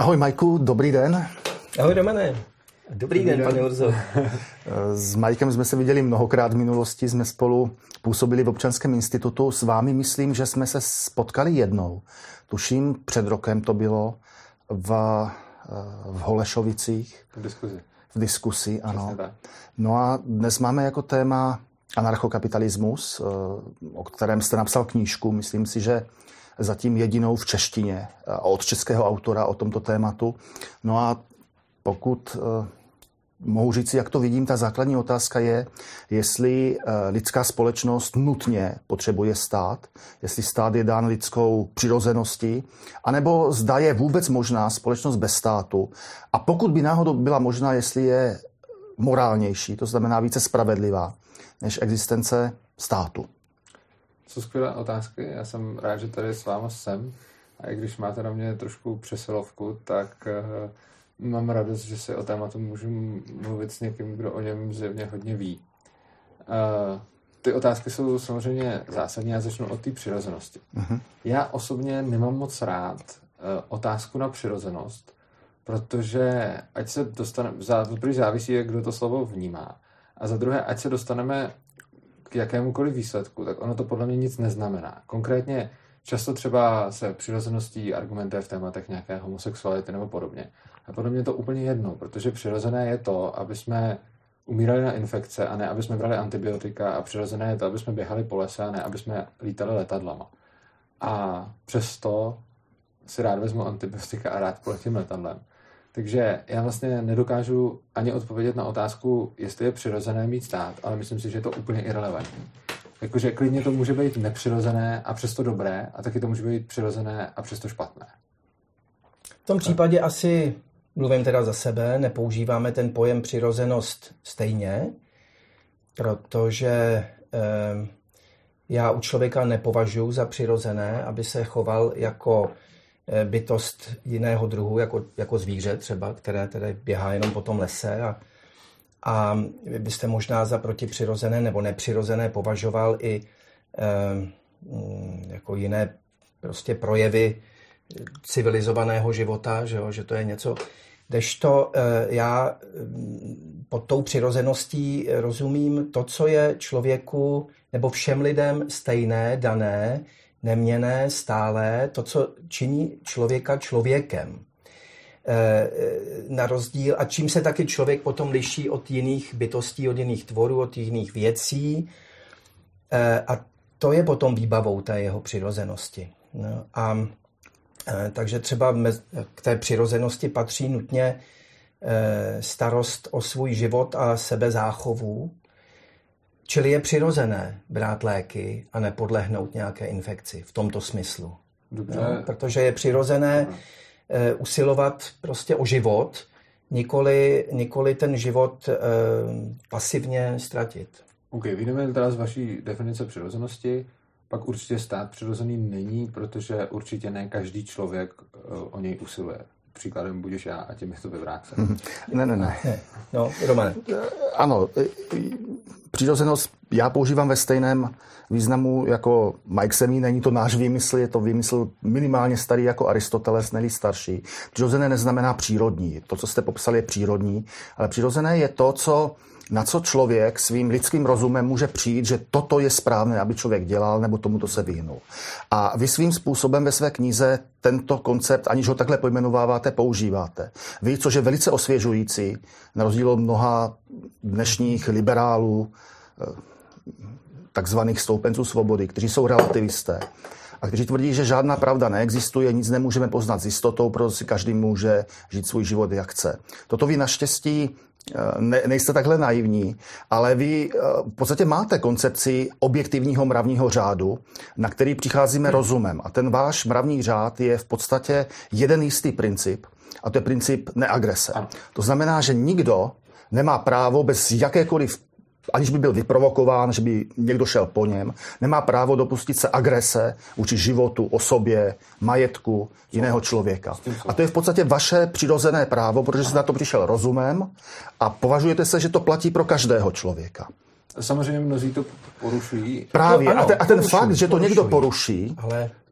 Ahoj Majku, dobrý den. Ahoj Romane. Dobrý den, pane Urzo. S Majkem jsme se viděli mnohokrát v minulosti, jsme spolu působili v Občanském institutu. S vámi myslím, že jsme se spotkali jednou. Tuším, před rokem to bylo v Holešovicích. V diskusi, ano. No a dnes máme jako téma anarchokapitalismus, o kterém jste napsal knížku. Myslím si, že zatím jedinou v češtině od českého autora o tomto tématu. No a pokud mohu říct, jak to vidím, ta základní otázka je, jestli lidská společnost nutně potřebuje stát, jestli stát je dán lidskou přirozeností, anebo zda je vůbec možná společnost bez státu. A pokud by náhodou byla možná, jestli je morálnější, to znamená více spravedlivá, než existence státu. Jsou skvělé otázky, já jsem rád, že tady s váma jsem. A i když máte na mě trošku přesilovku, tak mám radost, že si o tématu můžu mluvit s někým, kdo o něm zjevně hodně ví. Ty otázky jsou samozřejmě zásadní, já začnu od té přirozenosti. Já osobně nemám moc rád otázku na přirozenost, protože ať se dostaneme, za první závisí, jak kdo to slovo vnímá, a za druhé, ať se dostaneme k jakémukoliv výsledku, tak ono to podle mě nic neznamená. Konkrétně často třeba se přirozeností argumentuje v tématech nějaké homosexuality nebo podobně. A podle mě je to úplně jedno, protože přirozené je to, aby jsme umírali na infekce a ne, aby jsme brali antibiotika, a přirozené je to, aby jsme běhali po lese a ne, aby jsme lítali letadlama. A přesto si rád vezmu antibiotika a rád poletím letadlem. Takže já vlastně nedokážu ani odpovědět na otázku, jestli je přirozené mít stát, ale myslím si, že je to úplně irelevantní. Jakože klidně to může být nepřirozené a přesto dobré, a taky to může být přirozené a přesto špatné. V tom případě asi, mluvím teda za sebe, nepoužíváme ten pojem přirozenost stejně, protože já u člověka nepovažuji za přirozené, aby se choval jako bytost jiného druhu, jako zvíře třeba, které tedy běhá jenom po tom lese, a vy byste možná za protipřirozené nebo nepřirozené považoval i jako jiné prostě projevy civilizovaného života, že to je něco, kdežto já pod tou přirozeností rozumím to, co je člověku nebo všem lidem stejné, dané, neměnné, stálé, to, co činí člověka člověkem. Na rozdíl, a čím se taky člověk potom liší od jiných bytostí, od jiných tvorů, od jiných věcí. A to je potom výbavou té jeho přirozenosti. No, takže třeba k té přirozenosti patří nutně starost o svůj život a sebezáchovu, čili je přirozené brát léky a nepodlehnout nějaké infekci v tomto smyslu. Dobře. No, protože je přirozené usilovat prostě o život, nikoli ten život pasivně ztratit. OK, vyjdeme teda z vaší definice přirozenosti, pak určitě stát přirozený není, protože určitě ne každý člověk o něj usiluje. Příkladem budeš já a tím je to vyvrácen. Ne. No, Romane. Ano, přirozenost já používám ve stejném významu jako Mike Semí, není to náš výmysl, je to výmysl minimálně starý jako Aristoteles, ne-li starší. Přirozené neznamená přírodní. To, co jste popsali, je přírodní, ale přirozené je to, na co člověk svým lidským rozumem může přijít, že toto je správné, aby člověk dělal, nebo tomuto se vyhnul. A vy svým způsobem ve své knize tento koncept, aniž ho takhle pojmenováváte, používáte. Vy, což je velice osvěžující, na rozdíl od mnoha dnešních liberálů, takzvaných stoupenců svobody, kteří jsou relativisté a kteří tvrdí, že žádná pravda neexistuje, nic nemůžeme poznat s jistotou, protože si každý může žít svůj život, jak chce. Toto vy naštěstí nejste takhle naivní, ale vy v podstatě máte koncepci objektivního mravního řádu, na který přicházíme rozumem. A ten váš mravní řád je v podstatě jeden jistý princip, a to je princip neagrese. To znamená, že nikdo nemá právo bez jakékoliv, aniž by byl vyprovokován, že by někdo šel po něm, nemá právo dopustit se agrese vůči životu, osobě, majetku jiného člověka. A to je v podstatě vaše přirozené právo, protože jste na to přišel rozumem a považujete se, že to platí pro každého člověka. Samozřejmě mnozí to porušují. Právě. No, ano, a ten fakt, že to někdo poruší, ale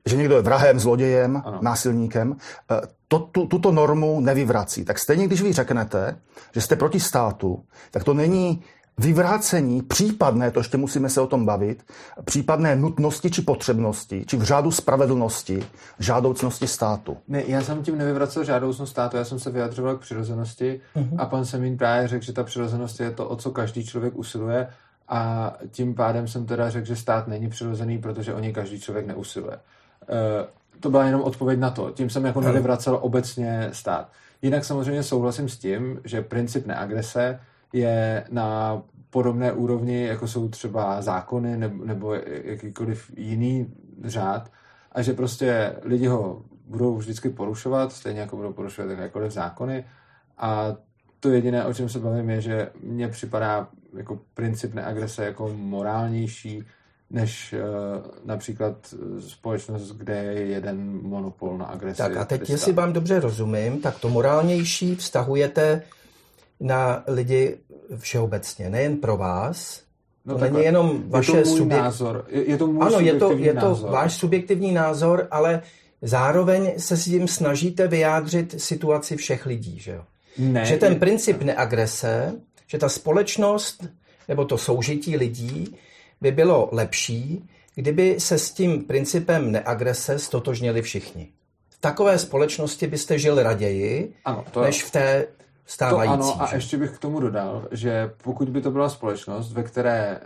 že někdo je vrahem, zlodějem, ano. násilníkem, tuto normu nevyvrací. Tak stejně, když vy řeknete, že jste proti státu, tak to není vyvrácení případné, to ještě musíme se o tom bavit, případné nutnosti či potřebnosti, či v řádu spravedlnosti, žádoucnosti státu. Ne, já jsem tím nevyvracel žádoucnost státu, já jsem se vyjadřoval k přirozenosti a pan Semín právě řekl, že ta přirozenost je to, o co každý člověk usiluje, a tím pádem jsem teda řekl, že stát není přirozený, protože o něj každý člověk neusiluje. To byla jenom odpověď na to. Tím jsem jako nevyvracel obecně stát. Jinak samozřejmě souhlasím s tím, že princip neagrese je na podobné úrovni, jako jsou třeba zákony nebo jakýkoliv jiný řád, a že prostě lidi ho budou vždycky porušovat, stejně jako budou porušovat jakékoliv zákony, a to jediné, o čem se bavím, je, že mně připadá jako princip neagrese jako morálnější než například společnost, kde je jeden monopol na agresi. Tak a teď, jestli vám dobře rozumím, tak to morálnější vztahujete na lidi všeobecně, nejen pro vás. No to není jenom vaše názor. Je to můj ano, subjektivní je to názor. váš subjektivní názor, ale zároveň se s tím snažíte vyjádřit situaci všech lidí, že jo? Ne, že ten princip neagrese, že ta společnost nebo to soužití lidí by bylo lepší, kdyby se s tím principem neagrese stotožnili všichni. V takové společnosti byste žil raději, ano, než v té stávající. To ano, a ještě bych k tomu dodal, že pokud by to byla společnost, ve které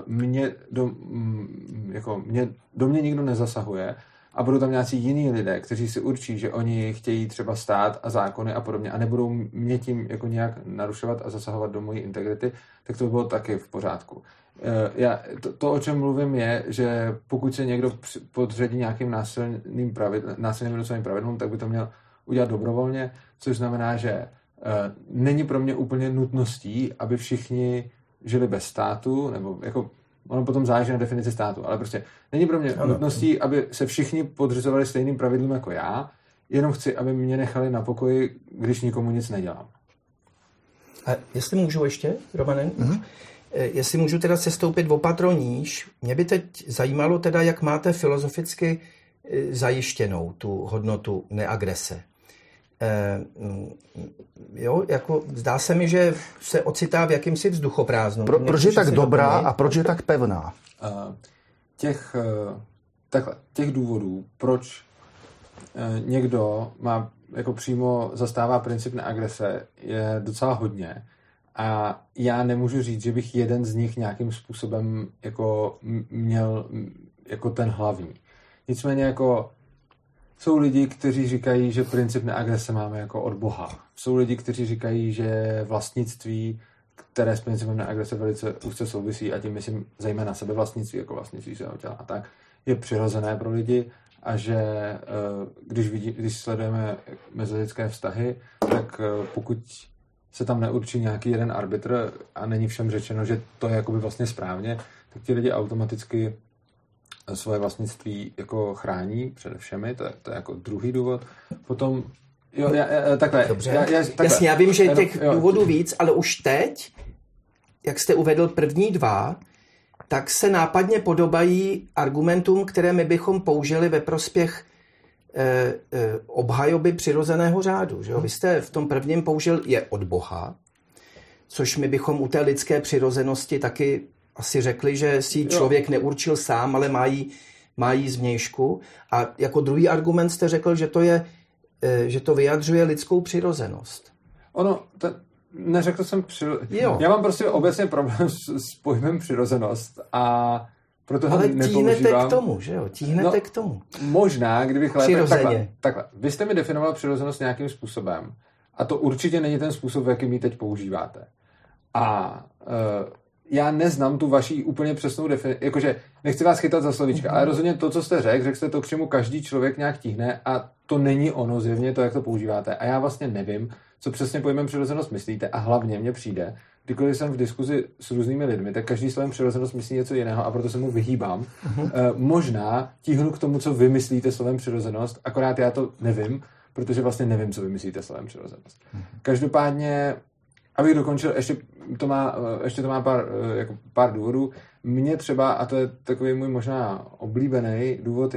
do mě nikdo nezasahuje a budou tam nějací jiní lidé, kteří si určí, že oni chtějí třeba stát a zákony a podobně a nebudou mě tím jako nějak narušovat a zasahovat do mojí integrity, tak to by bylo taky v pořádku. To, o čem mluvím, je, že pokud se někdo podřadí nějakým násilným vnuceným pravidlům, tak by to měl udělat dobrovolně, což znamená, že není pro mě úplně nutností, aby všichni žili bez státu, nebo jako ono potom záleží na definici státu, ale prostě není pro mě nutností, aby se všichni podřizovali stejným pravidlům jako já, jenom chci, aby mě nechali na pokoji, když nikomu nic nedělám. A jestli můžu ještě, Romane? Jestli můžu teda sestoupit o patro níž, mě by teď zajímalo teda, jak máte filozoficky zajištěnou tu hodnotu neagrese. Jo, jako zdá se mi, že se ocitá v jakýmsi vzduchoprázdnu. Proč je tak dobrá a proč je tak pevná? Těch důvodů, proč někdo má jako přímo zastává princip neagrese, je docela hodně. A já nemůžu říct, že bych jeden z nich nějakým způsobem jako měl jako ten hlavní. Nicméně jako jsou lidi, kteří říkají, že princip neagrese máme jako od Boha. Jsou lidi, kteří říkají, že vlastnictví, které s principem neagrese velice úzce souvisí, a tím myslím zejména sebevlastnictví, jako vlastnictví svého těla a tak, je přirozené pro lidi, a že když sledujeme mezilidské vztahy, tak pokud se tam neurčí nějaký jeden arbitr a není všem řečeno, že to je jakoby vlastně správně, tak ti lidi automaticky svoje vlastnictví jako chrání přede všemi, to je jako druhý důvod. Potom, takhle. Dobře. Jasně, já vím, že těch důvodů víc, ale už teď, jak jste uvedl první dva, tak se nápadně podobají argumentům, které my bychom použili ve prospěch obhajoby přirozeného řádu. Že jo? Vy jste v tom prvním použil je od Boha, což my bychom u té lidské přirozenosti taky asi řekli, že si člověk neurčil sám, ale má jí zvnějšku. A jako druhý argument jste řekl, že to vyjadřuje lidskou přirozenost. Neřekl jsem Já mám prostě obecně problém s pojmem přirozenost a proto ho nepoužívám. Ale tíhnete k tomu, že jo? Tíhnete k tomu. Možná, kdybych lépe... Takhle. Vy jste mi definoval přirozenost nějakým způsobem a to určitě není ten způsob, jaký ji teď používáte. A já neznám tu vaší úplně přesnou definici, jakože nechci vás chytat za slovíčka, ale rozhodně to, co jste řekl jste to, k čemu každý člověk nějak tíhne, a to není ono zjevně to, jak to používáte. A já vlastně nevím, co přesně pojmem přirozenost myslíte, a hlavně mně přijde, kdykoliv jsem v diskuzi s různými lidmi, tak každý slovem přirozenost myslí něco jiného a proto se mu vyhýbám. Možná tíhnu k tomu, co vy myslíte slovem přirozenost, akorát já to nevím, protože vlastně nevím, co vy myslíte slovem přirozenost. Každopádně, abych dokončil, ještě to má pár důvodů. Mně třeba, a to je takový můj možná oblíbený důvod, je,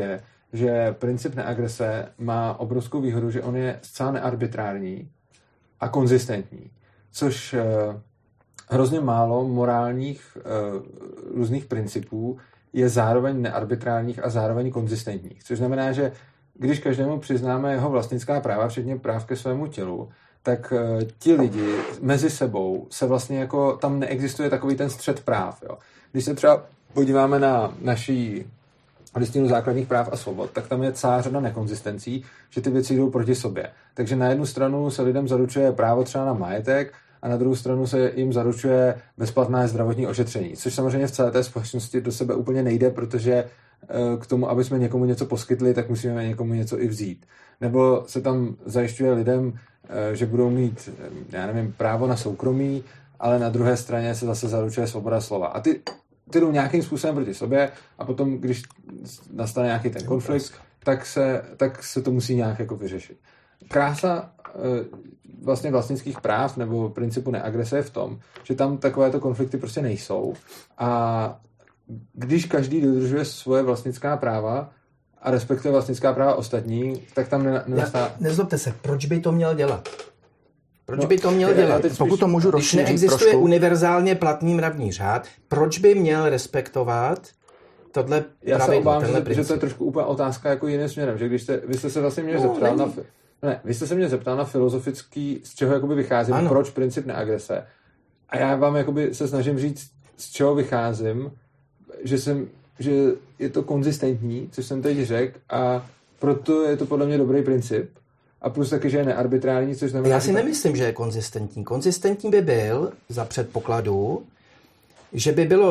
že princip neagrese má obrovskou výhodu, že on je zcela nearbitrární a konzistentní, což hrozně málo morálních různých principů je zároveň nearbitrárních a zároveň konzistentních. Což znamená, že když každému přiznáme jeho vlastnická práva, včetně práv ke svému tělu, tak ti lidi mezi sebou se vlastně jako tam neexistuje takový ten střet práv. Jo. Když se třeba podíváme na naší listinu základních práv a svobod, tak tam je celá řada nekonzistencí, že ty věci jdou proti sobě. Takže na jednu stranu se lidem zaručuje právo třeba na majetek a na druhou stranu se jim zaručuje bezplatné zdravotní ošetření, což samozřejmě v celé té společnosti do sebe úplně nejde, protože k tomu, aby jsme někomu něco poskytli, tak musíme někomu něco i vzít. Nebo se tam zajišťuje lidem, že budou mít, já nevím, právo na soukromí, ale na druhé straně se zase zaručuje svoboda slova. A ty jdou nějakým způsobem proti sobě a potom, když nastane nějaký ten konflikt, tak se to musí nějak jako vyřešit. Krása vlastně vlastnických práv nebo principu neagrese je v tom, že tam takovéto konflikty prostě nejsou a když každý dodržuje svoje vlastnická práva a respektuje vlastnická práva ostatní, tak tam nenastává... Nezlobte se, proč by to měl dělat? Proč by to měl dělat? Pokud to můžu rozšířit trošku. Když neexistuje univerzálně platný mravní řád, proč by měl respektovat tohle pravidlo? Já se obávám, že to je trošku úplně otázka jako jiným směrem, že vy jste se vlastně mě zeptal vy jste se mě zeptal na filozofický, z čeho jakoby vycházím, proč princip neagrese. A já vám jakoby se snažím říct, z čeho vycházím, že je to konzistentní, což jsem teď řekl, a proto je to podle mě dobrý princip. A plus taky, že je nearbitrální, což znamená... Já si nemyslím, že je konzistentní. Konzistentní by byl za předpokladu, že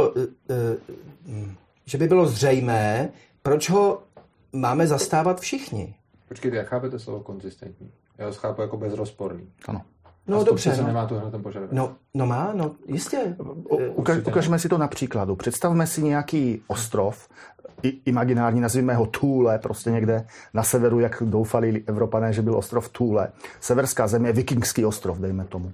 by bylo zřejmé, proč ho máme zastávat všichni. Počkejte, jak chápete slovo konzistentní? Já ho chápu jako bezrozporný. Ano. No dobře. Se nemá tuhle ten požadavek. No jistě. Ukažme si to na příkladu. Představme si nějaký ostrov, imaginární, nazvíme ho Thule, prostě někde na severu, jak doufali Evropané, že byl ostrov Thule. Severská země, vikingský ostrov, dejme tomu.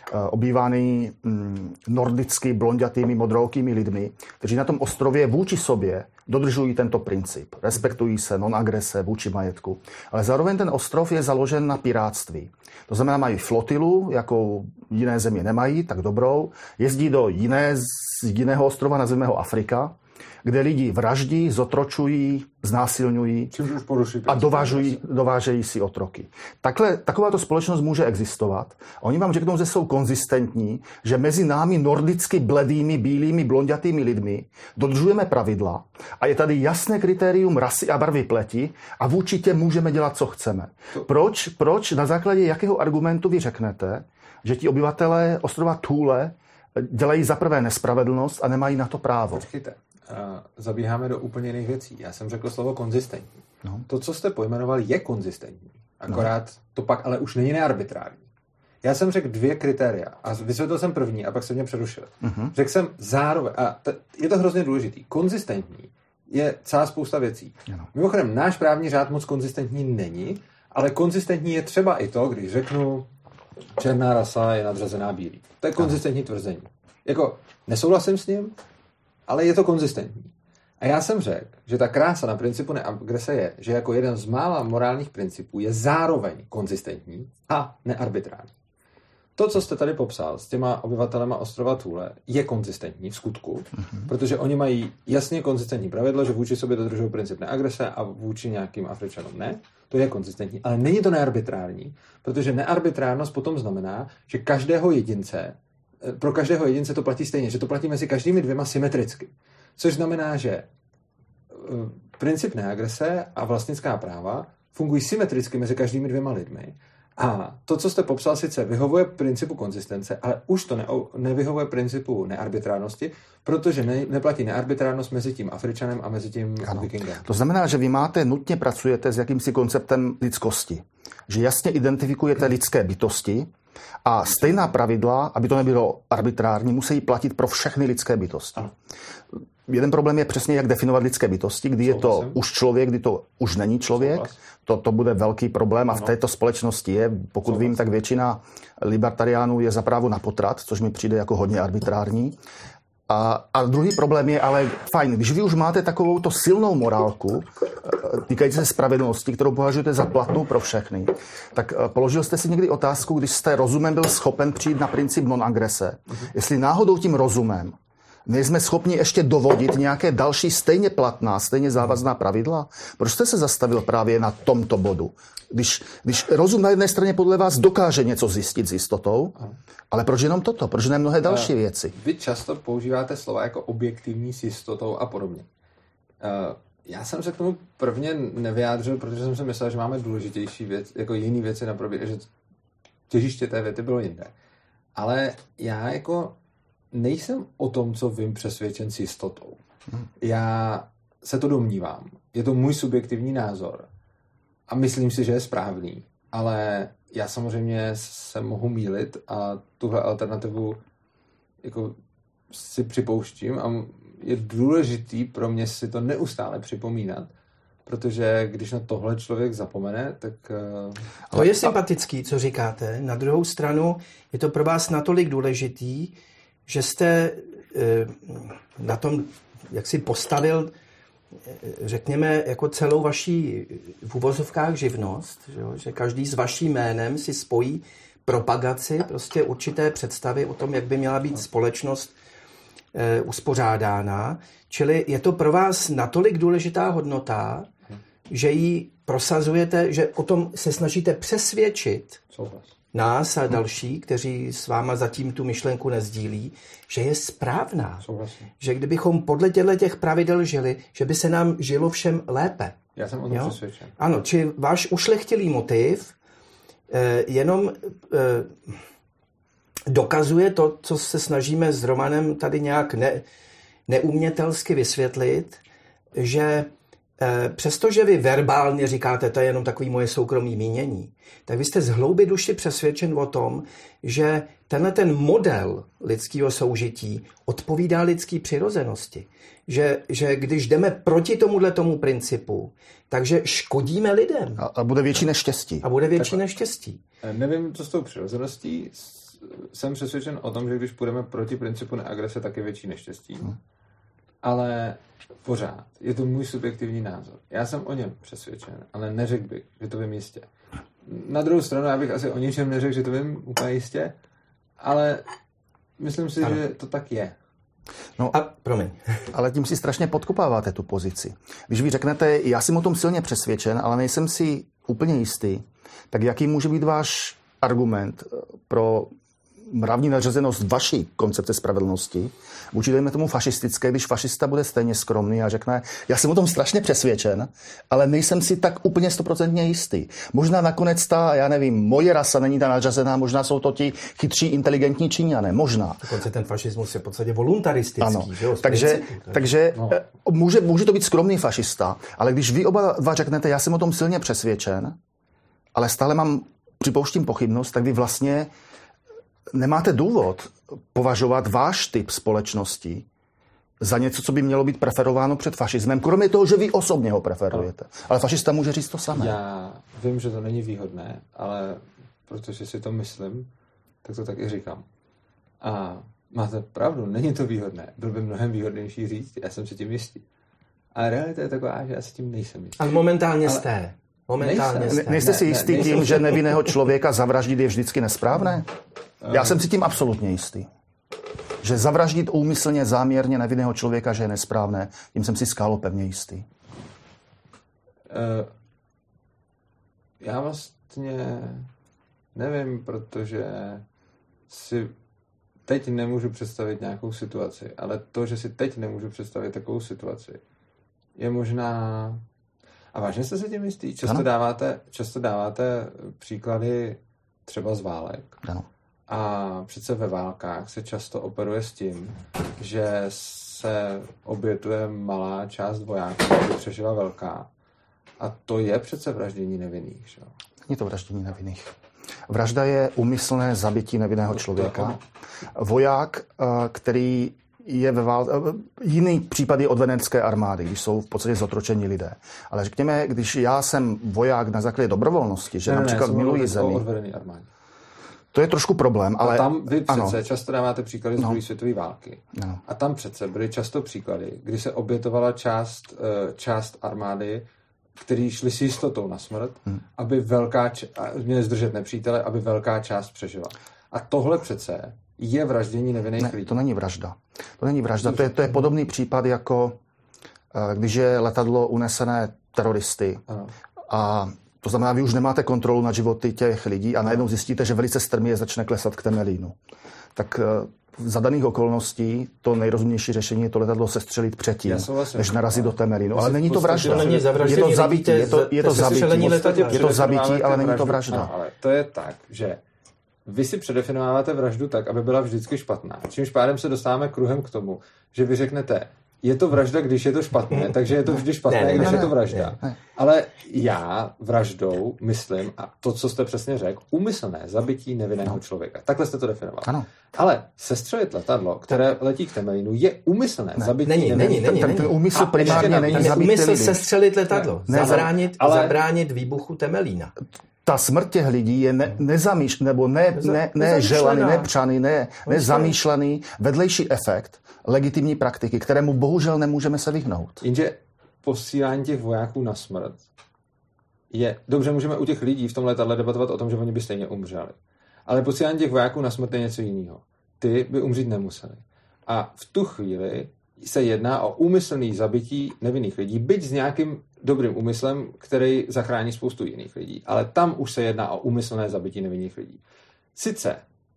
Obývaný nordicky blondětými, modrookými lidmi, kteří na tom ostrově vůči sobě dodržují tento princip. Respektují se, non-agrese vůči majetku. Ale zároveň ten ostrov je založen na pirátství. To znamená, mají flotilu, jakou jiné země nemají, tak dobrou. Jezdí do jiného ostrova, nazveme ho Afrika, kde lidi vraždí, zotročují, znásilňují a dovážejí si otroky. Takováto společnost může existovat. Oni vám řeknou, že jsou konzistentní, že mezi námi nordicky bledými, bílými, blondětými lidmi dodržujeme pravidla a je tady jasné kritérium rasy a barvy pleti a vůči těm můžeme dělat, co chceme. Proč na základě jakého argumentu vy řeknete, že ti obyvatelé ostrova Thule dělají za prvé nespravedlnost a nemají na to právo? Počkejte. Zabíháme do úplně jiných věcí. Já jsem řekl slovo konzistentní. No. To, co jste pojmenoval, je konzistentní. Akorát to pak ale už není nearbitrární. Já jsem řekl 2 kritéria a vysvětlil jsem první a pak se mě přerušil. Řekl jsem zároveň, je to hrozně důležitý, konzistentní je celá spousta věcí. Mimochodem, náš právní řád moc konzistentní není, ale konzistentní je třeba i to, když řeknu, černá rasa je nadřazená bílý. To je konzistentní tvrzení. Jako, nesouhlasím s ním, ale je to konzistentní. A já jsem řekl, že ta krása na principu neagrese je, že jako jeden z mála morálních principů je zároveň konzistentní a nearbitrární. To, co jste tady popsal s těma obyvatelema ostrova Thule, je konzistentní v skutku, protože oni mají jasně konzistentní pravidlo, že vůči sobě dodržují princip neagrese a vůči nějakým Afričanům ne. To je konzistentní, ale není to nearbitrární, protože nearbitrárnost potom znamená, že pro každého jedince to platí stejně, že to platí mezi každými 2 symetricky. Což znamená, že princip neagrese a vlastnická práva fungují symetricky mezi každými 2 lidmi. A to, co jste popsal, sice vyhovuje principu konzistence, ale už to nevyhovuje principu nearbitrárnosti, protože neplatí nearbitrárnost mezi tím Afričanem a mezi tím Vikingem. To znamená, že vy nutně pracujete s jakýmsi konceptem lidskosti. Že jasně identifikujete lidské bytosti a stejná pravidla, aby to nebylo arbitrární, musí platit pro všechny lidské bytosti. Ano. Jeden problém je přesně, jak definovat lidské bytosti, kdy je to už člověk, kdy to už není člověk. To bude velký problém a v této společnosti je, pokud vím, tak většina libertariánů je za právo na potrat, což mi přijde jako hodně arbitrární. A druhý problém je ale fajn, když vy už máte takovouto silnou morálku, týkající se spravedlnosti, kterou považujete za platnou pro všechny, tak položil jste si někdy otázku, když jste rozumem byl schopen přijít na princip non-agrese, jestli náhodou tím rozumem nejsme schopni ještě dovodit nějaké další stejně platná, stejně závazná pravidla? Proč jste se zastavil právě na tomto bodu? Když rozum na jedné straně podle vás dokáže něco zjistit s jistotou, ale proč jenom toto? Proč ne mnohé další věci? Vy často používáte slova jako objektivní s jistotou a podobně. Já jsem se k tomu prvně nevyjádřil, protože jsem si myslel, že máme důležitější věc, jako jiný věci na probě, že těžiště té věty bylo jinde. Ale já jako nejsem o tom, co vím, přesvědčen s jistotou. Já se to domnívám. Je to můj subjektivní názor. A myslím si, že je správný. Ale já samozřejmě se mohu mýlit a tuhle alternativu jako si připouštím a je důležitý pro mě si to neustále připomínat, protože když na tohle člověk zapomene, tak... To je sympatický, co říkáte. Na druhou stranu je to pro vás natolik důležitý, že jste na tom, jak si postavil, řekněme, jako celou vaší v uvozovkách živnost, že každý s vaším jménem si spojí propagaci prostě určité představy o tom, jak by měla být společnost uspořádána. Čili je to pro vás natolik důležitá hodnota, že ji prosazujete, že o tom se snažíte přesvědčit nás a další, kteří s váma zatím tu myšlenku nezdílí, že je správná. Souhlasím. Že kdybychom podle těch pravidel žili, že by se nám žilo všem lépe. Já jsem o tom přesvědčen. Ano, či váš ušlechtilý motiv jenom dokazuje to, co se snažíme s Romanem tady nějak neumětelsky vysvětlit, že přestože vy verbálně říkáte, to je jenom takový moje soukromý mínění, tak vy jste z hloubi duši přesvědčen o tom, že tenhle ten model lidského soužití odpovídá lidské přirozenosti. Že když jdeme proti tomu principu, takže škodíme lidem. A bude větší neštěstí. A bude větší neštěstí. Nevím, co s tou přirozeností. Jsem přesvědčen o tom, že když půjdeme proti principu neagrese, tak je větší neštěstí. Ale pořád. Je to můj subjektivní názor. Já jsem o něm přesvědčen, ale neřekl bych, že to vím jistě. Na druhou stranu, já bych asi o ničem neřekl, že to vím úplně jistě, ale myslím si, že to tak je. No, promiň. Ale tím si strašně podkopáváte tu pozici. Když vy řeknete, já jsem o tom silně přesvědčen, ale nejsem si úplně jistý, tak jaký může být váš argument pro mravní nadřazenost vaší koncepce spravedlnosti vůči, dejme tomu, fašistické, když fašista bude stejně skromný a řekne, já jsem o tom strašně přesvědčen, ale nejsem si tak úplně 100% jistý. Možná nakonec já nevím, moje rasa není ta nadřazená, možná jsou to ti chytří, inteligentní Číňané, možná. Dokonce ten fašismus je v podstatě voluntaristický. Ano, že jo, takže může to být skromný fašista, ale když vy oba dva řeknete, já jsem o tom silně přesvědčen, ale stále připouštím pochybnost, tak vy vlastně nemáte důvod považovat váš typ společnosti za něco, co by mělo být preferováno před fašismem, kromě toho, že vy osobně ho preferujete. Ale fašista může říct to samé. Já vím, že to není výhodné, ale protože si to myslím, tak to tak i říkám. A máte pravdu, není to výhodné. Byl by mnohem výhodnější říct, já jsem si tím jistý. Ale realita je taková, že já si tím nejsem jistý. Ale momentálně jste. Nejste si jistý tím, že nevinného člověka zavraždit je vždycky nesprávné? Já jsem si tím absolutně jistý. Že zavraždit úmyslně, záměrně nevinného člověka, že je nesprávné, tím jsem si skálopevně jistý. Já vlastně nevím, protože si teď nemůžu představit nějakou situaci, ale to, že si teď nemůžu představit takovou situaci, je možná... A vážně jste se tím jistý? Často dáváte příklady třeba z válek. Ano. A přece ve válkách se často operuje s tím, že se obětuje malá část vojáků, aby přežila velká. A to je přece vraždění nevinných. Že? Není to vraždění nevinných. Vražda je úmyslné zabití nevinného člověka. Voják, který je ve válce, jiný případ je od venecké armády, když jsou v podstatě zotročení lidé. Ale řekněme, když já jsem voják na základě dobrovolnosti, že například miluji zemi. To je trošku problém, ale... A tam vy přece často dáváte příklady z druhé světové války. No. A tam přece byly často příklady, kdy se obětovala část armády, který šli s jistotou na smrt, aby měli zdržet nepřítele, aby velká část přežila. A tohle přece je vraždění nevinných lidí. To není vražda. To je podobný případ, jako když je letadlo unesené teroristy. Ano. A to znamená, vy už nemáte kontrolu nad životy těch lidí a najednou zjistíte, že velice strmě začne klesat k Temelínu. Tak za daných okolností to nejrozumnější řešení je to letadlo sestřelit předtím, než narazit do Temelínu. Ale není to vražda. Je to zabití. Je to zabití, ale není to vražda. Ano, ale to je tak, že vy si předefinováváte vraždu tak, aby byla vždycky špatná. Čímž pádem se dostáváme kruhem k tomu, že vy řeknete, je to vražda, když je to špatné, takže je to vždy špatné, když je to vražda. Ale já vraždou myslím, a to, co jste přesně řekl, úmyslné zabití nevinného člověka. Takhle jste to definoval. Ano. Ale sestřelit letadlo, které letí k Temelínu, je úmyslné zabití nevinného. Ten úmysl primárně není zabít úmysl sestřelit letadlo, zabránit výbuchu Temelína. Ta smrt těch lidí je neželaný, nepřaný, nezamýšlený vedlejší efekt legitimní praktiky, kterému bohužel nemůžeme se vyhnout. Jenže posílání těch vojáků na smrt je... Dobře, můžeme u těch lidí v tom letadle debatovat o tom, že oni by stejně umřeli. Ale posílání těch vojáků na smrt je něco jiného. Ty by umřít nemuseli. A v tu chvíli se jedná o úmyslný zabití nevinných lidí, byť s nějakým dobrým úmyslem, který zachrání spoustu jiných lidí. Ale tam už se jedná o úmyslné zabití nevinných lidí. Sice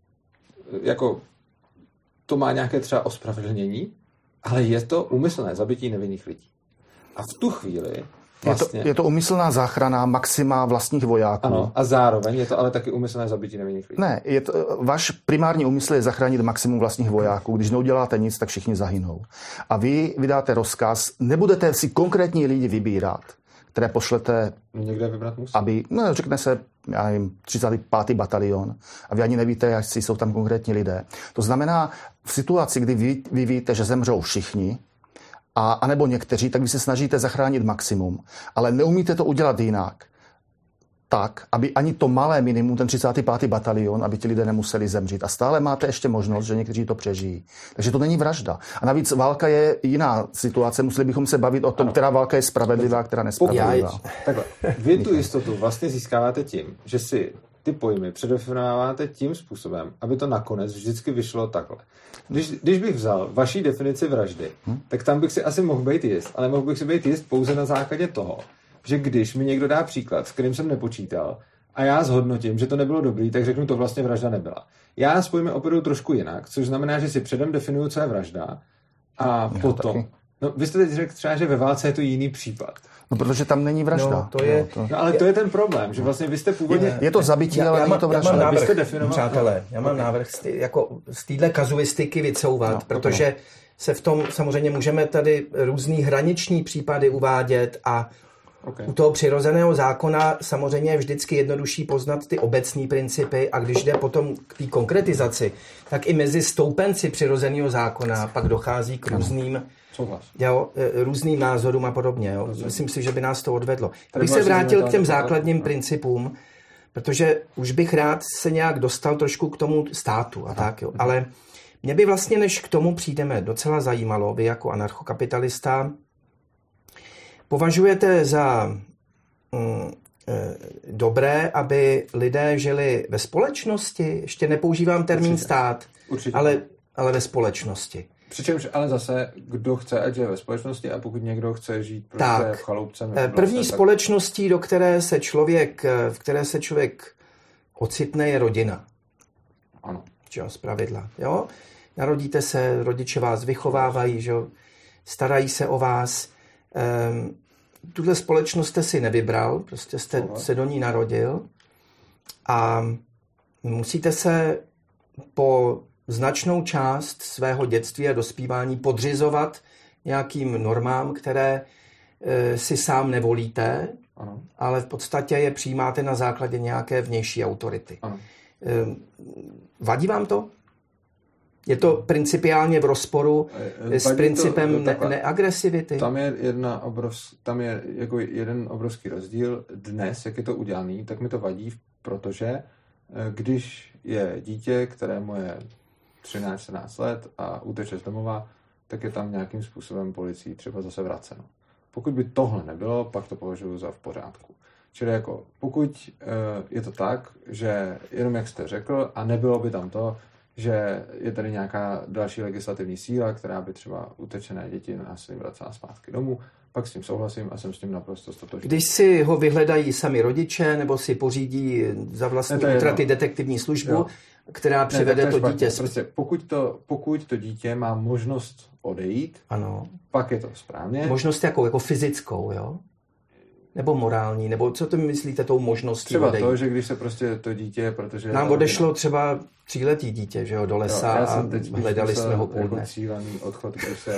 jako to má nějaké třeba ospravedlnění, ale je to úmyslné zabití nevinných lidí. A v tu chvíli vlastně... Je to úmyslná záchrana maxima vlastních vojáků. Ano, a zároveň je to ale taky úmyslné zabití nevinných lidí. Ne, váš primární úmysl je zachránit maximum vlastních vojáků. Když neuděláte nic, tak všichni zahynou. A vy vydáte rozkaz, nebudete si konkrétní lidi vybírat, které pošlete... Někde vybrat musí. Řekne se, já nevím, 35. batalion a vy ani nevíte, jestli jsou tam konkrétní lidé. To znamená, v situaci, kdy vy víte, že zemřou všichni, a nebo někteří, tak vy se snažíte zachránit maximum, ale neumíte to udělat jinak. Tak, aby ani to malé minimum, ten 35. batalion, aby ti lidé nemuseli zemřít. A stále máte ještě možnost, že někteří to přežijí. Takže to není vražda. A navíc válka je jiná situace. Museli bychom se bavit o tom, která válka je spravedlivá, která nespravedlivá. Takhle. Vy tu jistotu vlastně získáváte tím, že si ty pojmy předefinováváte tím způsobem, aby to nakonec vždycky vyšlo takhle. Když bych vzal vaší definici vraždy, tak tam bych si asi mohl být jist, ale mohl bych si být jist pouze na základě toho, že když mi někdo dá příklad, s kterým jsem nepočítal, a já zhodnotím, že to nebylo dobrý, tak řeknu, to vlastně vražda nebyla. Já s pojmy operuju trošku jinak, což znamená, že si předem definuju, co je vražda, a potom... No, vy jste teď řekl třeba, že ve válce je to jiný případ. No, protože tam není vražda. Ale to je ten problém, že vlastně vy jste původně... Je to zabití, ale není to vražda. Já mám návrh z téhle kazuistiky vycouvat, protože se v tom samozřejmě můžeme tady různý hraniční případy uvádět a u toho přirozeného zákona samozřejmě je vždycky jednodušší poznat ty obecní principy a když jde potom k té konkretizaci, tak i mezi stoupenci přirozeného zákona pak dochází k různým názorům a podobně. Jo. Myslím si, že by nás to odvedlo. Abych se vrátil k těm základním principům, protože už bych rád se nějak dostal trošku k tomu státu a tak, jo. Ale mě by vlastně, než k tomu přijdeme, docela zajímalo, vy jako anarchokapitalista, považujete za dobré, aby lidé žili ve společnosti? Ještě nepoužívám termín stát, ale ve společnosti. Přičemž ale zase, kdo chce, ať je ve společnosti a pokud někdo chce žít prostě v chalupce. První společností, v které se člověk ocitne, je rodina. Ano. Zpravidla. Jo? Narodíte se, rodiče vás vychovávají, že? Starají se o vás. Tuhle společnost jste si nevybral, prostě jste se do ní narodil a musíte se po značnou část svého dětství a dospívání podřizovat nějakým normám, které si sám nevolíte, ale v podstatě je přijímáte na základě nějaké vnější autority. Vadí vám to? Je to principiálně v rozporu s principem neagresivity? Tam je jako jeden obrovský rozdíl. Dnes, jak je to udělaný, tak mi to vadí, protože když je dítě, kterému je 13-14 let a uteče z domova, tak je tam nějakým způsobem policií třeba zase vraceno. Pokud by tohle nebylo, pak to považuji za v pořádku. Čili jako pokud je to tak, že jenom jak jste řekl a nebylo by tam to, že je tady nějaká další legislativní síla, která by třeba utečené děti násilím vracela zpátky domů, pak s tím souhlasím a jsem s tím naprosto stotožný. Když si ho vyhledají sami rodiče nebo si pořídí za vlastní útraty detektivní službu, jo, která přivede to dítě. Prostě pokud to dítě má možnost odejít, ano, pak je to správně. Možnost jako fyzickou, jo? Nebo morální, nebo co to myslíte tou možností třeba odejít? To, že když se prostě to dítě, protože... Nám odešlo třeba 3letý dítě, že jo, do lesa a hledali jsme ho půl dne. Cílený odchod,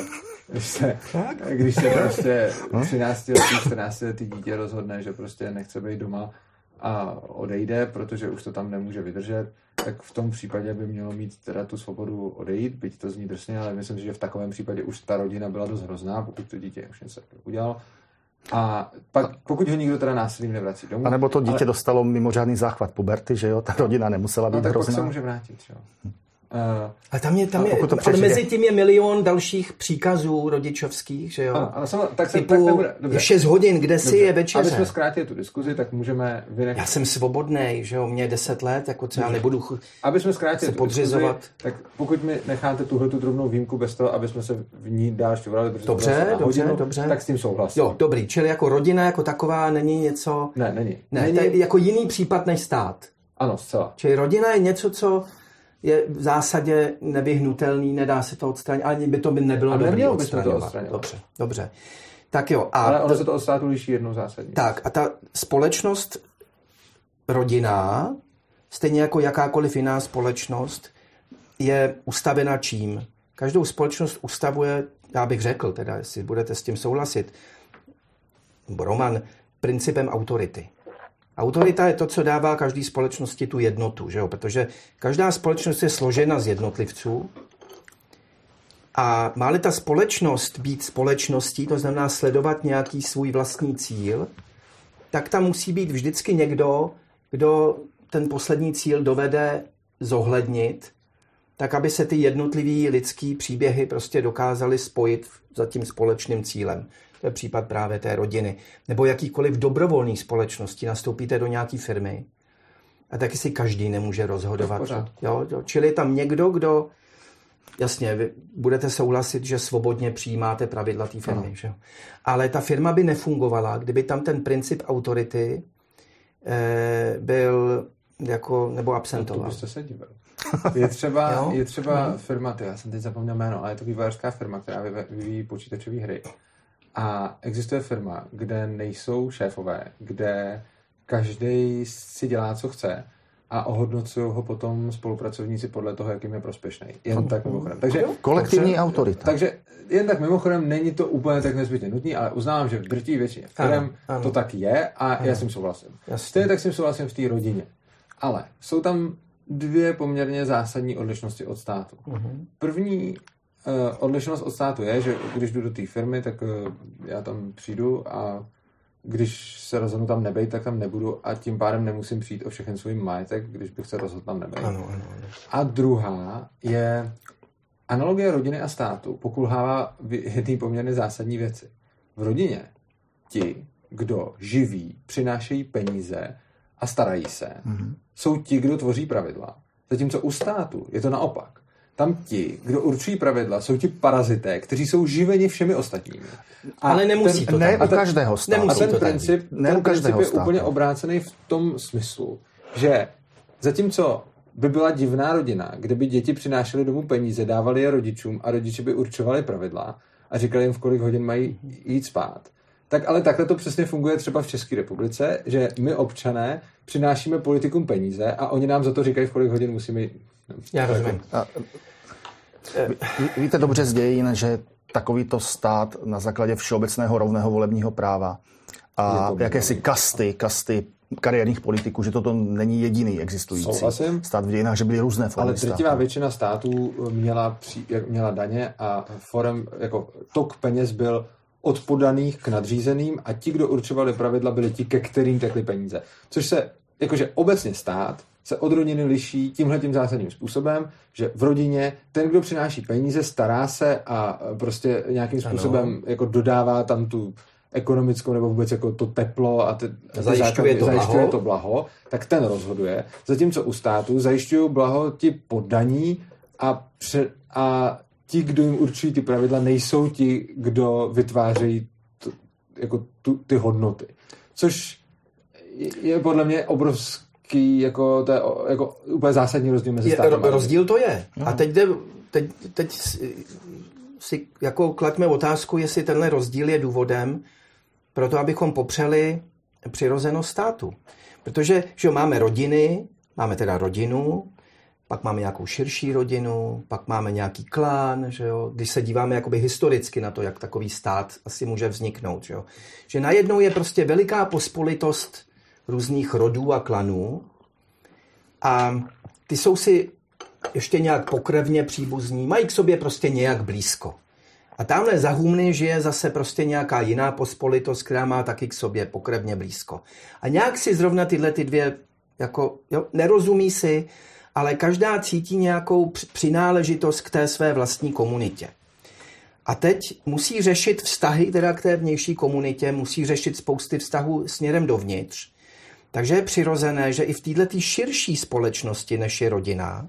když se prostě 13letý, 14letý dítě rozhodne, že prostě nechce být doma a odejde, protože už to tam nemůže vydržet, tak v tom případě by mělo mít teda tu svobodu odejít, byť to zní drsně, ale myslím si, že v takovém případě už ta rodina byla dost hrozná, pokud to dítě už něco udělalo. A pak, pokud ho nikdo teda násilím nevrací domů... A nebo to dítě dostalo mimořádný záchvat puberty, že jo? Ta rodina nemusela být hrozná. Tak se může vrátit, jo. Ale tam je ale mezi tím je milion dalších příkazů rodičovských, že jo? Ale tak typu 6 hodin, kde si je večeře. Aby jsme zkrátili tu diskuzi, tak můžeme vynechat. Já jsem svobodnej, že jo? Mě je 10 let, jako třeba nebudu aby jsme zkrátili se podřizovat. Diskuzi, tak pokud mi necháte tuhletu drobnou výjimku bez toho, aby jsme se v ní dál šťourali, protože dobře, tak s tím souhlasím. Jo, dobrý, čili jako rodina jako taková není něco... Ne, není. Ne, to je jako jiný případ než stát. Ano, zcela. Čili rodina je něco, co je v zásadě nevyhnutelný, nedá se to odstranit, ale by to nebylo dobré odstraňovat. Dobře. Tak jo. Ale ono se to od státu liší jednou zásadní. Tak a ta společnost rodina, stejně jako jakákoliv jiná společnost, je ustavena čím? Každou společnost ustavuje, já bych řekl, teda jestli budete s tím souhlasit, Roman, principem autority. Autorita je to, co dává každé společnosti tu jednotu, že jo? Protože každá společnost je složena z jednotlivců a má-li ta společnost být společností, to znamená sledovat nějaký svůj vlastní cíl, tak tam musí být vždycky někdo, kdo ten poslední cíl dovede zohlednit, tak aby se ty jednotlivý lidský příběhy prostě dokázaly spojit za tím společným cílem. To je případ právě té rodiny. Nebo jakýkoliv dobrovolný společnosti. Nastoupíte do nějaké firmy a taky si každý nemůže rozhodovat. Jo? Čili je tam někdo, kdo... Jasně, vy budete souhlasit, že svobodně přijímáte pravidla té firmy. Že? Ale ta firma by nefungovala, kdyby tam ten princip autority byl jako, nebo absentoval. To byste se divil. Je třeba firma, já jsem teď zapomněl jméno, ale je to vývojářská firma, která vyvíjí počítačové hry. A existuje firma, kde nejsou šéfové, kde každý si dělá, co chce a ohodnocují ho potom spolupracovníci podle toho, jakým je prospěšný. Jen tak mimochodem. Takže kolektivní autorita. Takže jen tak mimochodem není to úplně tak nezbytně nutný, ale uznávám, že v drtí většině firm to tak je a já s tím souhlasím. Stejně tak s tím souhlasím v té rodině. Ale jsou tam dvě poměrně zásadní odlišnosti od státu. První odlišnost od státu je, že když jdu do té firmy, tak já tam přijdu a když se rozhodnu tam nebejt, tak tam nebudu a tím pádem nemusím přijít o všechen svůj majetek, když bych se rozhodl tam nebejt. Ano. A druhá je analogie rodiny a státu pokulhává jedný poměrně zásadní věci. V rodině ti, kdo živí, přinášejí peníze a starají se, jsou ti, kdo tvoří pravidla. Zatímco u státu je to naopak. Tam ti, kdo určují pravidla, jsou ti parazité, kteří jsou živeni všemi ostatními. Ale nemusí to ne u každého státu. A ten princip je úplně obrácený v tom smyslu, že zatímco by byla divná rodina, kde by děti přinášely domů peníze, dávali je rodičům a rodiče by určovali pravidla a říkali jim, v kolik hodin mají jít spát, tak ale takhle to přesně funguje třeba v České republice, že my občané přinášíme politikům peníze a oni nám za to říkají, v kolik hodin musíme jít. Já rozumím. Víte dobře z dějin, že takovýto stát na základě všeobecného rovného volebního práva a jakési kasty kariérních politiků, že toto není jediný existující stát v dějinách, že byly různé formy. Ale drtivá většina států měla daně a forem, jako tok peněz byl od podaných k nadřízeným a ti, kdo určovali pravidla, byli ti, ke kterým tekly peníze. Což se, jakože obecně stát se od rodiny liší tímhletím zásadním způsobem, že v rodině ten, kdo přináší peníze, stará se a prostě nějakým způsobem jako dodává tam tu ekonomickou nebo vůbec jako to teplo a zajišťuje to blaho, tak ten rozhoduje. Zatímco u státu zajišťují blaho ti poddaní a ti, kdo jim určují ty pravidla, nejsou ti, kdo vytvářejí ty hodnoty. Což je podle mě obrovský, jako úplně zásadní rozdíl mezi státem. Rozdíl to je. No. A teď si jako klaďme otázku, jestli tenhle rozdíl je důvodem pro to, abychom popřeli přirozenost státu. Protože že máme rodiny, máme teda rodinu, pak máme nějakou širší rodinu, pak máme nějaký klán, že jo? Když se díváme jakoby historicky na to, jak takový stát asi může vzniknout. Že jo? Že najednou je prostě veliká pospolitost různých rodů a klanů a ty jsou si ještě nějak pokrevně příbuzní, mají k sobě prostě nějak blízko. A tamhle za Humny žije zase prostě nějaká jiná pospolitost, která má taky k sobě pokrevně blízko. A nějak si zrovna tyhle ty dvě, jako, jo, nerozumí si, ale každá cítí nějakou přináležitost k té své vlastní komunitě. A teď musí řešit vztahy teda k té vnější komunitě, musí řešit spousty vztahů směrem dovnitř. Takže je přirozené, že i v této širší společnosti, než je rodina,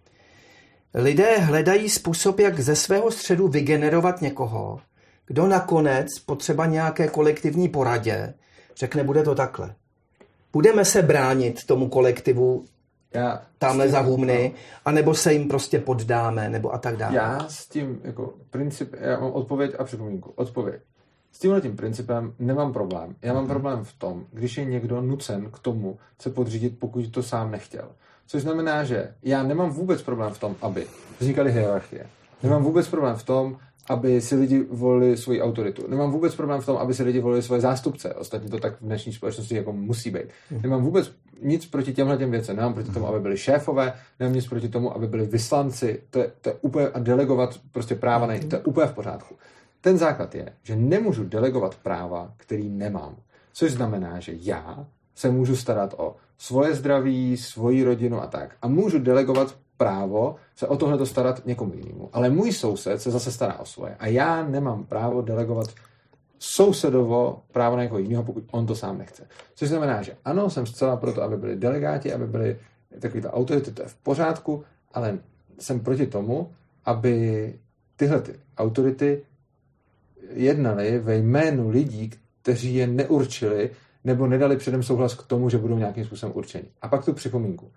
lidé hledají způsob, jak ze svého středu vygenerovat někoho, kdo nakonec potřeba nějaké kolektivní poradě řekne, bude to takhle. Budeme se bránit tomu kolektivu tamhle za Humny, anebo se jim prostě poddáme, nebo a tak dále. Já s tím jako já mám odpověď a připomínku. Odpověď. S tímhletím principem nemám problém. Já mám problém v tom, když je někdo nucen k tomu se podřídit, pokud to sám nechtěl. Což znamená, že já nemám vůbec problém v tom, aby vznikaly hierarchie. Nemám vůbec problém v tom, aby si lidi volili svoji autoritu. Nemám vůbec problém v tom, aby si lidi volili svoje zástupce. Ostatně to tak v dnešní společnosti jako musí být. Nemám vůbec nic proti těmhletěm věcem. Nemám proti tomu, aby byli šéfové, nemám nic proti tomu, aby byli vyslanci. To je úplně, a delegovat prostě práva, to je úplně v pořádku. Ten základ je, že nemůžu delegovat práva, který nemám. Což znamená, že já se můžu starat o svoje zdraví, svoji rodinu a tak. A můžu delegovat právo se o tohle starat někomu jinému. Ale můj soused se zase stará o svoje. A já nemám právo delegovat sousedovo právo na někoho jiného, pokud on to sám nechce. Což znamená, že ano, jsem zcela proto, aby byli delegáti, aby byly takovýto autority, to je v pořádku, ale jsem proti tomu, aby tyhle autority jednali ve jménu lidí, kteří je neurčili nebo nedali předem souhlas k tomu, že budou nějakým způsobem určeni. A pak tu připomínku.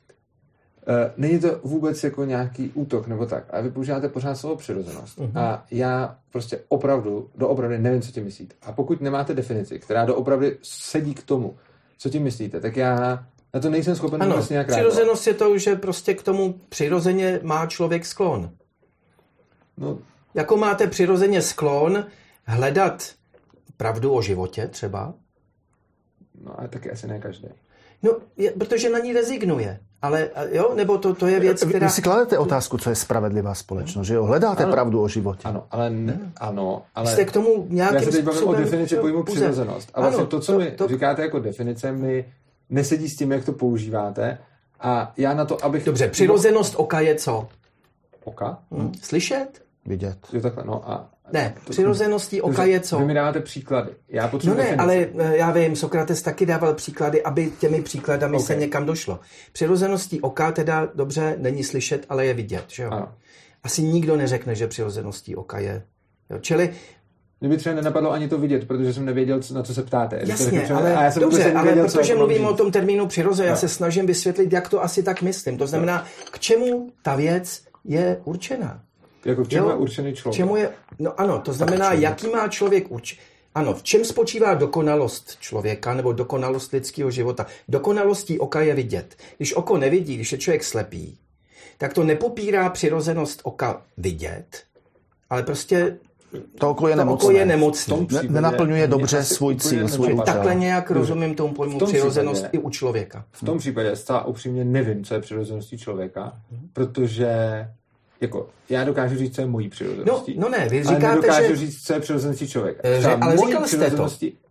Není to vůbec jako nějaký útok nebo tak, ale vy používáte pořád slovo přirozenost. A já prostě doopravdy nevím, co tím myslíte. A pokud nemáte definici, která doopravdy sedí k tomu, co tím myslíte, tak já na to nejsem schopen vůbec nějak reagovat. Přirozenost je to, že prostě k tomu přirozeně má člověk sklon. No. Jako máte přirozeně sklon hledat pravdu o životě třeba? No, ale taky asi ne každý. No, protože na ní rezignuje. Ale jo, nebo to je věc, která... Vy si kladete otázku, co je spravedlivá společnost, že jo? Hledáte pravdu o životě. Ano, ale... Jste k tomu nějakým způsobem... Já se teď bavím o definici pojmu přirozenost. A vlastně to, co mi říkáte jako definice, mi nesedí s tím, jak to používáte. A já na to, abych... Dobře, přirozenost oka je co? Oka? Slyšet? Vidět. Jo, takhle, no a... Ne, přirozeností oka je co? Vy mi dáváte příklady. Já potřebuji definici. Ale já vím, Sokrates taky dával příklady, aby těmi příkladami se někam došlo. Přirozeností oka teda dobře není slyšet, ale je vidět, že jo? Ano. Asi nikdo neřekne, že přirozeností oka je. Jo, čili... Mě by třeba nenapadlo ani to vidět, protože jsem nevěděl, na co se ptáte. Jasně, ale dobře, ale protože mluvím o tom termínu přirozenost, já se snažím vysvětlit, jak to asi tak myslím. To znamená, k čemu ta věc je určená. Jako v čem je určený člověk? Čemu je, no ano, to znamená, jaký má člověk ano, v čem spočívá dokonalost člověka nebo dokonalost lidského života? Dokonalostí oka je vidět. Když oko nevidí, když je člověk slepý, tak to nepopírá přirozenost oka vidět, ale prostě to oko je nemocné. Nenaplňuje dobře svůj cíl, svůj účel. Takhle nějak rozumím tomu pojmu přirozenost i u člověka. V tom případě zcela upřímně nevím, co je přirozeností člověka, protože jako, já dokážu říct, co je mojí přirozeností. No ne, vy říkáte, ale nedokážu říct, co je přirozeností člověka. Ale říkal jste to.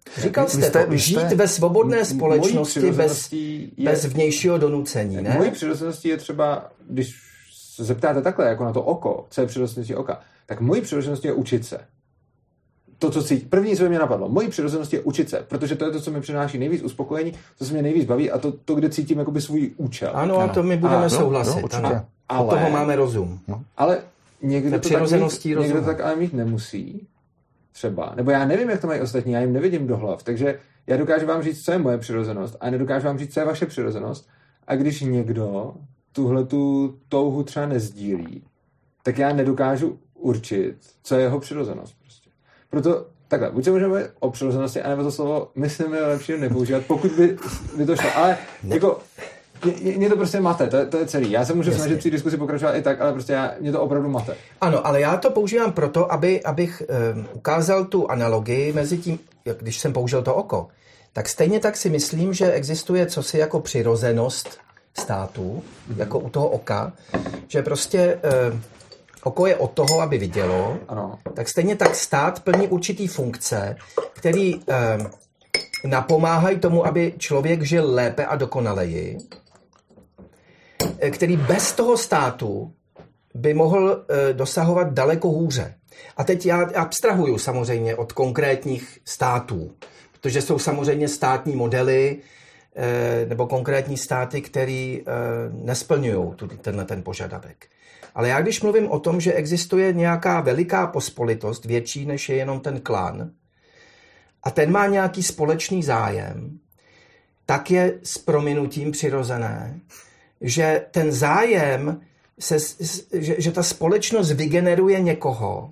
Říkal jste žít ve svobodné společnosti bez vnějšího donucení, ne? Mojí přirozeností je třeba, když se zeptáte takhle, jako na to oko, co je přirozeností oka, tak mojí přirozeností je učit se. To, co cítím. První, co by mě napadlo. Mojí přirozeností je učit se, protože to je to, co mi přináší nejvíc uspokojení, co se mě nejvíc baví a to kde cítím jakoby svůj účel. Ano, a to my budeme souhlasit. A toho máme rozum. Ale někdo to tak ale mít nemusí. Třeba. Nebo já nevím, jak to mají ostatní, já jim nevidím do hlav. Takže já dokážu vám říct, co je moje přirozenost a nedokážu vám říct, co je vaše přirozenost. A když někdo tuhletu touhu třeba nezdílí, tak já nedokážu určit, co je jeho přirozenost. Prostě. Proto takhle, buď se můžeme mluvit o přirozenosti, anebo to slovo myslím je lepší nepoužívat, pokud by to šlo. Ale jako mě to prostě mate, to je celý. Já se můžu snažit při diskusi pokračovat i tak, ale prostě mě to opravdu mate. Ano, ale já to používám proto, abych ukázal tu analogii mezi tím, když jsem použil to oko, tak stejně tak si myslím, že existuje cosi jako přirozenost státu, jako u toho oka, že prostě oko je od toho, aby vidělo, ano. Tak stejně tak stát plní určitý funkce, který napomáhají tomu, aby člověk žil lépe a dokonaleji, který bez toho státu by mohl dosahovat daleko hůře. A teď já abstrahuju samozřejmě od konkrétních států, protože jsou samozřejmě státní modely nebo konkrétní státy, které nesplňují ten požadavek. Ale já když mluvím o tom, že existuje nějaká veliká pospolitost, větší než je jenom ten klan, a ten má nějaký společný zájem, tak je s prominutím přirozené, že ten zájem, že ta společnost vygeneruje někoho,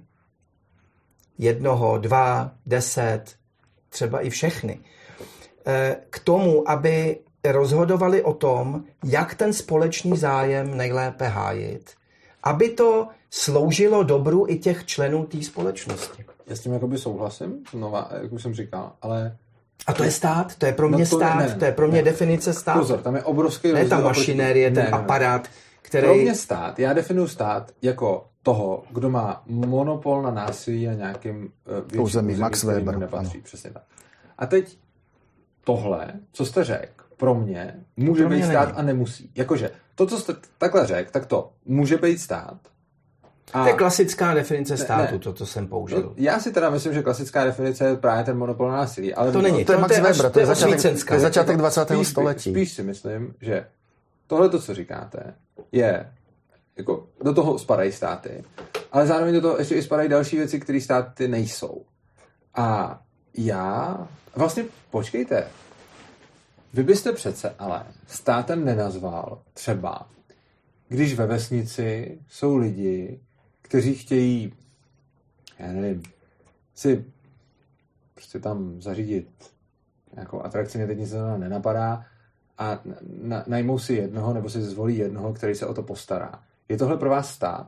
1, 2, 10, třeba i všechny, k tomu, aby rozhodovali o tom, jak ten společný zájem nejlépe hájit, aby to sloužilo dobru i těch členů té společnosti. Já s tím jakoby souhlasím, znova, jak už jsem říkal, ale... A to je stát, to je pro mě stát, to je pro mě definice státu. Pozor, tam je obrovský rozdíl. Ne ta mašinérie, ten aparát, který... Pro mě stát, já definuji stát jako toho, kdo má monopol na násilí a nějakým území, Max Weber, nepatří, ano. Přesně tak. A teď tohle, co jste řekl, pro mě může být stát a nemusí. Jakože to, co jste takhle řekl, tak to může být stát. To je klasická definice státu, to, co jsem použil. No, já si teda myslím, že klasická definice je právě ten monopol na násilí. Ale to není. To je Max Weber, to je začátek 20. století. Spíš si myslím, že tohle, co říkáte, je, jako do toho spadají státy, ale zároveň do toho ještě i spadají další věci, které státy nejsou. A vlastně počkejte, vy byste přece ale státem nenazval třeba, když ve vesnici jsou lidi, kteří chtějí, já nevím, si prostě tam zařídit nějakou atrakci, mě teď nic nenapadá, a najmou si jednoho, nebo si zvolí jednoho, který se o to postará. Je tohle pro vás stát?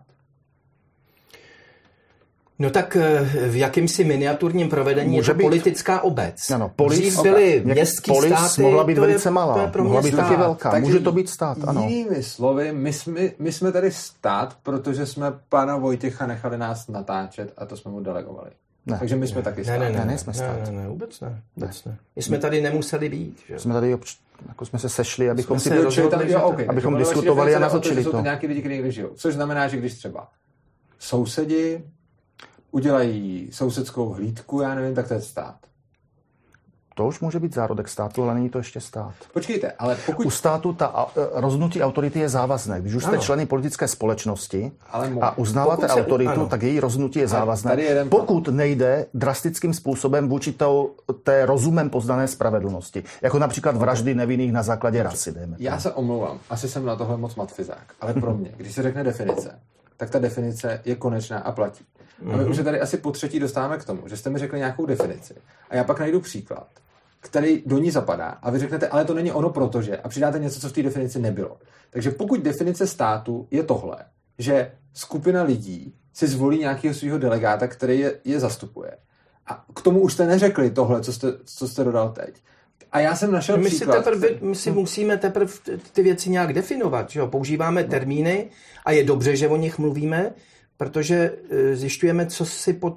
No tak v jakýmsi miniaturním provedení je to politická obec. Ano, dřív byly městský státy. Mohla být velice malá, mohla být taky velká. Takže může to být stát, ano. Jinými slovy, my jsme tady stát, protože jsme pana Vojtěcha nechali nás natáčet a to jsme mu delegovali. Ne. Takže my jsme taky stát. Ne, jsme stát. Ne, vůbec ne. My jsme tady nemuseli být. Že? Jsme tady jako jsme se sešli, abychom si abychom diskutovali a natočili to. Jsou to nějaký lidi, kteří někde žijou. Což znamená, že když třeba sousedi udělají sousedskou hlídku, já nevím, tak to je stát. To už může být zárodek státu, ale není to ještě stát. Počkejte, ale pokud... U státu ta rozhodnutí autority je závazné. Když už jste členy politické společnosti a uznáváte autoritu, tak její rozhodnutí je závazné. Pokud nejde drastickým způsobem vůči té rozumem poznané spravedlnosti. Jako například vraždy nevinných na základě rasy. Já se omlouvám, asi jsem na tohle moc matfizák, ale pro mě, když se řekne definice, tak ta definice je konečná a platí. A my už se tady asi po třetí dostáváme k tomu, že jste mi řekli nějakou definici a já pak najdu příklad, který do ní zapadá a vy řeknete, ale to není ono protože a přidáte něco, co v té definici nebylo. Takže pokud definice státu je tohle, že skupina lidí si zvolí nějakého svého delegáta, který je zastupuje. A k tomu už jste neřekli tohle, co jste dodal teď. A já jsem našel příklad. My si musíme teprve ty věci nějak definovat. Že jo? Používáme termíny a je dobře, že o nich mluvíme, protože zjišťujeme, co si pod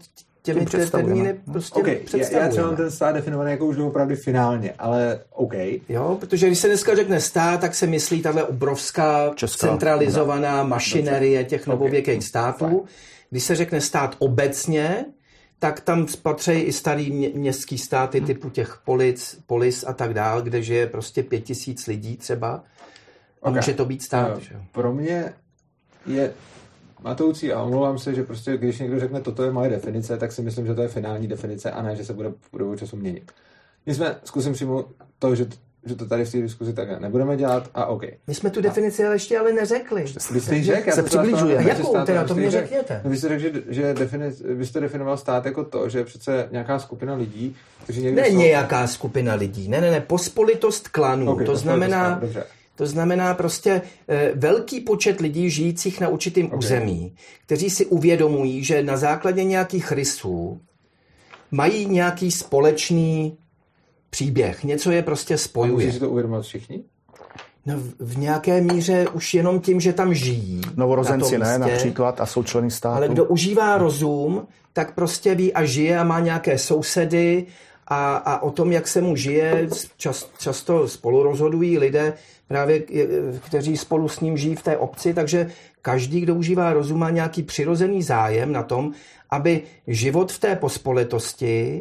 těmi termíny prostě představujeme. Já třeba mám ten stát definovaný jako už opravdu finálně, ale OK. Jo, protože když se dneska řekne stát, tak se myslí tahle obrovská centralizovaná mašinerie těch novověkých států. Fajn. Když se řekne stát obecně, tak tam patří i starý městský státy typu těch polis a tak dál, kde žije prostě 5000 lidí třeba. A může to být stát. Že? Pro mě je matoucí a omlouvám se, že prostě když někdo řekne, toto je moje definice, tak si myslím, že to je finální definice a ne, že se bude v průběhu času měnit. Zkusím přijmout to, že to tady v té diskuzi tak nebudeme dělat a OK. My jsme tu definici ale ještě neřekli. Vy jste ji řekl, se přibližuje. Jakou teda, to mě řekněte. Vy jste řekl, že vy jste definoval stát jako to, že je přece nějaká skupina lidí, kteří někde jsou... nějaká skupina lidí. Ne, pospolitost klanů. Okay, to znamená prostě velký počet lidí žijících na určitém území, kteří si uvědomují, že na základě nějakých rysů mají nějaký společný příběh. Něco je prostě spojuje. A musí si to uvědomovat všichni? No v nějaké míře už jenom tím, že tam žijí. Novorozenci ne, například, a jsou členy státu. Ale kdo užívá rozum, tak prostě ví a žije a má nějaké sousedy a o tom, jak se mu žije, často spolu rozhodují lidé, právě kteří spolu s ním žijí v té obci, takže každý, kdo užívá rozum, má nějaký přirozený zájem na tom, aby život v té pospolitosti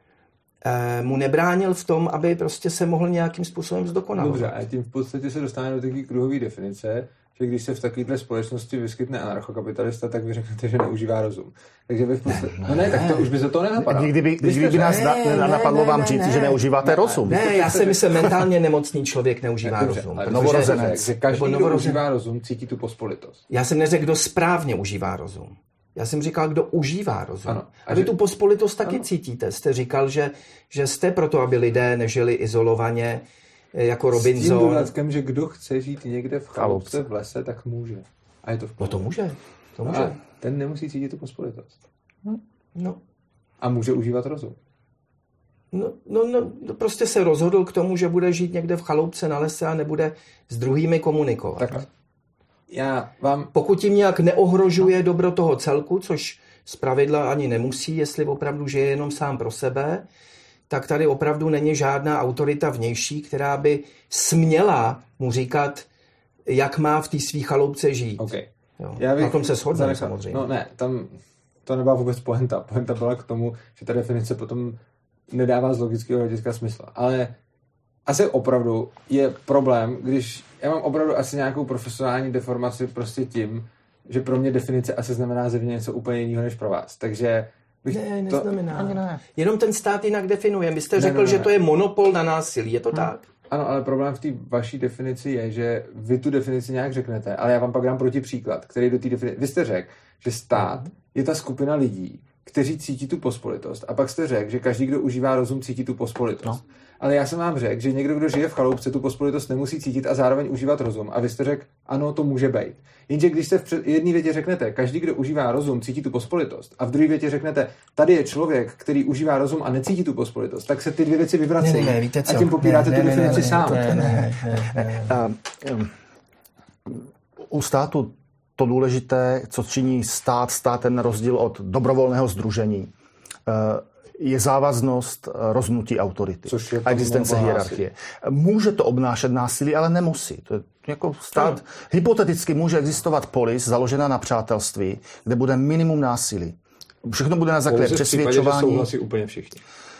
mu nebránil v tom, aby prostě se mohl nějakým způsobem zdokonalovat. Dobře, a tím v podstatě se dostane do takové kruhové definice, že když se v takovéhle společnosti vyskytne anarchokapitalista, tak vy řeknete, že neužívá rozum. Takže vy v podstatě... tak to už by se to nenapadalo. Kdyby nás napadlo vám říct, že neužíváte rozum. Ne, já si myslím, mentálně nemocný člověk neužívá rozum. Novorozenec. Že každý, kdo užívá rozum, cítí tu pospolitost. Já jsem neřekl, kdo správně užívá rozum. Já jsem říkal, kdo užívá rozum. Ano. A vy tu pospolitost taky cítíte. Jste říkal, že jste proto, aby lidé nežili izolovaně, jako Robinson. S tím dodatkem, že kdo chce žít někde v chalupce v lese, tak může. A je to v No to může. A ten nemusí cítit tu pospolitost. No. A může užívat rozum. No, prostě se rozhodl k tomu, že bude žít někde v chaloupce na lese a nebude s druhými komunikovat. Tak Pokud jim nějak neohrožuje dobro toho celku, což zpravidla ani nemusí, jestli opravdu žije jenom sám pro sebe, tak tady opravdu není žádná autorita vnější, která by směla mu říkat, jak má v té svý chaloupce žít. Okay. Na tom se shodneme samozřejmě. No ne, tam to nebyla vůbec pointa. Pointa byla k tomu, že ta definice potom nedává z logického hlediska smysl. Ale asi opravdu je problém, když já mám opravdu asi nějakou profesionální deformaci prostě tím, že pro mě definice asi znamená zevně něco úplně jiného než pro vás. Takže neznamená. Ne. Jenom ten stát jinak definuje. Vy jste řekl, že to je monopol na násilí. Je to tak? Ano, ale problém v té vaší definici je, že vy tu definici nějak řeknete, ale já vám pak dám protipříklad, který do té definice... Vy jste řekl, že stát je ta skupina lidí, kteří cítí tu pospolitost. A pak jste řekl, že každý, kdo užívá rozum, cítí tu pospolitost. No. Ale já jsem vám řekl, že někdo, kdo žije v chaloupce, tu pospolitost nemusí cítit a zároveň užívat rozum. A vy jste řekl, ano, to může být. Jenže když se v jedné větě řeknete, každý, kdo užívá rozum, cítí tu pospolitost, a v druhé větě řeknete, tady je člověk, který užívá rozum a necítí tu pospolitost, tak se ty dvě věci vyvracejí. A tím popíráte tu definici sám. U státu to důležité, co činí stát ten rozdíl od dobrovolného sdružení, je závaznost rozhodnutí autority a existence hierarchie. Může to obnášet násilí, ale nemusí. To je jako stát. Hypoteticky může existovat polis založená na přátelství, kde bude minimum násilí. Všechno bude na základě přesvědčování. Že souhlasí úplně všichni.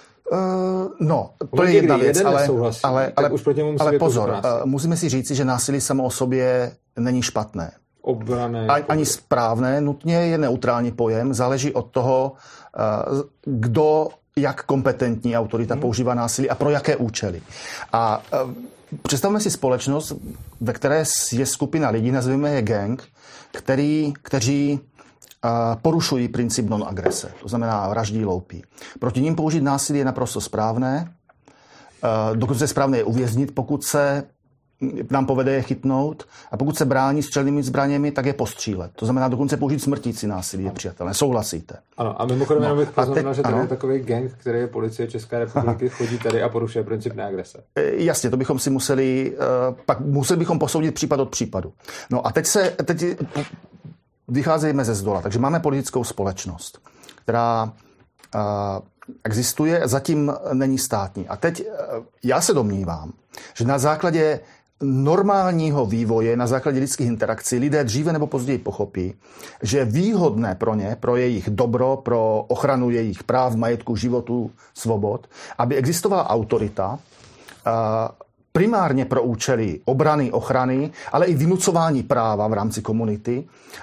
To je jedna věc, ale pozor, musíme si říci, že násilí samo o sobě není špatné. Ani správné, nutně je neutrální pojem, záleží od toho, kdo, jak kompetentní autorita používá násilí a pro jaké účely. A představme si společnost, ve které je skupina lidí, nazveme je gang, kteří porušují princip non-agrese, to znamená vraždí, loupí. Proti ním použít násilí je naprosto správné, dokonce je správné je uvěznit, pokud se nám povede je chytnout, a pokud se brání střelnými zbraněmi, tak je postřílet. To znamená dokonce použít smrtící násilí je přijatelné. Souhlasíte? Ano, a mimochodem jenom bych poznamenal, že tady je takový gang, který je policie České republiky, chodí tady a porušuje princip neagrese. Jasně, to bychom si museli bychom posoudit případ od případu. No a teď vycházejme ze zdola. Takže máme politickou společnost, která existuje, zatím není státní. A teď já se domnívám, že na základě normálního vývoje, na základě lidských interakcí lidé dříve nebo později pochopí, že je výhodné pro ně, pro jejich dobro, pro ochranu jejich práv, majetku, životů, svobod, aby existovala autorita, primárně pro účely obrany, ochrany, ale i vynucování práva v rámci komunity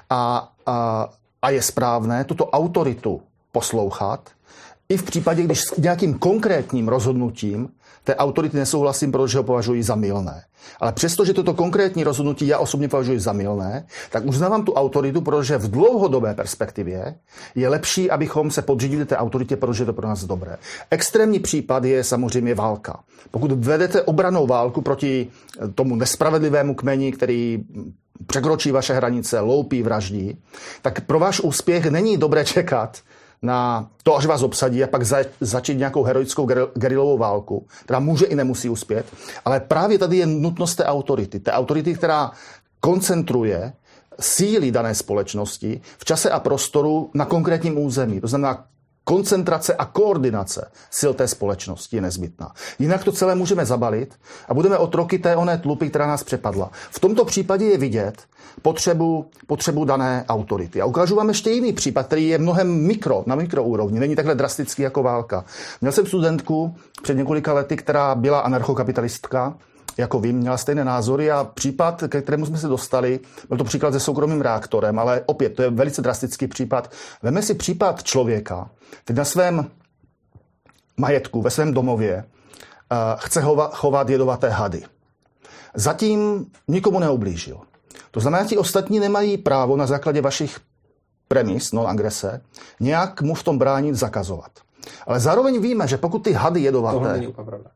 a je správné tuto autoritu poslouchat i v případě, když s nějakým konkrétním rozhodnutím té autority nesouhlasím, protože ho považuji za mylné. Ale přesto, že toto konkrétní rozhodnutí já osobně považuji za mylné, tak uznávám tu autoritu, protože v dlouhodobé perspektivě je lepší, abychom se podřídili té autoritě, protože je to pro nás dobré. Extrémní případ je samozřejmě válka. Pokud vedete obrannou válku proti tomu nespravedlivému kmeni, který překročí vaše hranice, loupí, vraždí, tak pro váš úspěch není dobré čekat na to, až vás obsadí a pak začít nějakou heroickou gerilovou válku, která může i nemusí uspět. Ale právě tady je nutnost té autority. Té autority, která koncentruje síly dané společnosti v čase a prostoru na konkrétním území. To znamená, koncentrace a koordinace sil té společnosti je nezbytná. Jinak to celé můžeme zabalit a budeme otroky té oné tlupy, která nás přepadla. V tomto případě je vidět potřebu dané autority. A ukážu vám ještě jiný případ, který je mnohem na mikroúrovni. Není takhle drastický jako válka. Měl jsem studentku před několika lety, která byla anarchokapitalistka, jako vy, měla stejné názory a případ, ke kterému jsme se dostali, byl to příklad se soukromým reaktorem, ale opět, to je velice drastický případ. Veme si případ člověka, který na svém majetku, ve svém domově chce chovat jedovaté hady. Zatím nikomu neublížil. To znamená, ti ostatní nemají právo na základě vašich premis, non-agrese, nějak mu v tom bránit, zakazovat. Ale zároveň víme, že pokud ty hady jedovaté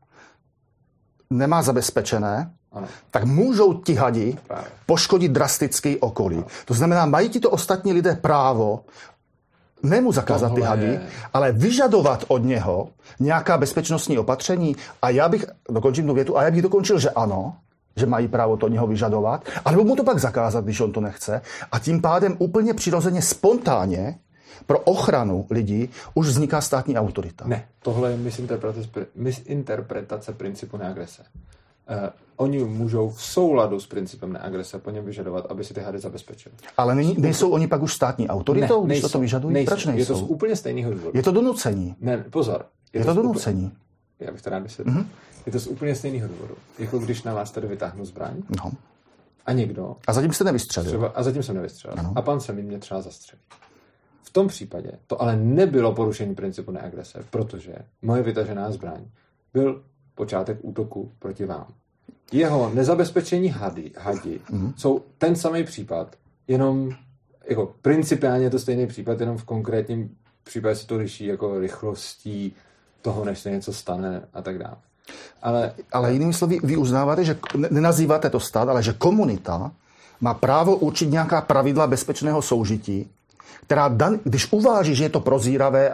nemá zabezpečené, ano, tak můžou ti hadi poškodit drasticky okolí. Ano. To znamená, mají ti to ostatní lidé právo nemu zakázat ty hady, ale vyžadovat od něho nějaká bezpečnostní opatření. A já bych, dokončím tu větu, a já bych dokončil, že ano, že mají právo to od něho vyžadovat, alebo mu to pak zakázat, když on to nechce. A tím pádem úplně přirozeně, spontánně pro ochranu lidí už vzniká státní autorita. Ne, tohle je misinterpretace principu neagrese. Oni můžou v souladu s principem neagrese po něm vyžadovat, aby si ty hady zabezpečili. Ale nejsou oni pak už státní autoritou, když to vyžadují? Nejsou. Proč nejsou? Je to z úplně stejného důvodu. Je to donucení. Ne, pozor. Je to donucení. Já bych to rád vysvětlil. Mm-hmm. Je to z úplně stejného důvodu. Jako když na vás tady vytáhnu zbraň a někdo... A zatím jste nevystřelil. A zatím jsem nevystřelil. Ano. A pan se mě třeba zastřelí. V tom případě to ale nebylo porušení principu neagrese, protože moje vytažená zbraň byl počátek útoku proti vám. Jeho nezabezpečení hadi jsou ten samý případ, jenom jako principiálně je to stejný případ, jenom v konkrétním případě se to liší jako rychlostí toho, než se něco stane a tak dále. Ale jinými slovy, vy uznáváte, že nenazýváte to stát, ale že komunita má právo určit nějaká pravidla bezpečného soužití, která, když uváží, že je to prozíravé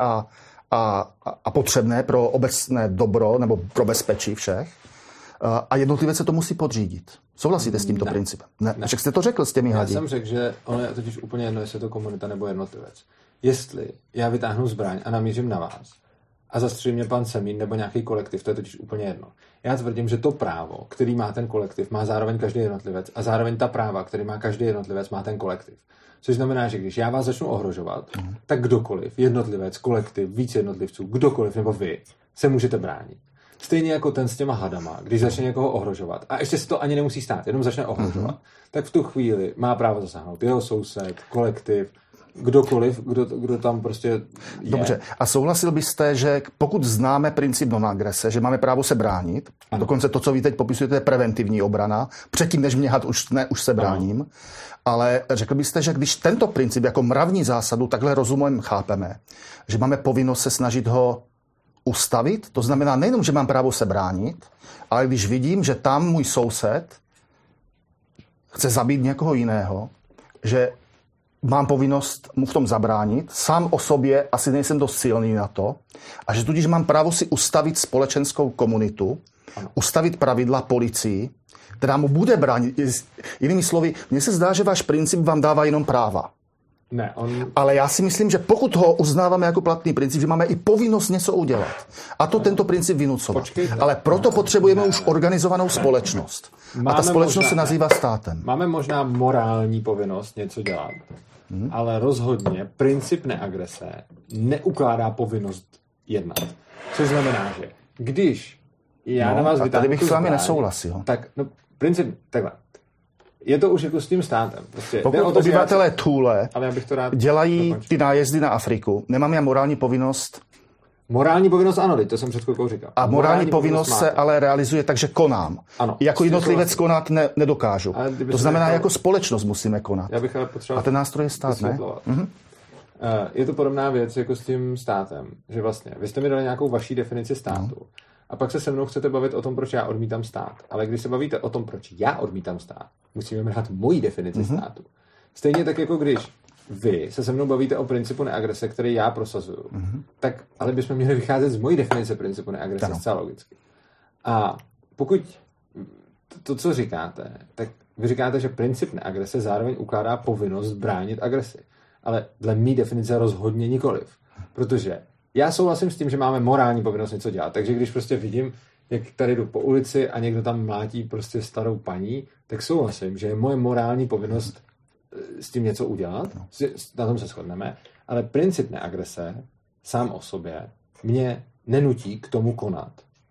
a potřebné pro obecné dobro nebo pro bezpečí všech, a jednotlivě se to musí podřídit. Souhlasíte s tímto principem? Ne. Však jste to řekl s těmi hadi. Já jsem řekl, že ono je totiž úplně jedno, jestli je to komunita nebo jednotlivec. Jestli já vytáhnu zbraň a namířím na vás a zastřelí mě pan Semín nebo nějaký kolektiv, to je totiž úplně jedno. Já tvrdím, že to právo, který má ten kolektiv, má zároveň každý jednotlivec a zároveň ta práva, který má každý jednotlivec, má ten kolektiv. Což znamená, že když já vás začnu ohrožovat, tak kdokoliv, jednotlivec, kolektiv, víc jednotlivců, kdokoliv nebo vy, se můžete bránit. Stejně jako ten s těma hadama, když začne někoho ohrožovat, a ještě se to ani nemusí stát, jenom začne ohrožovat, tak v tu chvíli má právo zasáhnout jeho soused, kolektiv, kdokoliv, kdo tam prostě je. Dobře, a souhlasil byste, že pokud známe princip non-agrese, že máme právo se bránit, ano. Dokonce to, co vy teď popisujete, je preventivní obrana, předtím, než mě had, už se bráním, ano. Ale řekl byste, že když tento princip jako mravní zásadu takhle rozumem chápeme, že máme povinnost se snažit ho ustavit, to znamená nejenom, že mám právo se bránit, ale když vidím, že tam můj soused chce zabít někoho jiného, že mám povinnost mu v tom zabránit, sám o sobě asi nejsem dost silný na to, a že tudíž mám právo si ustavit společenskou komunitu, ustavit pravidla policii, která mu bude bránit. Jinými slovy, mně se zdá, že váš princip vám dává jenom práva. Ne, Ale já si myslím, že pokud ho uznáváme jako platný princip, že máme i povinnost něco udělat. A to tento princip vynucovat. Ale proto potřebujeme už organizovanou společnost. A ta společnost se nazývá státem. Máme možná morální povinnost něco dělat, ale rozhodně princip neagrese neukládá povinnost jednat. Což znamená, že když já na vás vytáhnu... Tady bych s vámi nesouhlasil. Tak, princip, takhle. Je to už jako s tím státem. Prostě pokud obyvatelé Thule dělají ty nájezdy na Afriku, nemám já morální povinnost... Morální povinnost ano, to jsem před chvilkou říkal. A morální povinnost se ale realizuje tak, že konám. Ano, jako jednotlivec konat nedokážu. To znamená, jako společnost musíme konat. Já bych ale potřeboval... A ten nástroj je stát, ne? Je to podobná věc jako s tím státem, že vlastně vy jste mi dali nějakou vaší definici státu a pak se se mnou chcete bavit o tom, proč já odmítám stát. Ale když se bavíte o tom, proč já odmítám stát, musíme brát moji definici státu. Stejně tak, jako když vy se mnou bavíte o principu neagrese, který já prosazuju, tak ale bychom měli vycházet z mojí definice principu neagrese zcela logicky. A pokud to, co říkáte, tak vy říkáte, že princip neagrese zároveň ukládá povinnost bránit agresi. Ale dle mý definice rozhodně nikoliv. Protože já souhlasím s tím, že máme morální povinnost něco dělat. Takže když prostě vidím, jak tady jdu po ulici a někdo tam mlátí prostě starou paní, tak souhlasím, že je moje morální povinnost s tím něco udělat. Na tom se shodneme. Ale princip neagrese sám o sobě mě nenutí k tomu konat.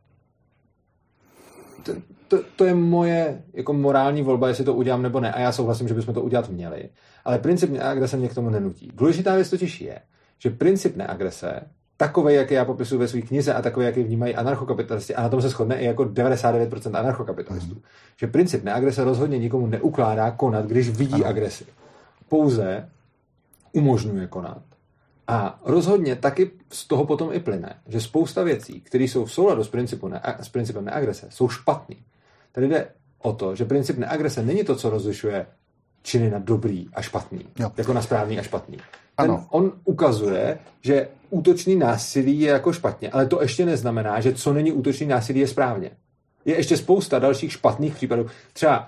To je moje jako morální volba, jestli to udělám nebo ne. A já souhlasím, že bychom to udělat měli. Ale princip neagrese mě k tomu nenutí. Důležitá věc totiž je, že princip neagrese, takový, jaký já popisuju ve své knize a takový, jaký vnímají anarchokapitalisti, a na tom se shodne i jako 99% anarchokapitalistů, že princip neagrese rozhodně nikomu neukládá konat, když vidí agresi. Pouze umožňuje konat. A rozhodně taky z toho potom i plyne, že spousta věcí, které jsou v souladu s principem neagrese, jsou špatný. Tady jde o to, že princip neagrese není to, co rozlišuje činy na dobrý a špatný. Jako na správný a špatný. On ukazuje, že útočný násilí je jako špatně, ale to ještě neznamená, že co není útočný násilí je správně. Je ještě spousta dalších špatných případů. Třeba,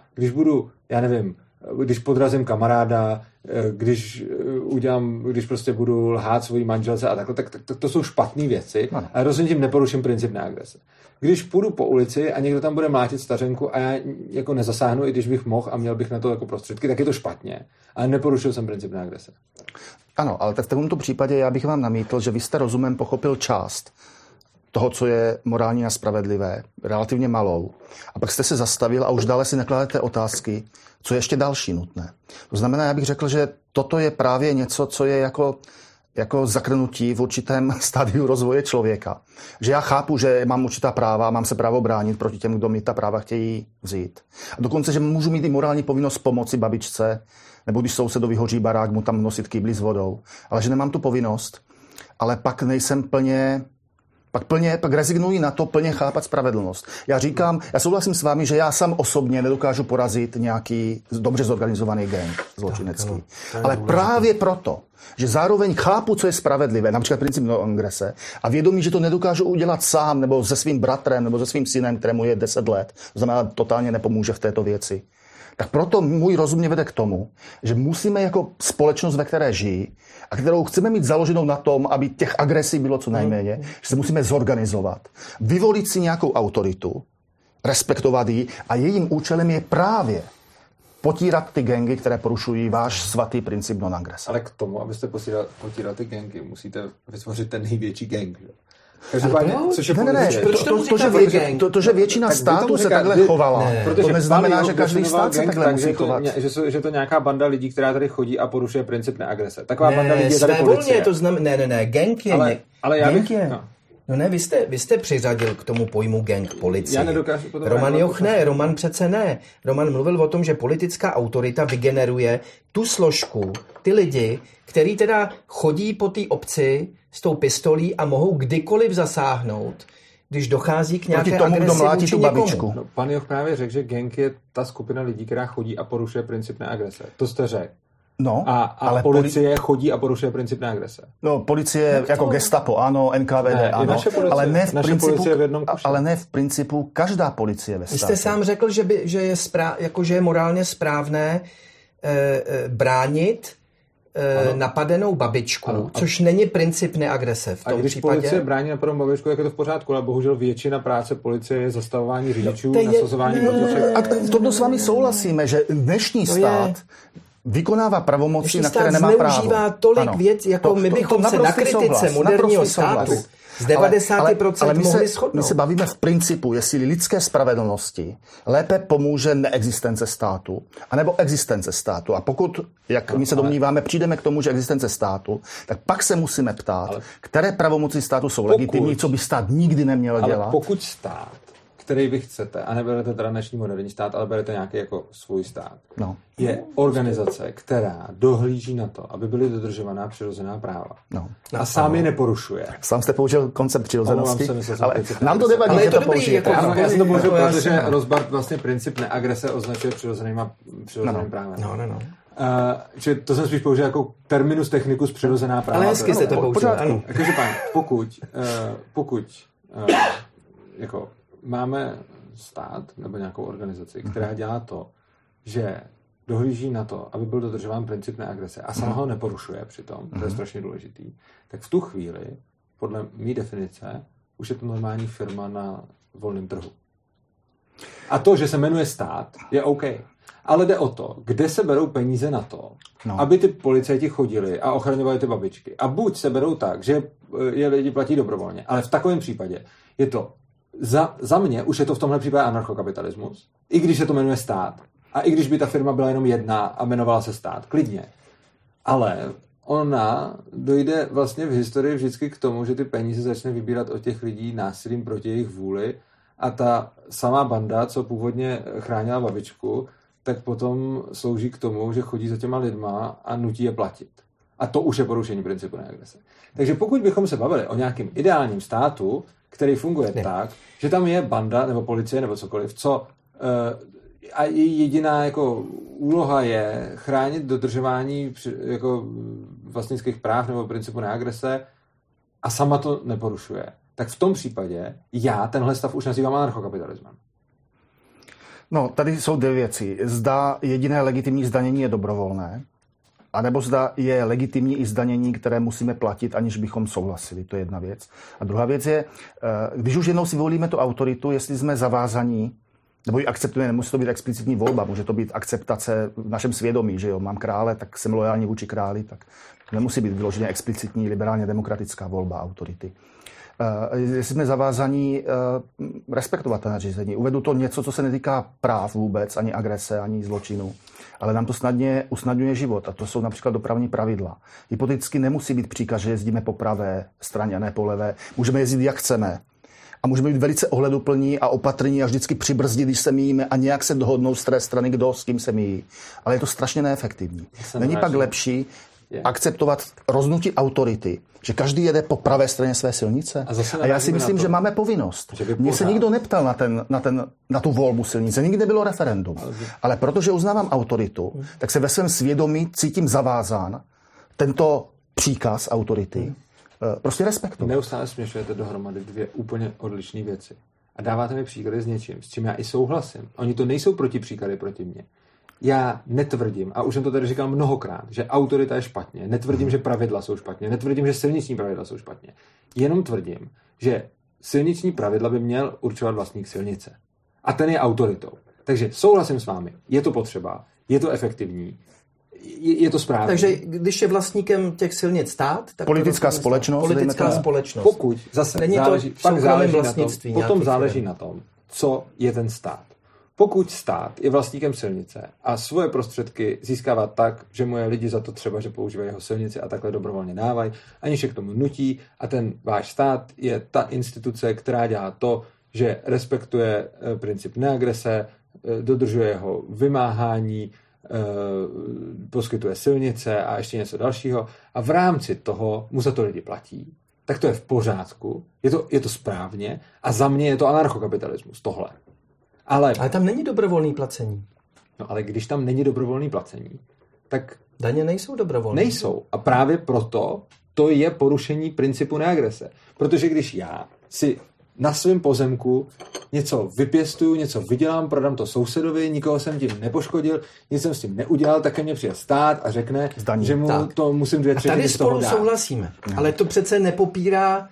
když podrazím kamaráda, když prostě budu lhát svojí manželce a takhle, tak to jsou špatné věci, ale rozhodně tím neporuším princip neagrese. Když půjdu po ulici a někdo tam bude mlátit stařenku a já jako nezasáhnu, i když bych mohl a měl bych na to jako prostředky, tak je to špatně. Ale neporušil jsem princip neagrese. Ano, ale tak v tomto případě já bych vám namítl, že vy jste rozumem pochopil část toho, co je morální a spravedlivé, relativně malou. A pak jste se zastavil a už dále si nekladete otázky, co je ještě další nutné. To znamená, já bych řekl, že toto je právě něco, co je jako zakrnutí v určitém stádiu rozvoje člověka. Že já chápu, že mám určitá práva a mám se právo bránit proti těm, kdo mi ta práva chtějí vzít. A dokonce, že můžu mít i morální povinnost pomoci babičce, nebo když sousedovi hoří barák, mu tam nosit kýbli s vodou. Ale že nemám tu povinnost, ale pak nejsem pak rezignuji na to plně chápat spravedlnost. Já souhlasím s vámi, že já sám osobně nedokážu porazit nějaký dobře zorganizovaný gang zločinecký. Ale právě proto, že zároveň chápu, co je spravedlivé, například princip neagrese, a vědomí, že to nedokážu udělat sám, nebo se svým bratrem, nebo se svým synem, kterému je 10 let, to znamená, totálně nepomůže v této věci. Tak proto můj rozum mě vede k tomu, že musíme jako společnost, ve které žijí, a kterou chceme mít založenou na tom, aby těch agresí bylo co nejméně, že se musíme zorganizovat, vyvolit si nějakou autoritu, respektovat ji, a jejím účelem je právě potírat ty gangy, které porušují váš svatý princip non-agrese. Ale k tomu, abyste potíral ty gangy, musíte vytvořit ten největší gang, že? To, že většina států se takhle chovala, to neznamená, že každý stát se takhle musí chovat. Že to nějaká banda lidí, která tady chodí a porušuje princip neagrese. Taková banda lidí je tady policie. To znamená, gang je. Ale já bych... Vy jste přiřadil k tomu pojmu gang policii. Já nedokážu potom... Roman přece ne. Roman mluvil o tom, že politická autorita vygeneruje tu složku, ty lidi, kteří teda chodí po té obci s tou pistolí a mohou kdykoliv zasáhnout, když dochází k nějaké agresi vůči někomu. No, pan Joch právě řekl, že gang je ta skupina lidí, která chodí a porušuje princip neagrese. To jste řekl. No, ale policie chodí a porušuje princip neagrese. No, policie jako Gestapo, ano, NKVD, ano, ale ne v principu každá policie ve státě. Vy jste sám řekl, že je morálně správné bránit napadenou babičku, což není princip neagrese v tom a když případě. Policie brání napadenou babičku, tak je to v pořádku, ale bohužel většina práce policie je zastavování řidičů, nasazování vodiček. A to s vámi souhlasíme, že dnešní stát vykonává pravomoci, na které nemá právo. Zneužívá tolik věcí, jako my bychom se na kritice moderního státu z 90% mohli shodnout. My se bavíme v principu, jestli lidské spravedlnosti lépe pomůže neexistence státu, anebo existence státu. A pokud, jak my se domníváme, přijdeme k tomu, že existence státu, tak pak se musíme ptát, které pravomoci státu jsou legitimní, co by stát nikdy neměl dělat. Ale pokud stát, který vy chcete, a neberete teda dnešní moderní stát, ale berete nějaký jako svůj stát, je organizace, která dohlíží na to, aby byly dodržovaná přirozená práva. A sám je neporušuje. Sám jste použil koncept přirozenosti, ale nám to nevadí, že to použijete. Já jsem to použil, protože Rothbard vlastně princip neagrese označuje přirozeným právem. Že to jsem spíš použil jako terminus technicus přirozená práva. Ale hezky jste to použil. Každopádně, pokud jako máme stát nebo nějakou organizaci, která dělá to, že dohlíží na to, aby byl dodržován princip neagrese a sama ho neporušuje přitom, to je strašně důležitý, tak v tu chvíli, podle mý definice, už je to normální firma na volném trhu. A to, že se jmenuje stát, je OK. Ale jde o to, kde se berou peníze na to, aby ty policajti chodili a ochraňovali ty babičky. A buď se berou tak, že je lidi platí dobrovolně, ale v takovém případě je to za mě už je to v tomhle případě anarchokapitalismus. I když se to jmenuje stát. A i když by ta firma byla jenom jedna a jmenovala se stát. Klidně. Ale ona dojde vlastně v historii vždycky k tomu, že ty peníze začne vybírat od těch lidí násilím proti jejich vůli a ta samá banda, co původně chránila babičku, tak potom slouží k tomu, že chodí za těma lidma a nutí je platit. A to už je porušení principu neagrese. Takže pokud bychom se bavili o nějakém ideálním státu, který funguje tak, že tam je banda nebo policie nebo cokoliv, a její jediná jako úloha je chránit dodržování jako vlastnických práv nebo principu neagrese a sama to neporušuje, tak v tom případě já tenhle stav už nazývám anarchokapitalismem. No, tady jsou dvě věci. Zda jediné legitimní zdanění je dobrovolné, anebo zda je legitimní i zdanění, které musíme platit, aniž bychom souhlasili. To je jedna věc. A druhá věc je, když už jednou si volíme tu autoritu, jestli jsme zavázaní, nebo ji akceptujeme, nemusí to být explicitní volba, může to být akceptace v našem svědomí, že jo, mám krále, tak jsem lojální vůči králi, tak nemusí být vyloženě explicitní liberálně demokratická volba autority. Jestli jsme zavázaní respektovat ta nařízení. Uvedu to něco, co se netýká práv vůbec, ani agrese, ani zločinu, ale nám to snadně usnadňuje život a to jsou například dopravní pravidla. Hypoteticky nemusí být příkaz, že jezdíme po pravé straně a ne po levé. Můžeme jezdit, jak chceme. A můžeme být velice ohleduplní a opatrní a vždycky přibrzdit, když se míjíme a nějak se dohodnout z té strany, kdo s kým se míjí. Ale je to strašně neefektivní. Není pak lepší akceptovat rozhodnutí autority, že každý jede po pravé straně své silnice? A já si myslím, že máme povinnost. Mně se nikdo neptal na tu volbu silnice, nikdy nebylo referendum. Ale protože uznávám autoritu, tak se ve svém svědomí cítím zavázán tento příkaz autority prostě respektovat. Neustále směšujete dohromady dvě úplně odlišné věci. A dáváte mi příklady s něčím, s čím já i souhlasím. Oni to nejsou protipříklady proti mně. Já netvrdím, a už jsem to tady říkal mnohokrát, že autorita je špatně. Netvrdím, že pravidla jsou špatně. Netvrdím, že silniční pravidla jsou špatně. Jenom tvrdím, že silniční pravidla by měl určovat vlastník silnice. A ten je autoritou. Takže souhlasím s vámi. Je to potřeba, je to efektivní, je to správně. Takže když je vlastníkem těch silnic stát, tak politická společnost. Pokud zase není záleží, to pak záleží vlastnictví. Potom záleží na tom, co je ten stát. Pokud stát je vlastníkem silnice a svoje prostředky získává tak, že mu je lidi za to třeba, že používají jeho silnici a takhle dobrovolně dávají, aniž je k tomu nutí a ten váš stát je ta instituce, která dělá to, že respektuje princip neagrese, dodržuje jeho vymáhání, poskytuje silnice a ještě něco dalšího a v rámci toho mu za to lidi platí, tak to je v pořádku, je to správně a za mě je to anarchokapitalismus, tohle. Ale tam není dobrovolný placení. No ale když tam není dobrovolný placení, tak daně nejsou dobrovolné. Nejsou. A právě proto to je porušení principu neagrese. Protože když já si na svém pozemku něco vypěstuju, něco vydělám, prodám to sousedovi, nikoho jsem tím nepoškodil, nic jsem s tím neudělal, také mě přijde stát a řekne, že mu tak. To musím 2/3 z toho dát. Tady spolu souhlasíme, ale to přece nepopírá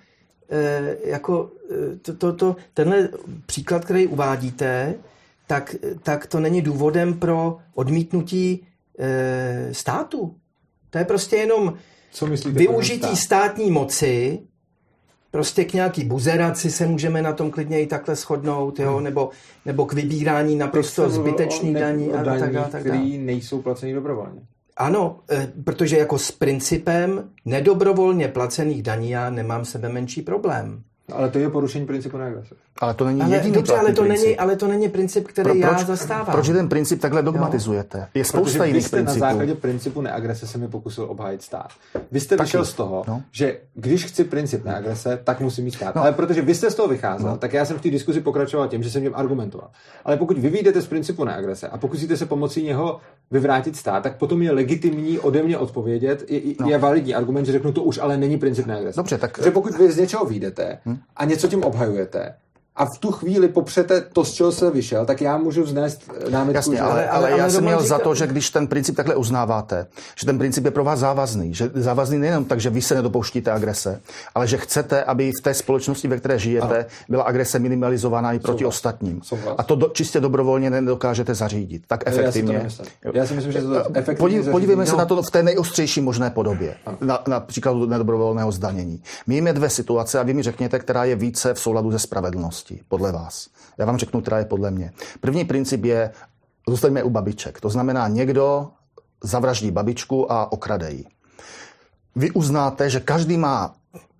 tenhle příklad, který uvádíte, tak to není důvodem pro odmítnutí státu. To je prostě jenom využití státní moci, prostě k nějaký buzeraci se můžeme na tom klidně i takhle shodnout, jo? Nebo k vybírání naprosto zbytečných daní a tak dále. Který nejsou placený dobrovolně. Ano, protože jako s principem nedobrovolně placených daní já nemám sebe menší problém. Ale to je porušení principu neagrese. Ale to není jediný princip. Ale to není princip, který já zastávám. Proč ten princip takhle dogmatizujete? Je spousta jiných principů. Na základě principu neagrese se mi pokusil obhájit stát. Vy jste vyšel z toho, že když chci princip neagrese, tak musím mít stát. Ale protože vy jste z toho vycházel, tak já jsem v té diskuzi pokračoval tím, že jsem tím argumentoval. Ale pokud vy vyjdete z principu neagrese a pokusíte se pomocí něho vyvrátit stát, tak potom je legitimní ode mě odpovědět, je validní argument, že řeknu, to už ale není princip neagrese. Dobře, tak že pokud vy z něčeho vyjdete a něco tím obhajujete, a v tu chvíli popřete to, z čeho se vyšel, tak já můžu vznést námitku. Jasně, ale já jsem měl za to, že když ten princip takhle uznáváte, že ten princip je pro vás závazný. Že závazný nejenom tak, že vy se nedopouštíte agrese, ale že chcete, aby v té společnosti, ve které žijete, byla agrese minimalizovaná i proti ostatním. A to čistě dobrovolně nedokážete zařídit. Tak efektivně. Já si myslím, že to efektivně podívejme se na to v té nejostřejší možné podobě. Na příkladu nedobrovolného zdanění. Mějme dvě situace a vy mi řekněte, která je více v souladu se spravedlností. Podle vás. Já vám řeknu, která je podle mě. První princip je, zůstaňme u babiček. To znamená, někdo zavraždí babičku a okrade ji. Vy uznáte, že každý má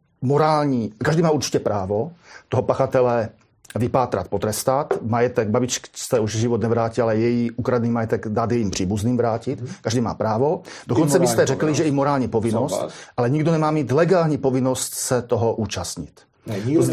určitě právo toho pachatele vypátrat, potrestat. Majetek babičce už život nevrátil, ale její ukradený majetek dát jejím příbuzným vrátit. Každý má právo. Dokonce byste řekli, že i morální povinnost, ale nikdo nemá mít legální povinnost se toho účastnit. Ne, nikdo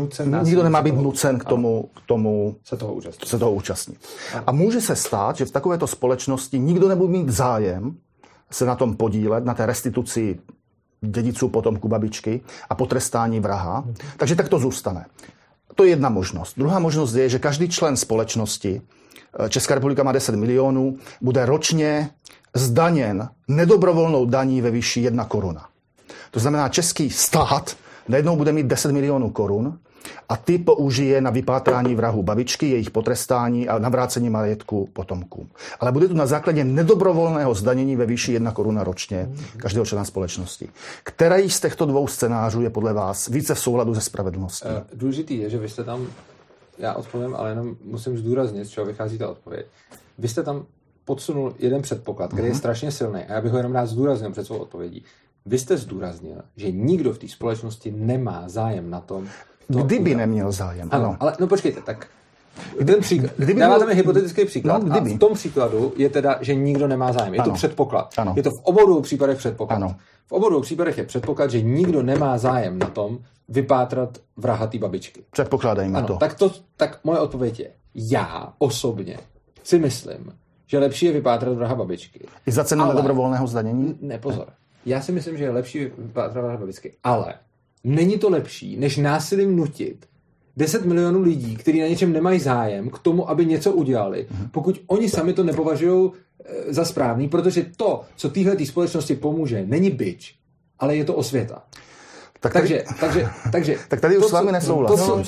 nemá být nucen k tomu se toho účastnit. A může se stát, že v takovéto společnosti nikdo nebude mít zájem se na tom podílet, na té restituci dědiců, potomků babičky a potrestání vraha. Takže tak to zůstane. To je jedna možnost. Druhá možnost je, že každý člen společnosti, Česká republika má 10 milionů, bude ročně zdaněn nedobrovolnou daní ve výši 1 koruna. To znamená, český stát najednou bude mít 10 milionů korun a ty použije na vypátrání vrahů babičky, jejich potrestání a navrácení majetku potomkům. Ale bude to na základě nedobrovolného zdanění ve výši 1 koruna ročně každého člena společnosti. Který z těchto dvou scénářů je podle vás více v souladu se spravedlností? Důležitý je, že vy jste tam, já odpovím, ale jenom musím zdůraznit, z čeho vychází ta odpověď. Vy jste tam podsunul jeden předpoklad, který je strašně silný a já bych ho jenom rád zdůraznil před svou odpovědí. Vy jste zdůraznil, že nikdo v té společnosti nemá zájem na tom. Kdyby neměl zájem. Ano, ale no počkejte, tak ten příklad. Dáváte mi hypotetický příklad a v tom příkladu je teda, že nikdo nemá zájem. Je to předpoklad. Ano. Je to v obou dvou případech předpoklad. Ano. V obou dvou případech je předpoklad, že nikdo nemá zájem na tom vypátrat vraha té babičky. Předpokládejme to. Tak moje odpověď je, já osobně si myslím, že lepší je vypátrat vraha babičky. I za cenu nedobrovolného zdanění? Ne, pozor. Já si myslím, že je lepší vypátrat vraha babičky, ale není to lepší, než násilím nutit 10 milionů lidí, kteří na něčem nemají zájem, k tomu, aby něco udělali, pokud oni sami to nepovažují za správný, protože to, co téhletý společnosti pomůže, není bič, ale je to osvěta. Takže tak tady už s vámi nesouhlasím.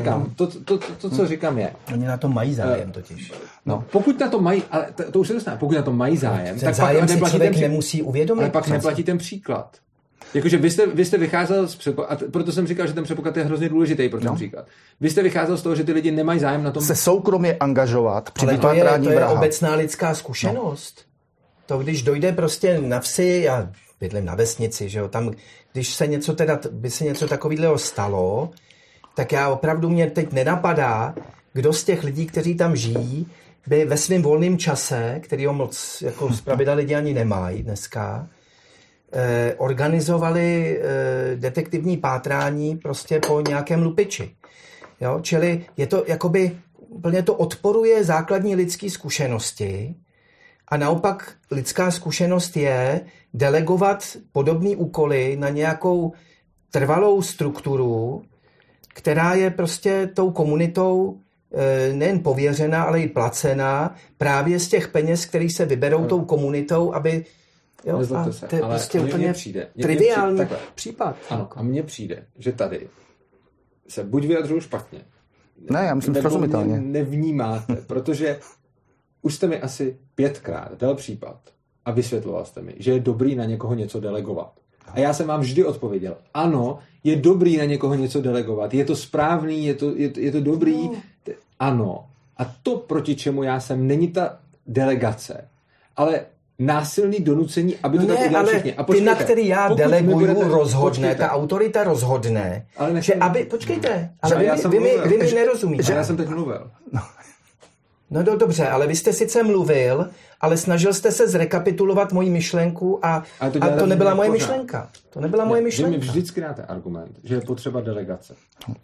Co říkám je. Oni na to mají zájem totiž. No, pokud na to mají, ale to už se dostane, pokud na to mají zájem, tak zájem si člověk nemusí uvědomit. Ale pak neplatí ten příklad. Jakože vy jste vycházel z předpokladu, a proto jsem říkal, že ten předpoklad je hrozně důležitý pro ten příklad. Vy jste vycházel z toho, že ty lidi nemají zájem na tom se soukromě angažovat při vypátrání vraha. To je obecná lidská zkušenost. To když dojde prostě na vsi, já bydlím na vesnici, že jo, tam když se by se něco takového stalo, tak já opravdu mě teď nenapadá, kdo z těch lidí, kteří tam žijí, by ve svém volném čase, který ho moc jako zpravidla lidi ani nemají dneska, organizovali detektivní pátrání prostě po nějakém lupiči. Jo? Čili je to jakoby, úplně to odporuje základní lidské zkušenosti a naopak lidská zkušenost je delegovat podobné úkoly na nějakou trvalou strukturu, která je prostě tou komunitou nejen pověřená, ale i placená právě z těch peněz, které se vyberou tou komunitou, aby... Jo, nezlobte se, to je ale prostě úplně přijde, triviální případ. Ano, a mně přijde, že tady se buď vyjadřuju špatně, Ne, já myslím srozumitelně. Nevnímáte, protože už jste mi asi 5krát dal případ a vysvětloval jste mi, že je dobrý na někoho něco delegovat. A já jsem vám vždy odpověděl, ano, je dobrý na někoho něco delegovat, je to správný, je to dobrý, ano. A to, proti čemu já jsem, není ta delegace, ale násilný donucení, aby to tak udělali všichni. A ty, na který já deleguju, rozhodne, ta autorita rozhodne, ale že aby, počkejte, ale vy mi nerozumíte. Že já jsem teď mluvil. No dobře, ale vy jste sice mluvil, ale snažil jste se zrekapitulovat moji myšlenku a to nebyla moje myšlenka. To nebyla moje myšlenka. Vy mi vždycky dáte argument, že je potřeba delegace.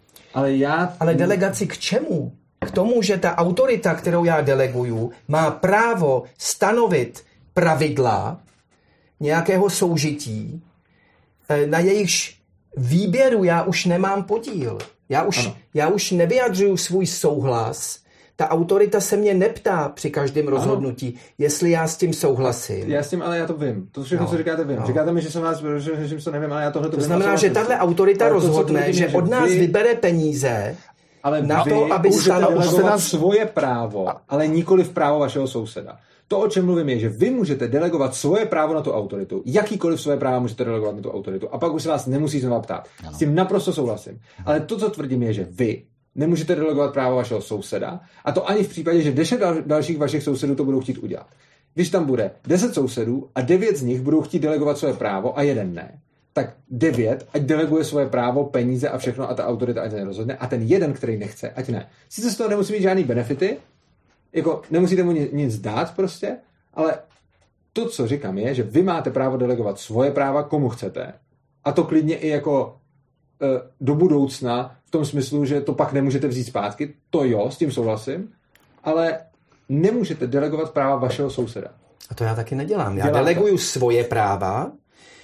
Ale delegaci k čemu? K tomu, že ta autorita, kterou já deleguju, má právo stanovit pravidla nějakého soužití, na jejichž výběru já už nemám podíl. Já už nevyjadřuju svůj souhlas. Ta autorita se mě neptá při každém rozhodnutí, jestli já s tím souhlasím. Já s tím, ale já to vím. To všechno, co říkáte, vím. Říkáte mi, že jsem vás, že to nevím, ale já tohle to vím. To znamená, že tahle autorita rozhodne, že od nás vybere peníze, ale na to, aby stanovila svoje právo, ale nikoli v právo vašeho souseda. To, o čem mluvím, je, že vy můžete delegovat svoje právo na tu autoritu, jakýkoliv svoje práva můžete delegovat na tu autoritu, a pak už se vás nemusí znovu ptát. S tím naprosto souhlasím. Ale to, co tvrdím, je, že vy nemůžete delegovat právo vašeho souseda, a to ani v případě, že 10 dalších vašich sousedů to budou chtít udělat. Když tam bude 10 sousedů a 9 z nich budou chtít delegovat svoje právo a jeden ne, tak 9, ať deleguje svoje právo, peníze a všechno a ta autorita ať nerozhodne, a ten jeden, který nechce, ať ne. Sice z toho nemusí mít žádný benefity, jako nemusíte mu nic dát prostě, ale to, co říkám, je, že vy máte právo delegovat svoje práva komu chcete. A to klidně i jako do budoucna, v tom smyslu, že to pak nemůžete vzít zpátky, to jo, s tím souhlasím, ale nemůžete delegovat práva vašeho souseda. A to já taky nedělám. Já deleguju svoje práva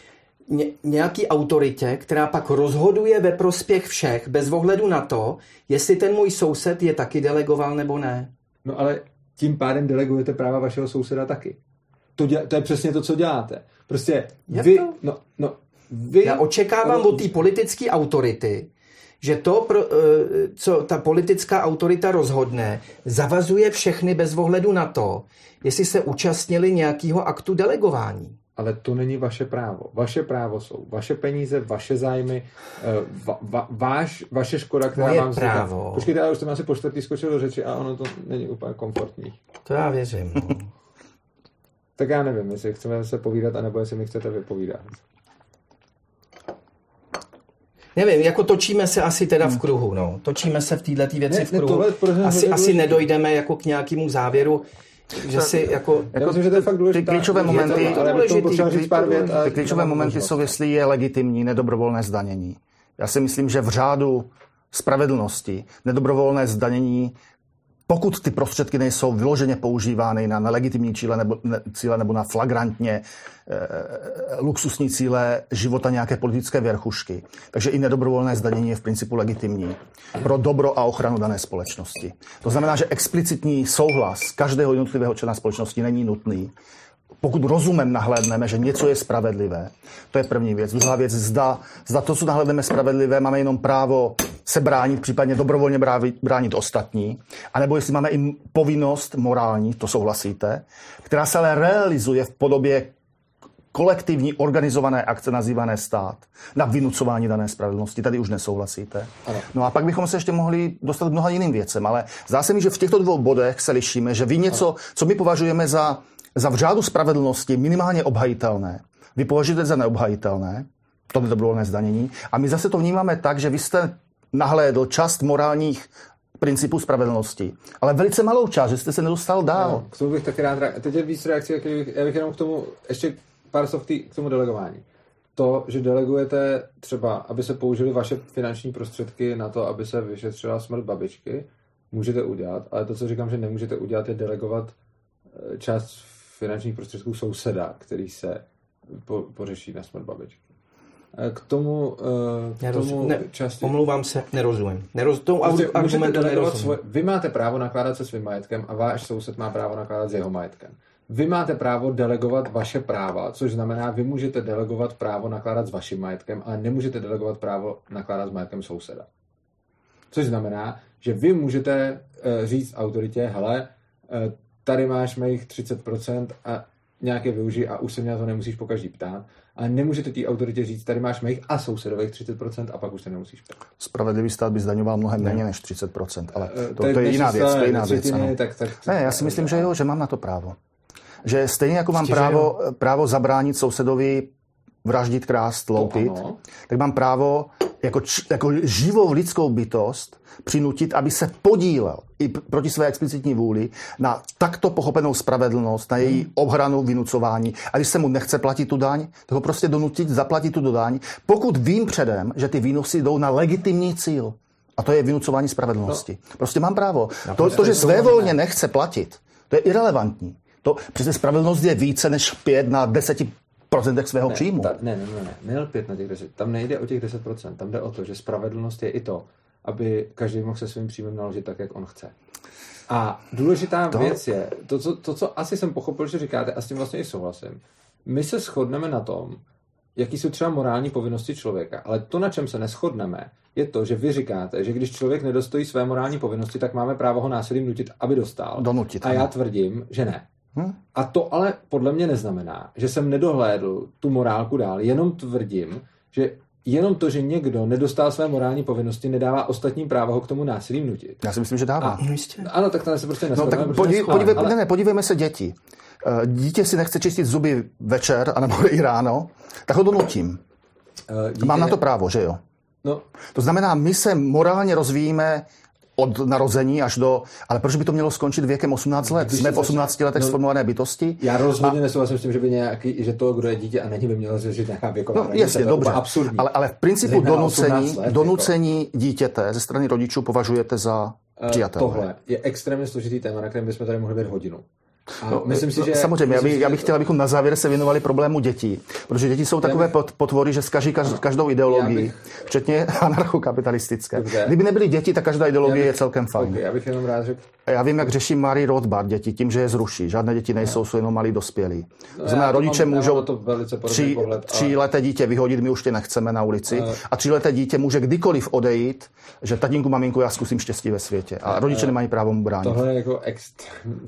nějaký autoritě, která pak rozhoduje ve prospěch všech, bez ohledu na to, jestli ten můj soused je taky delegoval nebo ne. No ale tím pádem delegujete práva vašeho souseda taky. To je přesně to, co děláte. Prostě vy... Já očekávám od té politické autority, že to, co ta politická autorita rozhodne, zavazuje všechny bez ohledu na to, jestli se účastnili nějakého aktu delegování. Ale to není vaše právo. Vaše právo jsou vaše peníze, vaše zájmy, vaše škoda, která vám vzniká. Právo. Počkejte, já už jsem asi po čtvrtý skočil do řeči a ono to není úplně komfortní. To já věřím. Tak já nevím, jestli chceme se povídat, anebo jestli mi chcete vypovídat. Nevím, jako točíme se asi teda v kruhu, no. Točíme se v této věci v kruhu. Asi nedojdeme jako k nějakému závěru, že si jako... Myslím, že to je fakt důležitá. Ty klíčové momenty jsou, jestli je legitimní nedobrovolné zdanění. Já si myslím, že v řádu spravedlnosti nedobrovolné zdanění, pokud ty prostředky nejsou vyloženě používány na nelegitimní cíle nebo na flagrantně luxusní cíle života nějaké politické věrchušky. Takže i nedobrovolné zdanění je v principu legitimní pro dobro a ochranu dané společnosti. To znamená, že explicitní souhlas každého jednotlivého člena společnosti není nutný. Pokud rozumem nahlédneme, že něco je spravedlivé, to je první věc. Druhá věc, zda to, co nahlédneme spravedlivé, máme jenom právo se bránit, případně dobrovolně bránit ostatní, anebo jestli máme i povinnost morální, to souhlasíte, která se ale realizuje v podobě kolektivní organizované akce nazývané stát na vynucování dané spravedlnosti. Tady už nesouhlasíte. No a pak bychom se ještě mohli dostat k mnoha jiným věcem, ale zdá se mi, že v těchto dvou bodech se lišíme, že vy něco, co my považujeme za v řádu spravedlnosti minimálně obhajitelné, vy považujete za neobhajitelné, to nedobrovolné zdanění, a my zase to vnímáme tak, že vy jste nahlédl část morálních principů spravedlnosti, ale velice malou část, že jste se nedostal dál. No, k tomu bych taky rád teď je víc reakcí, já bych jenom k tomu ještě pár slov k tomu delegování. To, že delegujete třeba, aby se použili vaše finanční prostředky na to, aby se vyšetřila smrt babičky, můžete udělat, ale to, co říkám, že nemůžete udělat, je delegovat část finančních prostředků souseda, který se pořeší na smrt babičky. K tomu části... Omlouvám se, nerozumím. Argumentu nerozumím. Vy máte právo nakládat se svým majetkem a váš soused má právo nakládat s jeho majetkem. Vy máte právo delegovat vaše práva, což znamená, vy můžete delegovat právo nakládat s vaším majetkem, ale nemůžete delegovat právo nakládat s majetkem souseda. Což znamená, že vy můžete říct autoritě, hele, tady máš mých 30% a nějaké využij a už se mě na to nemusíš pokaždý ptát, ale nemůžete té autoritě říct, tady máš mých a sousedových 30% a pak už se nemusíš ptát. Spravedlivý stát by zdaňoval mnohem méně než 30%, ale to je jiná věc. To je jiná věc, ano. Ne, já si myslím, že jo, že mám na to právo. Že stejně jako mám právo zabránit sousedovi vraždit, krást, loutit, tak mám právo jako živou lidskou bytost přinutit, aby se podílel i proti své explicitní vůli na takto pochopenou spravedlnost, na její obranu, vynucování. A když se mu nechce platit tu daň, tak ho prostě donutit zaplatit tu daň, pokud vím předem, že ty výnosy jdou na legitimní cíl. A to je vynucování spravedlnosti. Prostě mám právo. To, že svévolně nechce platit, to je irelevantní. Přece spravedlnost je více než 5 na 10% svého příjmu. Ne 5 na těch 10. Tam nejde o těch 10%. Tam jde o to, že spravedlnost je i to, aby každý mohl se svým příjmem naložit tak, jak on chce. A důležitá věc je, to, co asi jsem pochopil, že říkáte, a s tím vlastně i souhlasím. My se shodneme na tom, jaký jsou třeba morální povinnosti člověka, ale to, na čem se neshodneme, je to, že vy říkáte, že když člověk nedostojí své morální povinnosti, tak máme právo ho násilím nutit, aby dostal. Donutit. A já tvrdím, že ne. A to ale podle mě neznamená, že jsem nedohlédl tu morálku dál, jenom tvrdím, že jenom to, že někdo nedostal své morální povinnosti, nedává ostatním právo ho k tomu násilím nutit. Já si myslím, že dává. Ano, tak to se prostě neshodneme. No, tak podívejme se děti. Dítě si nechce čistit zuby večer, anebo i ráno, tak ho donutím. Mám na to právo, že jo? No. To znamená, my se morálně rozvíjíme od narození až do... Ale proč by to mělo skončit věkem 18 let? Jsme v 18 letech sformované bytosti. Já rozhodně nesouhlasím s tím, že to, kdo je dítě a není, by mělo řešit nějaká věková hranice. Jasně, dobře. Ale v principu donucení dítěte ze strany rodičů považujete za přijatelné. Tohle je extrémně složitý téma, na kterém bychom tady mohli být hodinu. Myslím si, že... Samozřejmě, já bych chtěl, abychom na závěr se věnovali problému dětí, protože děti jsou takové potvory, že zkaží každou ideologii, včetně anarchokapitalistické. Kdyby nebyly děti, tak každá ideologie je celkem fajn. Já bych jenom rád řekl... Já vím, jak řeší Marie Rothbard děti, tím, že je zruší. Žádné děti nejsou, jsou jenom malí dospělí. To znamená, rodiče můžou 3leté dítě vyhodit, my už tě nechceme na ulici, a 3leté dítě může kdykoliv odejít, že tatínku, maminku, já zkusím štěstí ve světě. A rodiče nemají právo mu bránit. Tohle je jako extrém.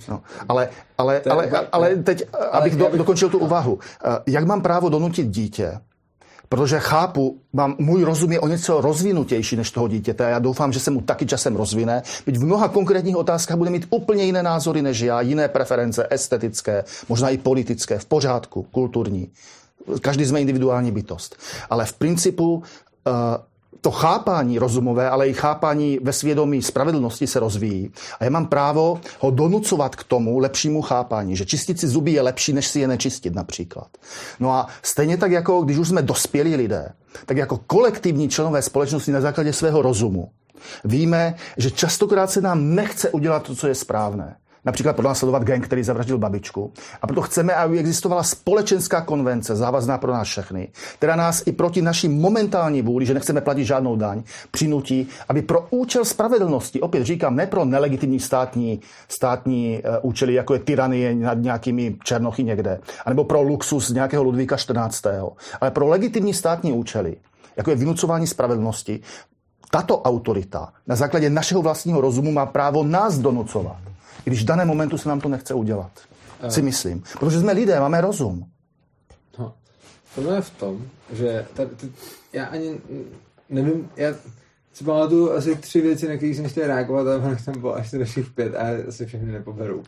Ale teď, abych dokončil tu úvahu. Jak mám právo donutit dítě? Protože chápu, můj rozum je o něco rozvinutější než toho dítěte a já doufám, že se mu taky časem rozvine. Byť v mnoha konkrétních otázkách bude mít úplně jiné názory než já, jiné preference, estetické, možná i politické, v pořádku, kulturní. Každý jsme individuální bytost. Ale v principu to chápání rozumové, ale i chápání ve svědomí spravedlnosti se rozvíjí. A já mám právo ho donucovat k tomu lepšímu chápání, že čistit si zuby je lepší, než si je nečistit například. No a stejně tak, jako když už jsme dospělí lidé, tak jako kolektivní členové společnosti na základě svého rozumu víme, že častokrát se nám nechce udělat to, co je správné. Například pronásledovat gang, který zavraždil babičku. A proto chceme, aby existovala společenská konvence, závazná pro nás všechny, která nás i proti naší momentální vůli, že nechceme platit žádnou daň, přinutí, aby pro účel spravedlnosti, opět říkám, ne pro nelegitimní státní účely, jako je tyranie nad nějakými černochy někde, anebo pro luxus nějakého Ludvíka 14., ale pro legitimní státní účely, jako je vynucování spravedlnosti, tato autorita na základě našeho vlastního rozumu má právo nás donucovat. Když v daném momentu se nám to nechce udělat. Si myslím. Protože jsme lidé, máme rozum. No, to je v tom, že já ani nevím, já si pamatuju asi 3 věci, na kterých jsem chtěl reagovat, ale jsem byl až dalších 5 a asi všechny nepoberu.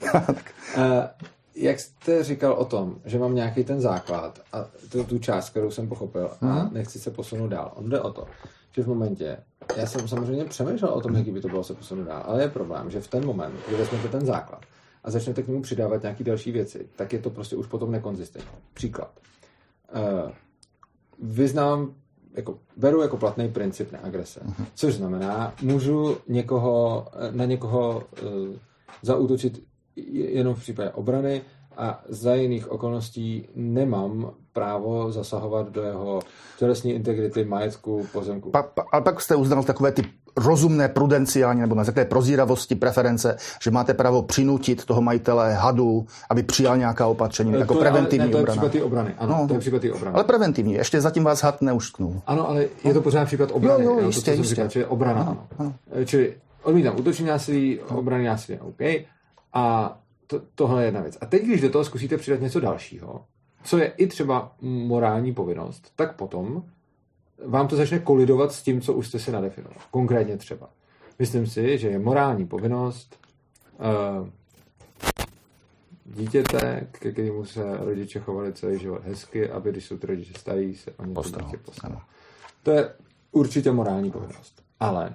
Jak jste říkal o tom, že mám nějaký ten základ a tu část, kterou jsem pochopil a nechci se posunout dál. On jde o to, že v momentě, já jsem samozřejmě přemýšlel o tom, jaký by to bylo se posunout dál, ale je problém, že v ten moment, kdy vezmete ten základ a začnete k němu přidávat nějaké další věci, tak je to prostě už potom nekonzistentní. Příklad. Beru jako platný princip neagrese, což znamená, můžu na někoho zaútočit jenom v případě obrany a za jiných okolností nemám právo zasahovat do jeho tělesní integrity, majetku, pozemku. Ale pak jste uznal takové ty rozumné, prudenciální nebo na základě prozíravosti, preference, že máte právo přinutit toho majitele hadu, aby přijal nějaká opatření, jako preventivní obrana. To je případ té obrany. Ano, to je případ té obrany. Ale preventivní, ještě zatím vás had neuštknul. Ano, ale je to pořád případ obrany. Jo, jistě. Čili obrana, ano. Čili odmítám útočení násilí, obrany násilí, OK. A tohle je jedna věc. A teď, když do toho zkusíte přidat něco dalšího, co je i třeba morální povinnost, tak potom vám to začne kolidovat s tím, co už jste si nadefinoval. Konkrétně třeba. Myslím si, že je morální povinnost dítěte, ke kterému se rodiče chovali celý život hezky, aby když jsou ty rodiče starí, se o ně dítě postarali. To je určitě morální povinnost. Ale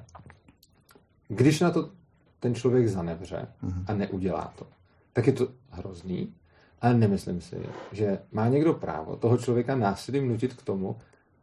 když na to ten člověk zanevře a neudělá to, tak je to hrozný, ale nemyslím si, že má někdo právo toho člověka násilím nutit k tomu,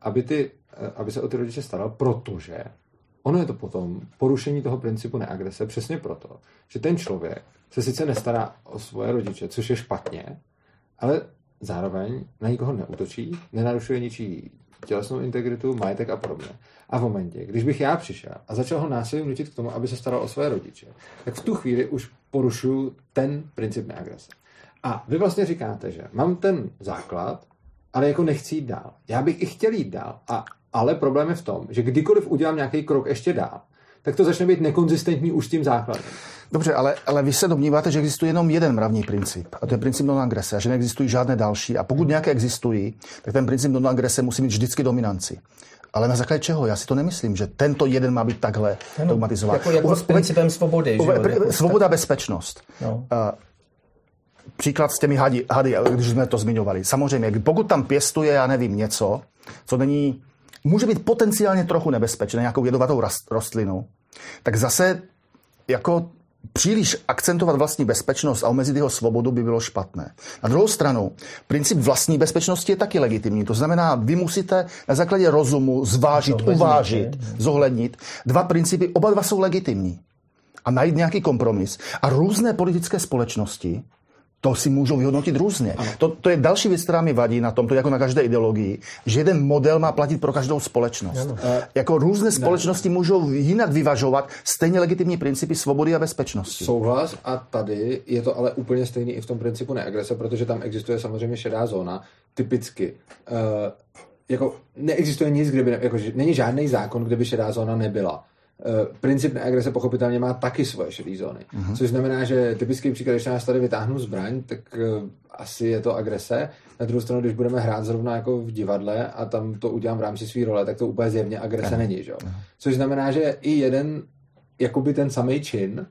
aby se o ty rodiče staral, protože ono je to potom porušení toho principu neagrese přesně proto, že ten člověk se sice nestará o svoje rodiče, což je špatně, ale zároveň na nikoho neútočí, nenarušuje ničí tělesnou integritu, majetek a podobně. A v momentě, když bych já přišel a začal ho násilím nutit k tomu, aby se staral o své rodiče, tak v tu chvíli už porušuju ten princip neagrese. A vy vlastně říkáte, že mám ten základ, ale jako nechci jít dál. Já bych i chtěl jít dál, ale problém je v tom, že kdykoliv udělám nějaký krok ještě dál, tak to začne být nekonzistentní už s tím základem. Dobře, ale vy se domníváte, že existuje jenom jeden mravní princip, a to je princip non-agrese, a že neexistují žádné další. A pokud nějaké existují, tak ten princip non-agrese musí mít vždycky dominanci. Ale na základě čeho? Já si to nemyslím, že tento jeden má být takhle dogmatizován. Jako s principem svobody. Svoboda, bezpečnost. No. Příklad s těmi hady, když jsme to zmiňovali. Samozřejmě, pokud tam pěstuje, já nevím, něco, co může být potenciálně trochu nebezpečné, nějakou jedovatou rostlinu, tak zase jako příliš akcentovat vlastní bezpečnost a omezit jeho svobodu by bylo špatné. Na druhou stranu, princip vlastní bezpečnosti je taky legitimní. To znamená, vy musíte na základě rozumu zvážit, uvážit, zohlednit. Dva principy, oba dva jsou legitimní. A najít nějaký kompromis. A různé politické společnosti to si můžou vyhodnotit různě. To je další věc, která mi vadí na tom, to je jako na každé ideologii, že jeden model má platit pro každou společnost. Jako různé společnosti můžou jinak vyvažovat stejně legitimní principy svobody a bezpečnosti. Souhlas a tady je to ale úplně stejný i v tom principu neagrese, protože tam existuje samozřejmě šedá zóna, typicky. Jako neexistuje nic, kde by není žádný zákon, kde by šedá zóna nebyla. Princip neagrese pochopitelně má taky svoje šedé zóny. Což znamená, že typický příklad, když nás tady vytáhnu zbraň, tak asi je to agrese. Na druhou stranu, když budeme hrát zrovna jako v divadle a tam to udělám v rámci své role, tak to úplně zjevně agrese není. Že? Což znamená, že i jeden jakoby ten samý čin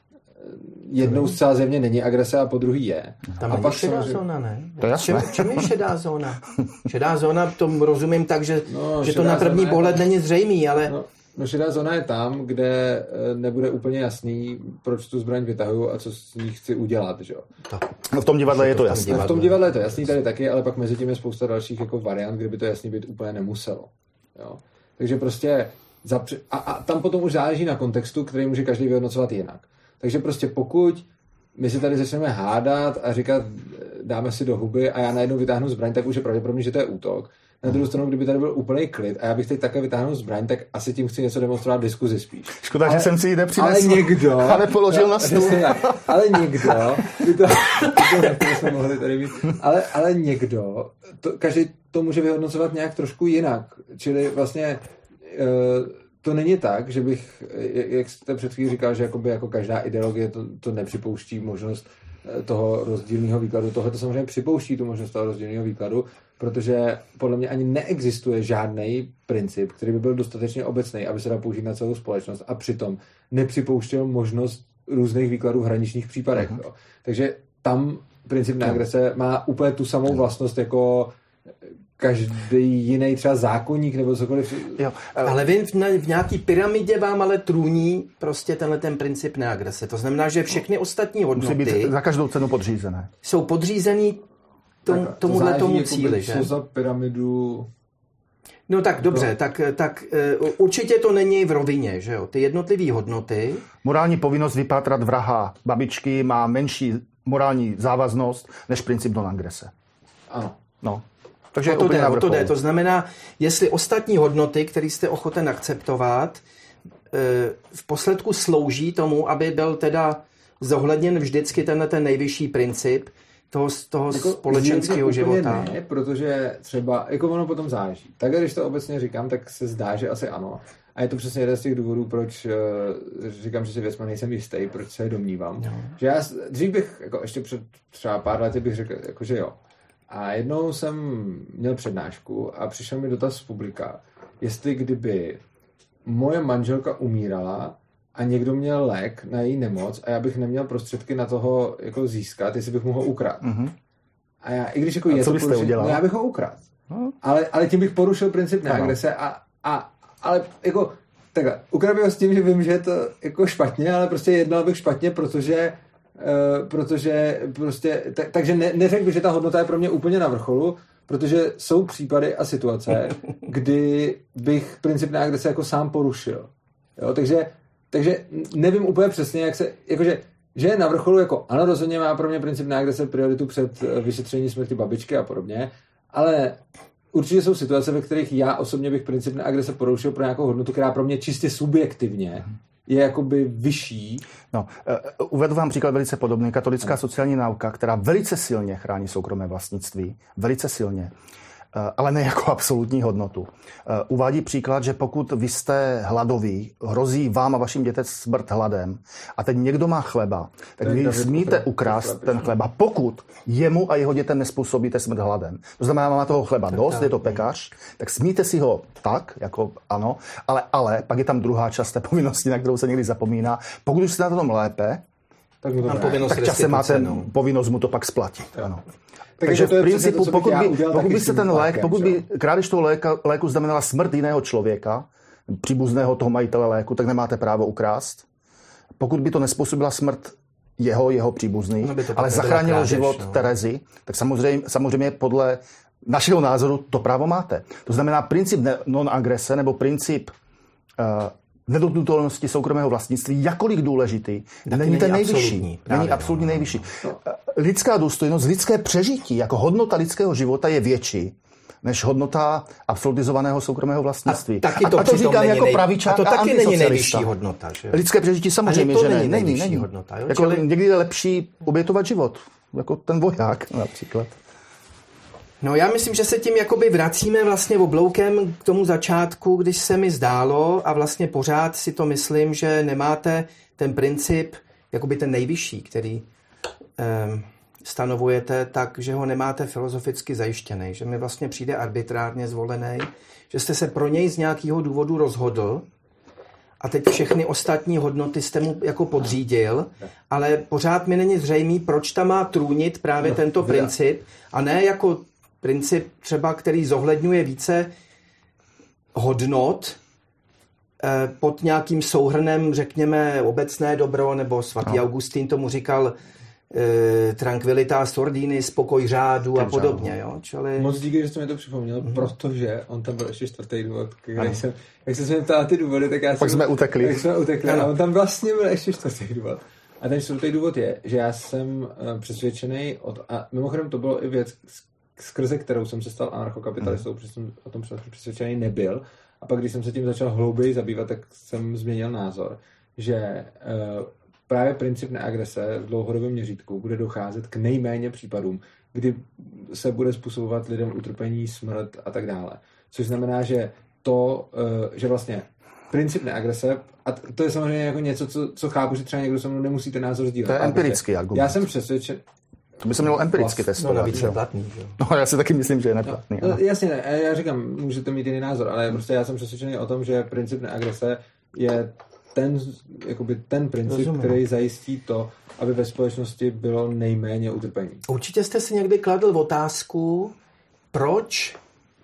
jednou zcela zjevně není agrese a po druhý je. Tam a pak šedá zóna, ne? To je čem je šedá zóna? Šedá zóna, tomu rozumím tak, že to na první pohled není zřejmý, ale... No šedá zóna je tam, kde nebude úplně jasný, proč tu zbraň vytahuju a co s ní chci udělat, že jo. No v tom divadle je to jasný. V tom divadle je to jasný, tady taky, ale pak mezi tím je spousta dalších jako variant, kde by to jasný být úplně nemuselo. Jo. Takže prostě a tam potom už záleží na kontextu, který může každý vyhodnocovat jinak. Takže prostě pokud my si tady začneme hádat a říkat, dáme si do huby a já najednou vytáhnu zbraň, tak už je pravděpodobně, že to je útok. Na druhou stranu, kdyby tady byl úplný klid a já bych teď také vytáhnul zbraň, tak asi tím chci něco demonstrovat v diskuzi spíš. Škoda, že jsem si ji nepřinesl. Ale někdo... Ale položil na stůl. Ale někdo... jsme mohli tady mít. Ale někdo... Každý to může vyhodnocovat nějak trošku jinak. Čili vlastně... To není tak, že bych, jak jste před chvílí říkal, že jako každá ideologie to nepřipouští možnost toho rozdílného výkladu. Tohle to samozřejmě připouští tu možnost toho rozdílného výkladu, protože podle mě ani neexistuje žádný princip, který by byl dostatečně obecný, aby se dal použít na celou společnost a přitom nepřipouštěl možnost různých výkladů v hraničních případech. Jo. Takže tam princip neagrese má úplně tu samou vlastnost jako každý jiný třeba zákonník nebo cokoliv. Jo, ale vy v nějaký pyramidě vám ale trůní prostě tenhle ten princip neagrese. To znamená, že všechny ostatní hodnoty musí být za každou cenu podřízené. Jsou podřízený tomu cíli, že? Co za pyramidu... No tak dobře, tak určitě to není v rovině, že jo? Ty jednotlivé hodnoty... Morální povinnost vypátrat vraha babičky má menší morální závaznost než princip non-agrese. Ano. No. Takže to jde. To znamená, jestli ostatní hodnoty, které jste ochoten akceptovat, v posledku slouží tomu, aby byl teda zohledněn vždycky ten nejvyšší princip toho jako společenského života. Ne, protože třeba, jako ono potom záleží. Tak když to obecně říkám, tak se zdá, že asi ano. A je to přesně jeden z těch důvodů, proč říkám, že si věcma nejsem jistý, proč se je domnívám. No. Že já dřív bych, jako ještě před třeba pár lety bych řekl, jako, že jo. A jednou jsem měl přednášku a přišel mi dotaz z publika, jestli kdyby moje manželka umírala a někdo měl lék na její nemoc a já bych neměl prostředky na toho jako získat, jestli bych mu ho ukradl. Mm-hmm. A já, i když jako je to porušil, no já bych ho ukradl. Ale tím bych porušil princip neagrese ale jako takhle, ukradl bych ho s tím, že vím, že je to jako špatně, ale prostě jednal bych špatně, protože prostě, takže neřekl bych, že ta hodnota je pro mě úplně na vrcholu, protože jsou případy a situace, kdy bych princip neagrese jako sám porušil. Jo, takže nevím úplně přesně, jak se, jakože, že je na vrcholu, jako ano, rozhodně má pro mě princip neagrese prioritu před vyšetřením smrti babičky a podobně, ale určitě jsou situace, ve kterých já osobně bych princip neagrese porušil pro nějakou hodnotu, která pro mě čistě subjektivně je jakoby vyšší. No, uvedu vám příklad velice podobný. Katolická sociální nauka, která velice silně chrání soukromé vlastnictví, velice silně, ale ne jako absolutní hodnotu. Uvádí příklad, že pokud vy jste hladoví, hrozí vám a vašim dětem smrt hladem a teď někdo má chleba, tak vy smíte ukrást ten chleba, pokud jemu a jeho dětem nespůsobíte smrt hladem. To znamená, má toho chleba dost, je to pekař, tak smíte si ho tak, jako ano, ale pak je tam druhá část té povinnosti, na kterou se někdy zapomíná. Pokud už jste na tom lépe, tak časem máte povinnost mu to pak splatit. Ano. Takže v principu, pokud by se ten lék, pokud by krádež toho léku znamenala smrt jiného člověka, příbuzného toho majitele léku, tak nemáte právo ukrást. Pokud by to nespůsobila smrt jeho příbuzných, ale zachránilo život Terezy, tak samozřejmě podle našeho názoru to právo máte. To znamená princip non-agrese nebo princip nedotknutelnosti soukromého vlastnictví, jakkoliv důležitý, není ten nejvyšší. Není absolutně nejvyšší. Lidská důstojnost, lidské přežití, jako hodnota lidského života je větší než hodnota absolutizovaného soukromého vlastnictví. A to říkám jako pravičák a taky není nejvyšší hodnota. Že? Lidské přežití samozřejmě, že není. Hodnota, jo? Jako někdy je lepší obětovat život, jako ten voják například. No já myslím, že se tím jakoby vracíme vlastně obloukem k tomu začátku, když se mi zdálo a vlastně pořád si to myslím, že nemáte ten princip, jakoby ten nejvyšší, který stanovujete, tak, že ho nemáte filozoficky zajištěný, že mi vlastně přijde arbitrárně zvolený, že jste se pro něj z nějakého důvodu rozhodl a teď všechny ostatní hodnoty jste mu jako podřídil, ale pořád mi není zřejmý, proč tam má trůnit právě tento princip a ne jako princip třeba, který zohledňuje více hodnot pod nějakým souhrnem, řekněme, obecné dobro, nebo svatý Augustín tomu říkal tranquilitas ordini, spokoj řádu a podobně. Jo? Čili... Moc díky, že jste mi to připomněl, protože on tam byl ještě čtvrtý důvod, jak se mě ptala ty důvody, tak já pak jsme utekli. A on tam vlastně byl ještě čtvrtý důvod. A ten čtvrtý důvod je, že já jsem přesvědčený, a mimochodem to bylo i věc, skrze kterou jsem se stal anarchokapitalistou, protože jsem o tom přesvědčený nebyl. A pak, když jsem se tím začal hlouběji zabývat, tak jsem změnil názor, že právě princip neagrese v dlouhodobém měřítku bude docházet k nejméně případům, kdy se bude způsobovat lidem utrpení, smrt a tak dále. Což znamená, že že vlastně princip neagrese, a to je samozřejmě jako něco, co chápu, že třeba někdo se mnou nemusí ten názor sdílet. To je empirický argument. Já jsem přesvědčen. To by se mělo empiricky testovat. No navíc neplatný. No já si taky myslím, že je neplatný. No, jasně, já říkám, můžete mít jiný názor, ale prostě já jsem přesvědčený o tom, že princip neagrese je ten princip, který zajistí to, aby ve společnosti bylo nejméně utrpení. Určitě jste si někdy kladl otázku, proč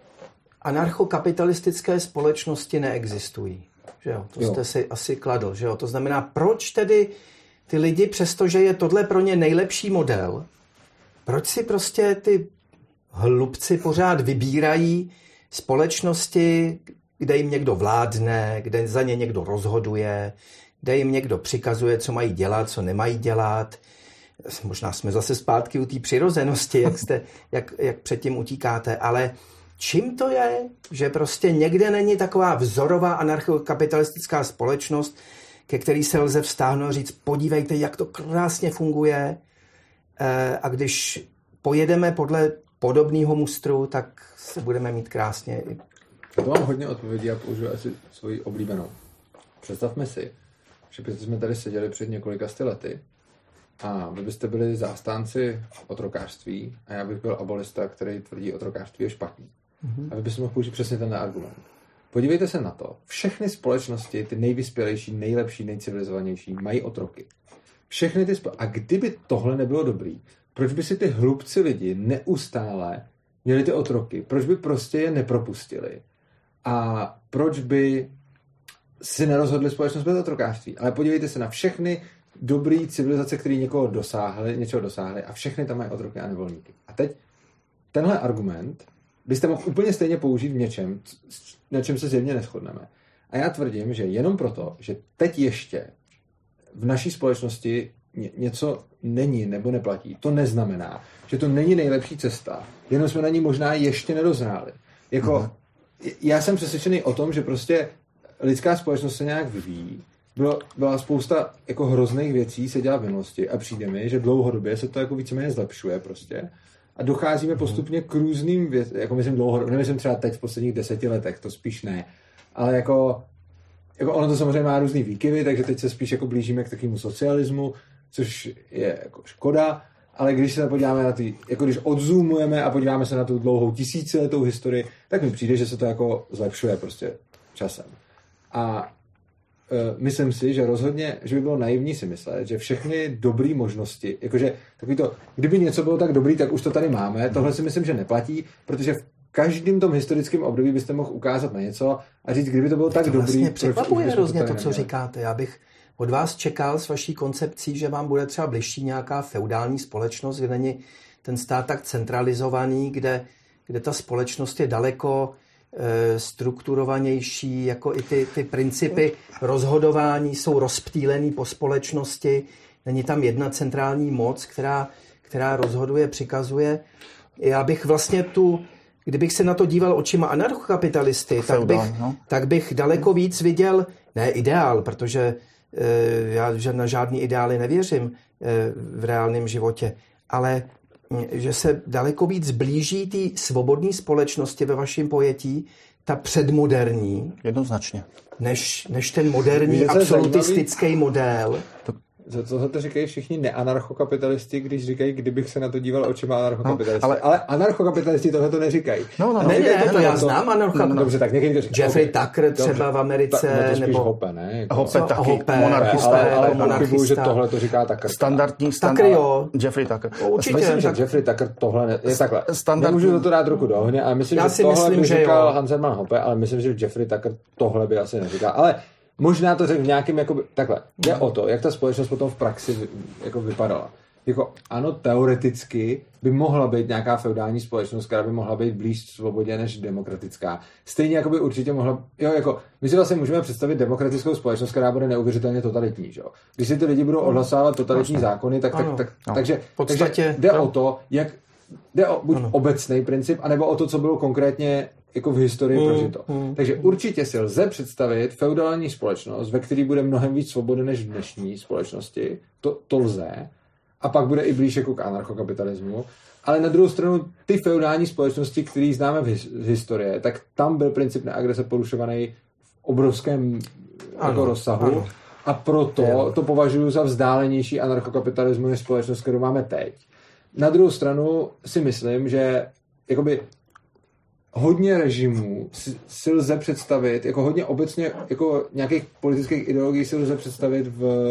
anarchokapitalistické společnosti neexistují. Že jo? To jste si asi kladl. Že jo? To znamená, proč tedy ty lidi, přestože je tohle pro ně nejlepší model, proč si prostě ty hlubci pořád vybírají společnosti, kde jim někdo vládne, kde za ně někdo rozhoduje, kde jim někdo přikazuje, co mají dělat, co nemají dělat, možná jsme zase zpátky u té přirozenosti, jak předtím utíkáte, ale čím to je, že prostě někde není taková vzorová anarchokapitalistická společnost, ke který se lze vztáhnout a říct, podívejte, jak to krásně funguje, a když pojedeme podle podobného mustru, tak se budeme mít krásně. To mám hodně odpovědí a použiju asi svoji oblíbenou. Představme si, že jsme tady seděli před několika lety a vy byste byli zástánci otrokářství a já bych byl abolista, který tvrdí, otrokářství je špatný. A vy byste mohl použít přesně ten argument. Podívejte se na to. Všechny společnosti, ty nejvyspělejší, nejlepší, nejcivilizovanější, mají otroky. Všechny ty a kdyby tohle nebylo dobrý, proč by si ty hlubci lidi neustále měli ty otroky? Proč by prostě je nepropustili? A proč by si nerozhodli společnost bez otrokářství? Ale podívejte se na všechny dobrý civilizace, které něčeho dosáhly a všechny tam mají otroky a nevolníky. A teď tenhle argument byste mohl úplně stejně použít v něčem, na čem se zjevně neshodneme. A já tvrdím, že jenom proto, že teď ještě v naší společnosti něco není nebo neplatí, to neznamená, že to není nejlepší cesta, jenom jsme na ní možná ještě nedozráli. Já jsem přesvědčený o tom, že prostě lidská společnost se nějak vyvíjí, byla spousta jako hrozných věcí se dělá v minulosti a přijde mi, že dlouhodobě se to jako víceméně zlepšuje prostě a docházíme postupně k různým věcem, jako myslím dlouhodobě, nemyslím třeba teď v posledních 10 letech, to spíš ne, ale jako ono to samozřejmě má různý výkyvy, takže teď se spíš jako blížíme k takovému socialismu, což je jako škoda, ale když se podíváme na ty, jako když odzoomujeme a podíváme se na tu dlouhou tisíciletou historii, tak mi přijde, že se to jako zlepšuje prostě časem. A myslím si, že rozhodně, že by bylo naivní si myslet, že všechny dobré možnosti, jakože takový to, kdyby něco bylo tak dobrý, tak už to tady máme, tohle si myslím, že neplatí, protože v každém tom historickém období byste mohl ukázat na něco a říct, kdyby to bylo tak dobrý. Vlastně překvapuje hrozně to, co říkáte. Já bych od vás čekal s vaší koncepcí, že vám bude třeba bližší nějaká feudální společnost, kde není ten stát tak centralizovaný, kde ta společnost je daleko strukturovanější, jako i ty principy rozhodování jsou rozptýlený po společnosti. Není tam jedna centrální moc, která rozhoduje, přikazuje. Já bych vlastně kdybych se na to díval očima anarchokapitalisty, tak bych daleko víc viděl, ne ideál, protože já na žádný ideály nevěřím v reálném životě, ale že se daleko víc blíží té svobodné společnosti ve vašem pojetí, ta předmoderní. Jednoznačně. Než ten moderní absolutistický model. Za to říkají všichni neanarchokapitalisti, když říkají, kdybych se na to díval očima anarchokapitalisty. Ale anarchokapitalisti tohle to neříkají. To já znám anarchokapitalisty. Dobře, tak někdy to říkají. Jeffrey Tucker třeba v Americe. To spíš Hoppe, ne? Hoppe taky, monarchista. Ale monarchista. Že tohle to říká Tucker. Standardní. Jeffrey Tucker. Určitě. Myslím, že Jeffrey Tucker tohle je takhle. Nemůžu do toho dát ruku do ohně, ale myslím, že tohle by říkal Hans Hermann Hoppe, ale myslím, že Jeffrey Tucker tohle by asi neříkal. Ale možná to řekl v nějakým, jakoby, takhle, jde o to, jak ta společnost potom v praxi jako vypadala. Jako, ano, teoreticky by mohla být nějaká feudální společnost, která by mohla být blíž svobodě než demokratická. Stejně jako by určitě mohla, my si vlastně můžeme představit demokratickou společnost, která bude neuvěřitelně totalitní, že jo. Když si ty lidi budou odhlasávat totalitní zákony, takže jde o to, jde o buď obecný princip, anebo o to, co bylo konkrétně jako v historii prožito. Takže určitě si lze představit feudální společnost, ve které bude mnohem víc svobody než v dnešní společnosti. To lze. A pak bude i blíž jako k anarchokapitalismu. Ale na druhou stranu ty feudální společnosti, které známe z historie, tak tam byl princip neagrese porušovaný v obrovském rozsahu. Ano. A proto to považuji za vzdálenější anarchokapitalismu než společnost, kterou máme teď. Na druhou stranu si myslím, že jakoby hodně režimů si lze představit, jako hodně obecně, jako nějakých politických ideologií si lze představit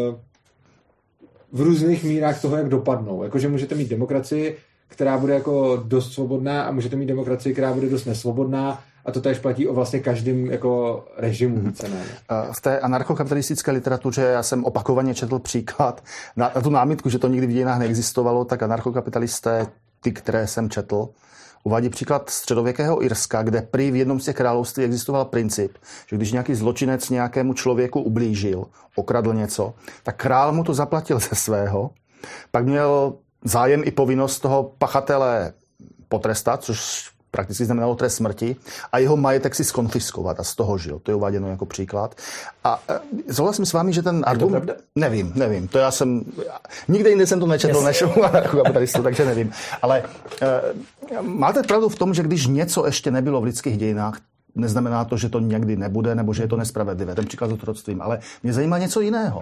v různých mírách toho, jak dopadnou. Jakože můžete mít demokracii, která bude jako dost svobodná a můžete mít demokracii, která bude dost nesvobodná a to též platí o vlastně každém jako režimu víceméně. V té anarchokapitalistické literatuře já jsem opakovaně četl příklad na tu námitku, že to nikdy v dějinách neexistovalo, tak anarchokapitalisté, ty, které jsem četl, uvádí příklad středověkého Irska, kde prý v jednom z těch království existoval princip, že když nějaký zločinec nějakému člověku ublížil, okradl něco, tak král mu to zaplatil ze svého Pak měl zájem i povinnost toho pachatele potrestat, což prakticky znamenalo trest smrti, a jeho majetek si skonfiskovat a z toho žil. To je uváděno jako příklad. A souhlasím s vámi, že ten argument... Nevím. To nikde jinde jsem to nečetl než u anarchokapitalistů, takže nevím. Ale máte pravdu v tom, že když něco ještě nebylo v lidských dějinách, neznamená to, že to někdy nebude, nebo že je to nespravedlivé. Ten příklad s otroctvím. Ale mě zajímá něco jiného.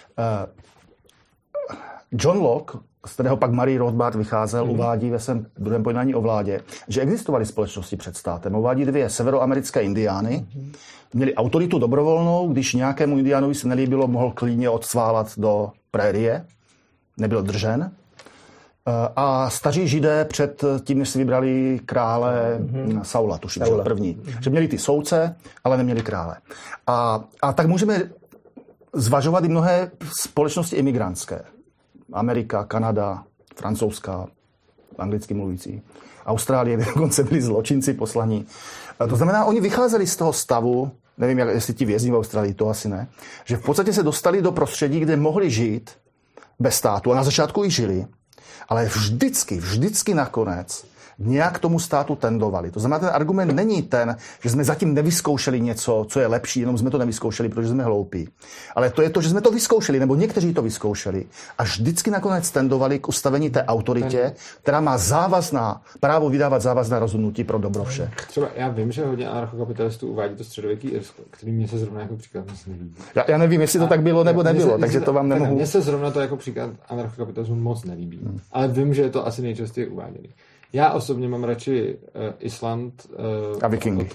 John Locke, z kterého pak Marie Rothbard vycházel, uvádí ve svém druhém pojednání o vládě, že existovaly společnosti před státem. Uvádí 2 severoamerické indiány. Měli autoritu dobrovolnou, když nějakému indiánovi se nelíbilo, mohl klidně odsválat do prérie. Nebyl držen. A staří Židé před tím, než si vybrali krále Saula, tuším, že první. Že měli ty soudce, ale neměli krále. A tak můžeme zvažovat i mnohé společnosti imigrantské. Amerika, Kanada, francouzská, anglicky mluvící. Austrálie, kde dokonce byli zločinci poslaní. To znamená, oni vycházeli z toho stavu, nevím, jestli ti vězni v Austrálii, to asi ne, že v podstatě se dostali do prostředí, kde mohli žít bez státu. A na začátku i žili, ale vždycky nakonec nějak tomu státu tendovali. To znamená, ten argument není ten, že jsme zatím nevyzkoušeli něco, co je lepší, jenom jsme to nevyzkoušeli, protože jsme hloupí. Ale to je to, že jsme to vyzkoušeli, nebo někteří to vyzkoušeli a vždycky nakonec tendovali k ustavení té autoritě, která má právo vydávat závazná rozhodnutí pro dobro všech. Třeba já vím, že hodně anarchokapitalistů uvádí to středověký Irsko, který mě se zrovna jako příklad moc nelíbí. Já nevím, jestli to tak bylo nebo nebylo, takže to vám nemohu. Mně se zrovna to jako příklad anarchokapitalismu moc nelíbí, ale vím, že je to asi nejčastěji uváděný. Já osobně mám radši Island a Vikingy.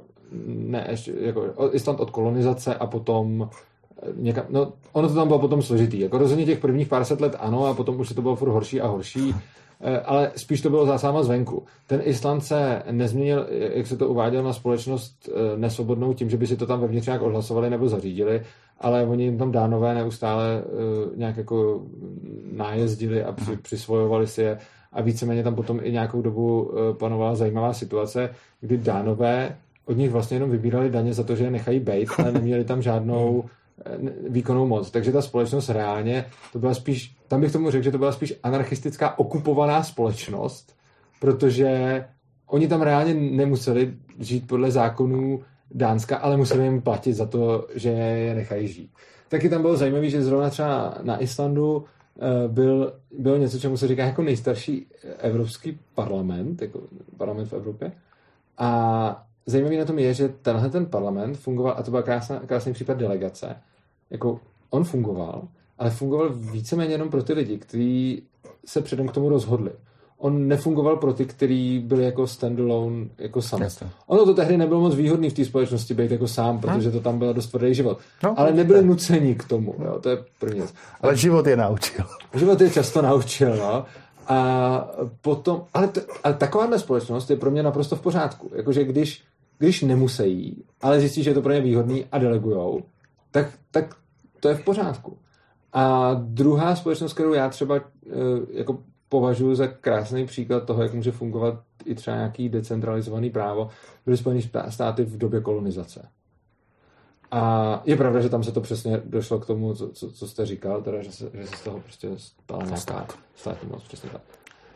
Island od kolonizace a potom někam, ono to tam bylo potom složitý. Jako rozhodně těch prvních pár set let ano, a potom už se to bylo furt horší a horší, ale spíš to bylo zásáma zvenku. Ten Island se nezměnil, jak se to uvádělo, na společnost nesvobodnou tím, že by si to tam vevnitř nějak odhlasovali nebo zařídili, ale oni jim tam Dánové neustále nějak jako nájezdili a přisvojovali si je. A víceméně tam potom i nějakou dobu panovala zajímavá situace, kdy Dánové od nich vlastně jenom vybírali daně za to, že je nechají bejt, ale neměli tam žádnou výkonnou moc. Takže ta společnost reálně, to byla spíš, tam bych tomu řekl, že to byla spíš anarchistická okupovaná společnost, protože oni tam reálně nemuseli žít podle zákonů Dánska, ale museli jim platit za to, že je nechají žít. Taky tam bylo zajímavé, že zrovna třeba na Islandu bylo něco, čemu se říká jako nejstarší evropský parlament, jako parlament v Evropě. A zajímavý na tom je, že tenhle ten parlament fungoval, a to byl krásný případ delegace, jako on fungoval, ale fungoval víceméně jenom pro ty lidi, kteří se předem k tomu rozhodli. On nefungoval pro ty, kteří byli jako standalone, jako sami. Ono to tehdy nebylo moc výhodný v té společnosti být jako sám, protože to tam byl dost tvrdý život. Ale nebyli nuceni k tomu, jo, to je první věc. Ale život je naučil. Život je často naučil, no. A potom, ale takováhle společnost je pro mě naprosto v pořádku. Jakože když nemusí, ale zjistí, že je to pro ně výhodný a delegujou, tak to je v pořádku. A druhá společnost, kterou já třeba jako považuji za krásný příklad toho, jak může fungovat i třeba nějaký decentralizovaný právo, byly Spojené státy v době kolonizace. A je pravda, že tam se to přesně došlo k tomu, co jste říkal, teda, že se z toho prostě stala nějaká státní moc, přesně tak.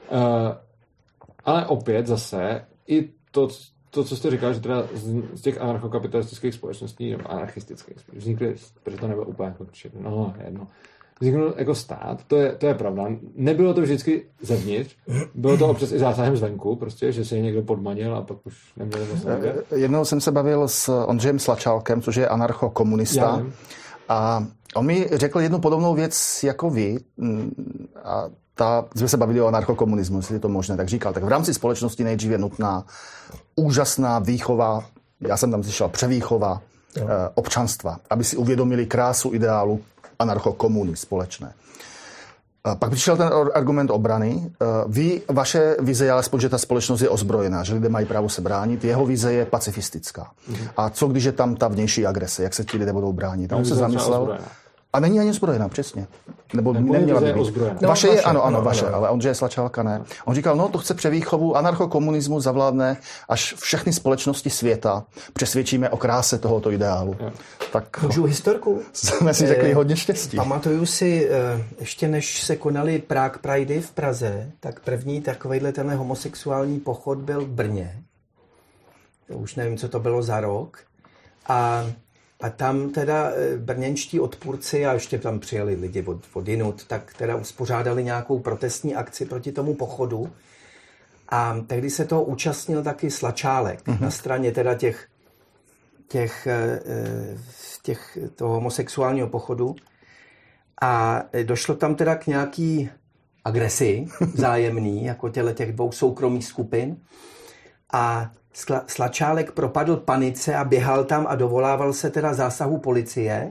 Ale opět zase i to, co jste říkal, že teda z těch anarchokapitalistických společností, nebo anarchistických, vznikly, protože to nebylo úplně jako jedno, vzniknul jako stát, to je pravda. Nebylo to vždycky zevnitř, bylo to občas i zásahem zvenku, prostě, že se je někdo podmanil a pak už neměli moc nejde. Jednou jsem se bavil s Ondřejem Slačálkem, což je anarchokomunista. A on mi řekl jednu podobnou věc jako vy. A jsme se bavili o anarchokomunismu, jestli je to možné, tak říkal, tak v rámci společnosti nejdřív je nutná úžasná výchova, já jsem tam slyšel převýchova občanstva, aby si uvědomili krásu ideálu anarchokomuny společné. Pak přišel ten argument obrany. Vaše vize je alespoň, že ta společnost je ozbrojená, že lidé mají právo se bránit. Jeho vize je pacifistická. A co když je tam ta vnější agrese? Jak se ti lidé budou bránit? A on se zamyslel. A není ani zbrojená, přesně. Nebo neměla by být. Vaše je, ano, vaše, ale Ondřeje Slačálka ne. On říkal, no to chce převýchovu, anarchokomunismus zavládne, až všechny společnosti světa přesvědčíme o kráse tohoto ideálu. Tak můžu historku? Jsme si řekli hodně štěstí. Pamatuju si, ještě než se konaly Prague Pridey v Praze, tak první takovejhle tenhle homosexuální pochod byl v Brně. Už nevím, co to bylo za rok. A tam teda brněnští odpůrci, a ještě tam přijeli lidi od jinut, tak teda uspořádali nějakou protestní akci proti tomu pochodu. A tehdy se toho účastnil taky Slačálek na straně teda toho homosexuálního pochodu. A došlo tam teda k nějaký agresi vzájemný, jako těch dvou soukromých skupin. A Slačálek propadl panice a běhal tam a dovolával se teda zásahu policie,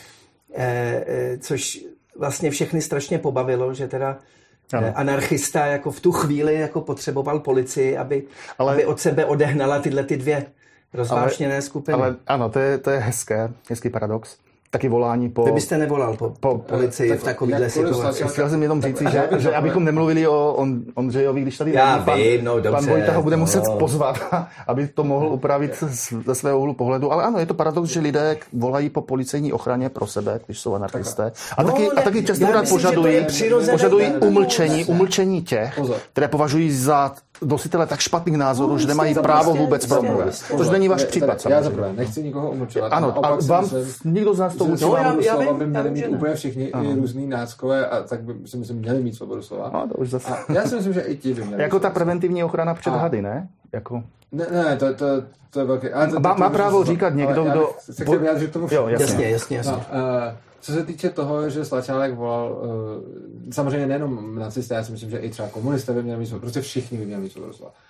což vlastně všechny strašně pobavilo, že teda anarchista jako v tu chvíli jako potřeboval policii, aby od sebe odehnala tyhle ty dvě rozvášněné skupiny. Ale ano, to je hezký paradox. Taky volání po... Vy byste nevolal po policii v takovéhle situaci. Chtěl jsem jenom říct, že abychom nemluvili o Ondřejovi, když tady pan Vojta ho bude muset pozvat, aby to mohl upravit ze svého úhlu pohledu. Ale ano, je to paradox, že lidé volají po policejní ochraně pro sebe, když jsou anarchisté. A taky častokrát požadují umlčení těch, které považují za nositele tak špatných názorů, že nemají právo vůbec promluvit. Což není váš případ. Já zaprvé nechci nikoho umlčovat. Ano, a vám nikdo z nás to umlčovat. Slova by měli mít úplně všichni, i různý náckové, a tak by si myslím, měli mít svobodu slova. No, to už zase. A já si myslím, že i ti by měli. Jako ta preventivní ochrana před hady, ne? Jako... Ne, to je velký. Má právo říkat někdo, kdo... Se chci vyjádřit k tomu všechno. Jasně. Co se týče toho, že Slačálek volal, samozřejmě nejenom nacisté, já si myslím, že i třeba komunisté by měli mít svobodu, prostě všichni by měli mít svobodu slova.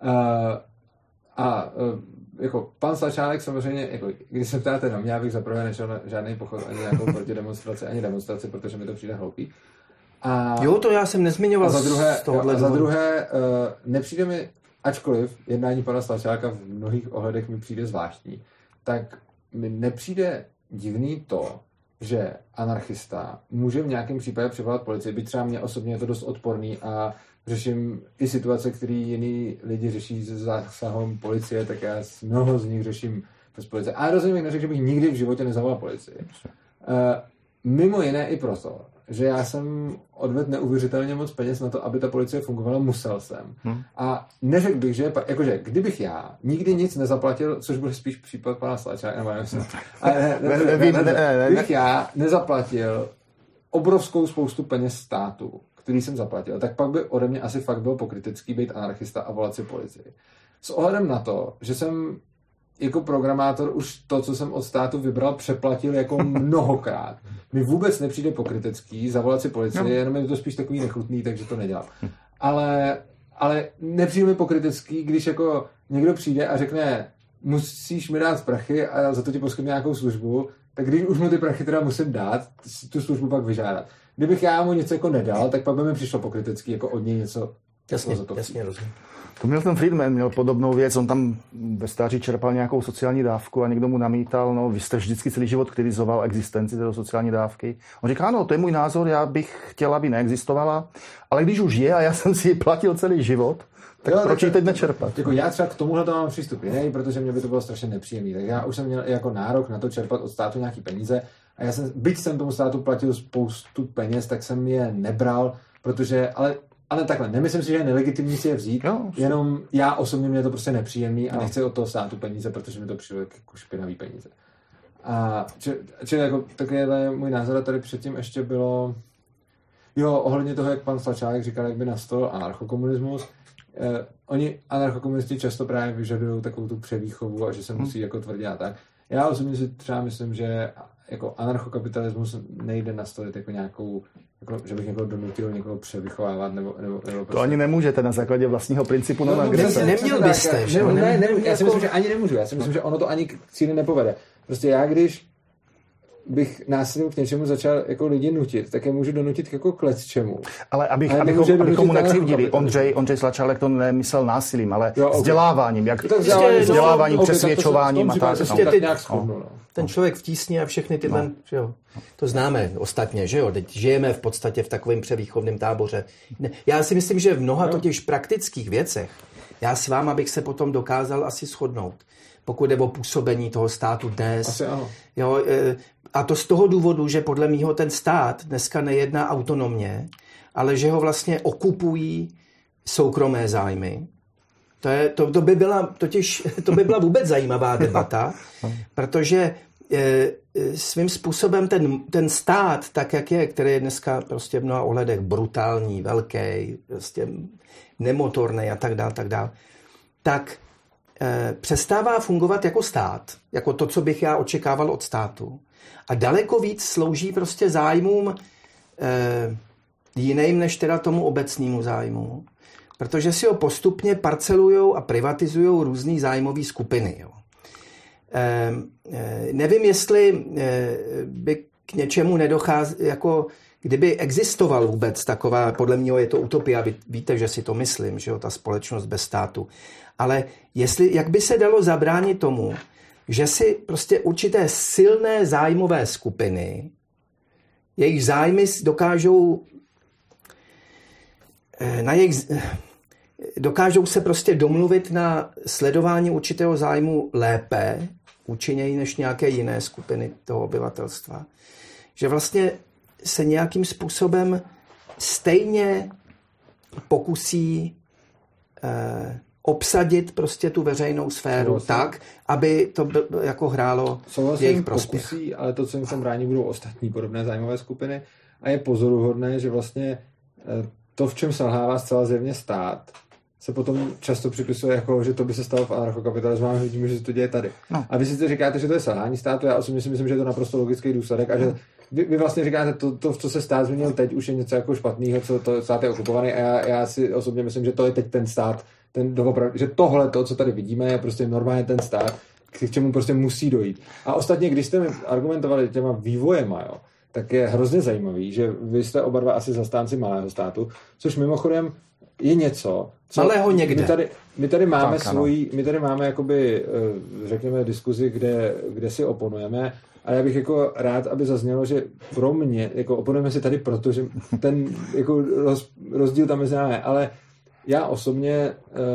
Jako pan Slačálek samozřejmě, jako, když se ptáte na mě, já bych zaprvé nešel na žádný pochod, ani nějakou protidemonstraci, ani demonstraci, protože mi to přijde hloupý. To já jsem nezmiňoval za druhé, nepřijde mi, ačkoliv jednání pana Slačálka v mnohých ohledech mi přijde zvláštní, tak mi nepřijde divný to, že anarchista může v nějakém případě přivolat policii, byť třeba mě osobně je to dost odporný a řeším i situace, které jiní lidi řeší se zásahem policie, tak já mnoho z nich řeším bez policie. A rozhodně bych neřekl, že bych nikdy v životě nezavolal policii. Mimo jiné i proto, že já jsem odvedl neuvěřitelně moc peněz na to, aby ta policie fungovala, musel jsem. A neřekl bych, že jakože kdybych já nikdy nic nezaplatil, což byl spíš případ pana Slačáka, kdybych já nezaplatil obrovskou spoustu peněz státu, který jsem zaplatil, tak pak by ode mě asi fakt byl pokrytecký být anarchista a volat si policii. S ohledem na to, že jsem jako programátor už to, co jsem od státu vybral, přeplatil jako mnohokrát. Mi vůbec nepřijde pokrytecký zavolat si policii, jenom je to spíš takový nechutný, takže to nedělám. Ale nepřijde mi pokrytecký, když jako někdo přijde a řekne, musíš mi dát prachy a za to ti poskytnu nějakou službu, tak když už mu ty prachy teda musím dát, tu službu pak vyžádat. Kdybych já mu něco jako nedal, tak pak by mi přišlo pokrytecký, jako od něj něco. Jasně, rozumím. To Milton Friedman měl podobnou věc, on tam ve stáří čerpal nějakou sociální dávku a někdo mu namítal, no vy jste vždycky celý život kritizoval existenci této sociální dávky. On říká, ano, to je můj názor, já bych chtěl, aby neexistovala, ale když už je a já jsem si ji platil celý život, tak proč ji teď nečerpat? Jako já třeba k tomuhle mám přístup jiný, protože mě by to bylo strašně nepříjemný. Tak já už jsem měl jako nárok na to čerpat od státu nějaký peníze a já jsem, byť jsem tomu státu platil spoustu peněz, tak jsem je nebral, protože, ale takhle, nemyslím si, že je nelegitimní si je vzít, jenom já osobně mě to prostě nepříjemný a nechci od toho státu peníze, protože mi to přijde jako špinavý peníze. A čili jako takovýhle můj názor, tady předtím ještě bylo ohledně toho, jak pan Slačálek říkal, jak by nastal anarchokomunismus. Oni anarchokomunisti často právě vyžadují takovou tu převýchovu a že se musí jako tvrdit a tak. Já osobně si třeba myslím, že jako anarchokapitalismus nejde nastavit jako nějakou, jako, že bych někoho donutil někoho převychovávat nebo to prostě... ani nemůžete na základě vlastního principu non-agrese. Neměl byste. Já si myslím, že ani nemůžu. Já si myslím, že ono to ani k cíli nepovede. Prostě já když bych násilím k něčemu začal jako lidi nutit, tak je můžu donutit jako k lecčemu. Ale abychom mu nekřivdili, Ondřej Slačálek to nemyslel násilím, ale vzděláváním, vzděláváním, přesvědčováním a tak. Ten člověk v tísni a všechny tyhle, že jo, to známe ostatně, že jo, teď žijeme v podstatě v takovém převýchovném táboře. Já si myslím, že v mnoha totiž praktických věcech, já s váma bych se potom dokázal asi shodnout, pokud jde o působení toho státu dnes. Asi ano. Jo, a to z toho důvodu, že podle mýho ten stát dneska nejedná autonomně, ale že ho vlastně okupují soukromé zájmy. To by byla vůbec zajímavá debata, protože svým způsobem ten stát, tak jak je, který je dneska prostě v mnoha ohledech brutální, velký, prostě nemotorný a tak dál, tak přestává fungovat jako stát, jako to, co bych já očekával od státu. A daleko víc slouží prostě zájmům jiným než teda tomu obecnému zájmu. Protože si ho postupně parcelujou a privatizujou různý zájmové skupiny. Jo. Nevím, jestli by k něčemu nedochází, jako kdyby existoval vůbec taková, podle mě je to utopia, víte, že si to myslím, že jo, ta společnost bez státu. Ale jak by se dalo zabránit tomu, že si prostě určité silné zájmové skupiny, jejich zájmy dokážou se prostě domluvit na sledování určitého zájmu lépe, účinněji než nějaké jiné skupiny toho obyvatelstva. Že vlastně se nějakým způsobem stejně pokusí obsadit prostě tu veřejnou sféru tak, aby to jako hrálo v jejich prospěch. Pokusí, ale to, co jim sem brání, budou ostatní podobné zájmové skupiny a je pozoruhodné, že vlastně to, v čem selhává zcela zjevně stát, se potom často připisuje jako, že to by se stalo v anarchokapitalismu a my vidíme, že se to děje tady. No. A vy si říkáte, že to je selhání státu, já osobně si myslím, že je to naprosto logický důsledek a že vy vlastně říkáte, to, co se stát změnil teď, už je něco jako špatného, co to stát je okupovaný a já si osobně myslím, že to je teď ten stát, že tohle, co tady vidíme, je prostě normálně ten stát, k čemu prostě musí dojít. A ostatně, když jste mi argumentovali těma vývojema, jo, tak je hrozně zajímavý, že vy jste oba dva asi zastánci malého státu, což mimochodem je něco, co malého někde. My tady máme jakoby, řekněme, diskuzi, kde si oponujeme, ale já bych jako rád, aby zaznělo, že pro mě, jako oponujeme si tady proto, že ten jako rozdíl tam mezi námi, ale já osobně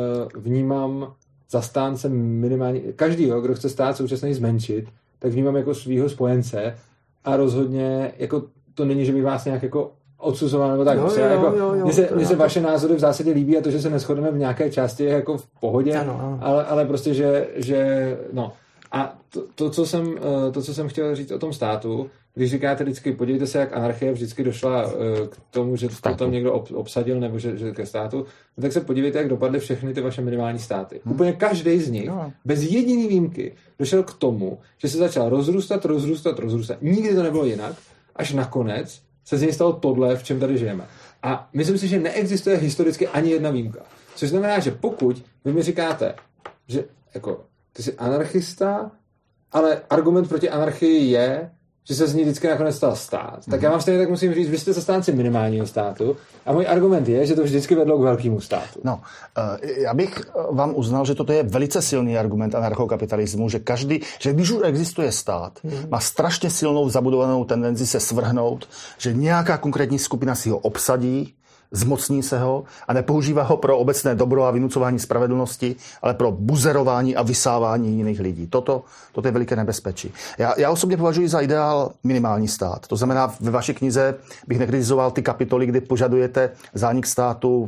vnímám zastánce minimálně, každýho, kdo chce stát současně zmenšit, tak vnímám jako svýho spojence a rozhodně jako to není, že bych vás nějak jako odsuzoval nebo tak. Mně se vaše názory v zásadě líbí a to, že se neshodneme v nějaké části je jako v pohodě, ano. Ale prostě, že no. A to, co jsem chtěl říct o tom státu, když říkáte vždycky, podívejte se, jak anarchie vždycky došla k tomu, že to tam někdo obsadil nebo že ke státu, tak se podívejte, jak dopadly všechny ty vaše minimální státy. Úplně každý z nich, bez jediný výjimky, došel k tomu, že se začal rozrůstat. Nikdy to nebylo jinak, až nakonec se z něj stalo tohle, v čem tady žijeme. A myslím si, že neexistuje historicky ani jedna výjimka. Což znamená, že pokud vy mi říkáte, že jako ty jsi anarchista, ale argument proti anarchii je, že se z ní vždycky nakonec stal stát. Tak já vám stejně tak musím říct, vy jste zastánci minimálního státu a můj argument je, že to vždycky vedlo k velkému státu. No, já bych vám uznal, že toto je velice silný argument anarchokapitalismu, že když už existuje stát, má strašně silnou zabudovanou tendenci se svrhnout, že nějaká konkrétní skupina si ho obsadí, zmocní se ho a nepoužívá ho pro obecné dobro a vynucování spravedlnosti, ale pro buzerování a vysávání jiných lidí. Toto je veliké nebezpečí. Já osobně považuji za ideál minimální stát. To znamená, ve vaší knize bych nekritizoval ty kapitoly, kdy požadujete zánik státu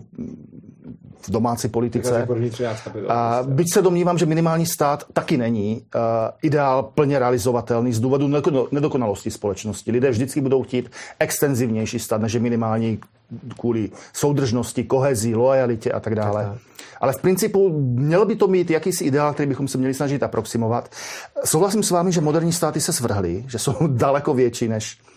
v domácí politice. A byť se domnívám, že minimální stát taky není ideál plně realizovatelný z důvodu nedokonalosti společnosti. Lidé vždycky budou chtít extenzivnější stát, než je minimální kvůli soudržnosti, kohezí, loajalitě a tak dále. Ale v principu mělo by to mít jakýsi ideál, který bychom se měli snažit aproximovat. Souhlasím s vámi, že moderní státy se svrhly, že jsou daleko větší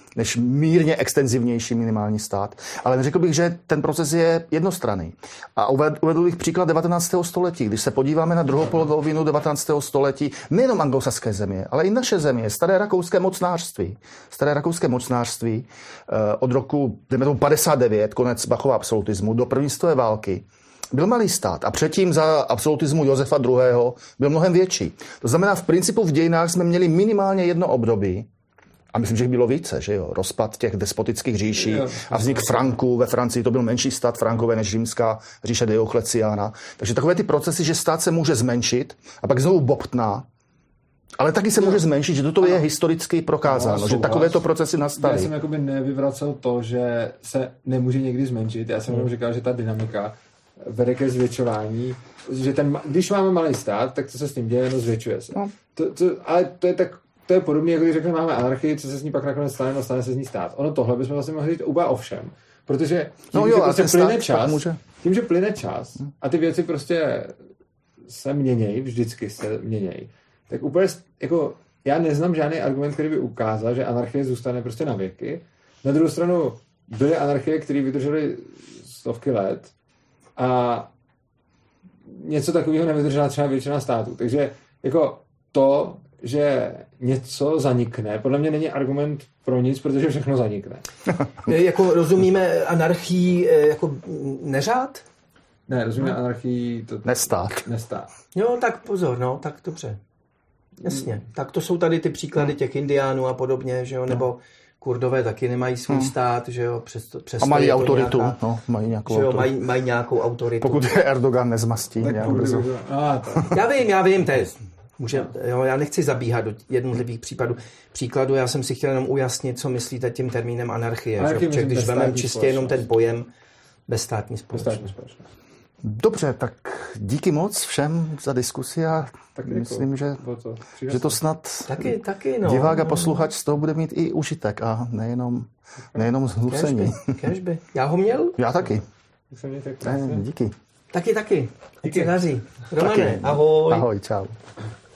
než mírně extenzivnější minimální stát. Ale neřekl bych, že ten proces je jednostranný. A uvedl bych příklad 19. století. Když se podíváme na druhou polovinu 19. století, nejenom anglosaské země, ale i naše země, staré rakouské mocnářství od roku 59, konec Bachova absolutismu, do první světové války, byl malý stát a předtím za absolutismu Josefa II. Byl mnohem větší. To znamená, v principu v dějinách jsme měli minimálně jedno období, a myslím, že jich bylo více, že jo, rozpad těch despotických říší a vznik Franků ve Francii, to byl menší stát Frankové než římská říše Diocletiana. Takže takové ty procesy, že stát se může zmenšit a pak znovu bobtná, ale taky se může zmenšit, že toto je historicky prokázáno, že takovéto procesy nastaly. Já jsem jakoby nevyvracel to, že se nemůže někdy zmenšit, já jsem jenom říkal, že ta dynamika vede ke zvětšování, že když máme malý stát, tak co se s tím děje, no zvětšuje se. No. Ale to je podobné, jako když řekneme, máme anarchii, co se s ní pak nakonec stane, no stane se z ní stát. Ono tohle bychom vlastně mohli říct úplně o všem. Protože tím, že plyne čas a ty věci prostě se měnějí, vždycky se měnějí, tak úplně jako já neznám žádný argument, který by ukázal, že anarchie zůstane prostě na věky. Na druhou stranu byly anarchie, které vydržely stovky let a něco takového nevydržela třeba většina států. Takže jako to, že něco zanikne, podle mě není argument pro nic, protože všechno zanikne. Jako rozumíme anarchii jako neřád? Ne, rozumíme anarchii... Nestát. Jo, tak pozor, no, tak dobře. Jasně. Tak to jsou tady ty příklady těch indiánů a podobně, že jo, nebo Kurdové taky nemají svůj stát, že jo, přes a mají autoritu, mají nějakou autoritu. Mají nějakou autoritu. Pokud je Erdogan nezmastí. Já vím, to je... já nechci zabíhat do jednotlivých příkladů, já jsem si chtěl jenom ujasnit, co myslíte tím termínem anarchie. Že? Když vezmeme čistě jenom ten pojem bezstátní společnost. Dobře, tak díky moc všem za diskusi a myslím, že to snad taky, divák a posluchač z toho bude mít i užitek a nejenom zhnucení. Kéžby. Já ho měl? Já taky. Díky. Taky. Ať se daří. Romane, ahoj. Ahoj, čau.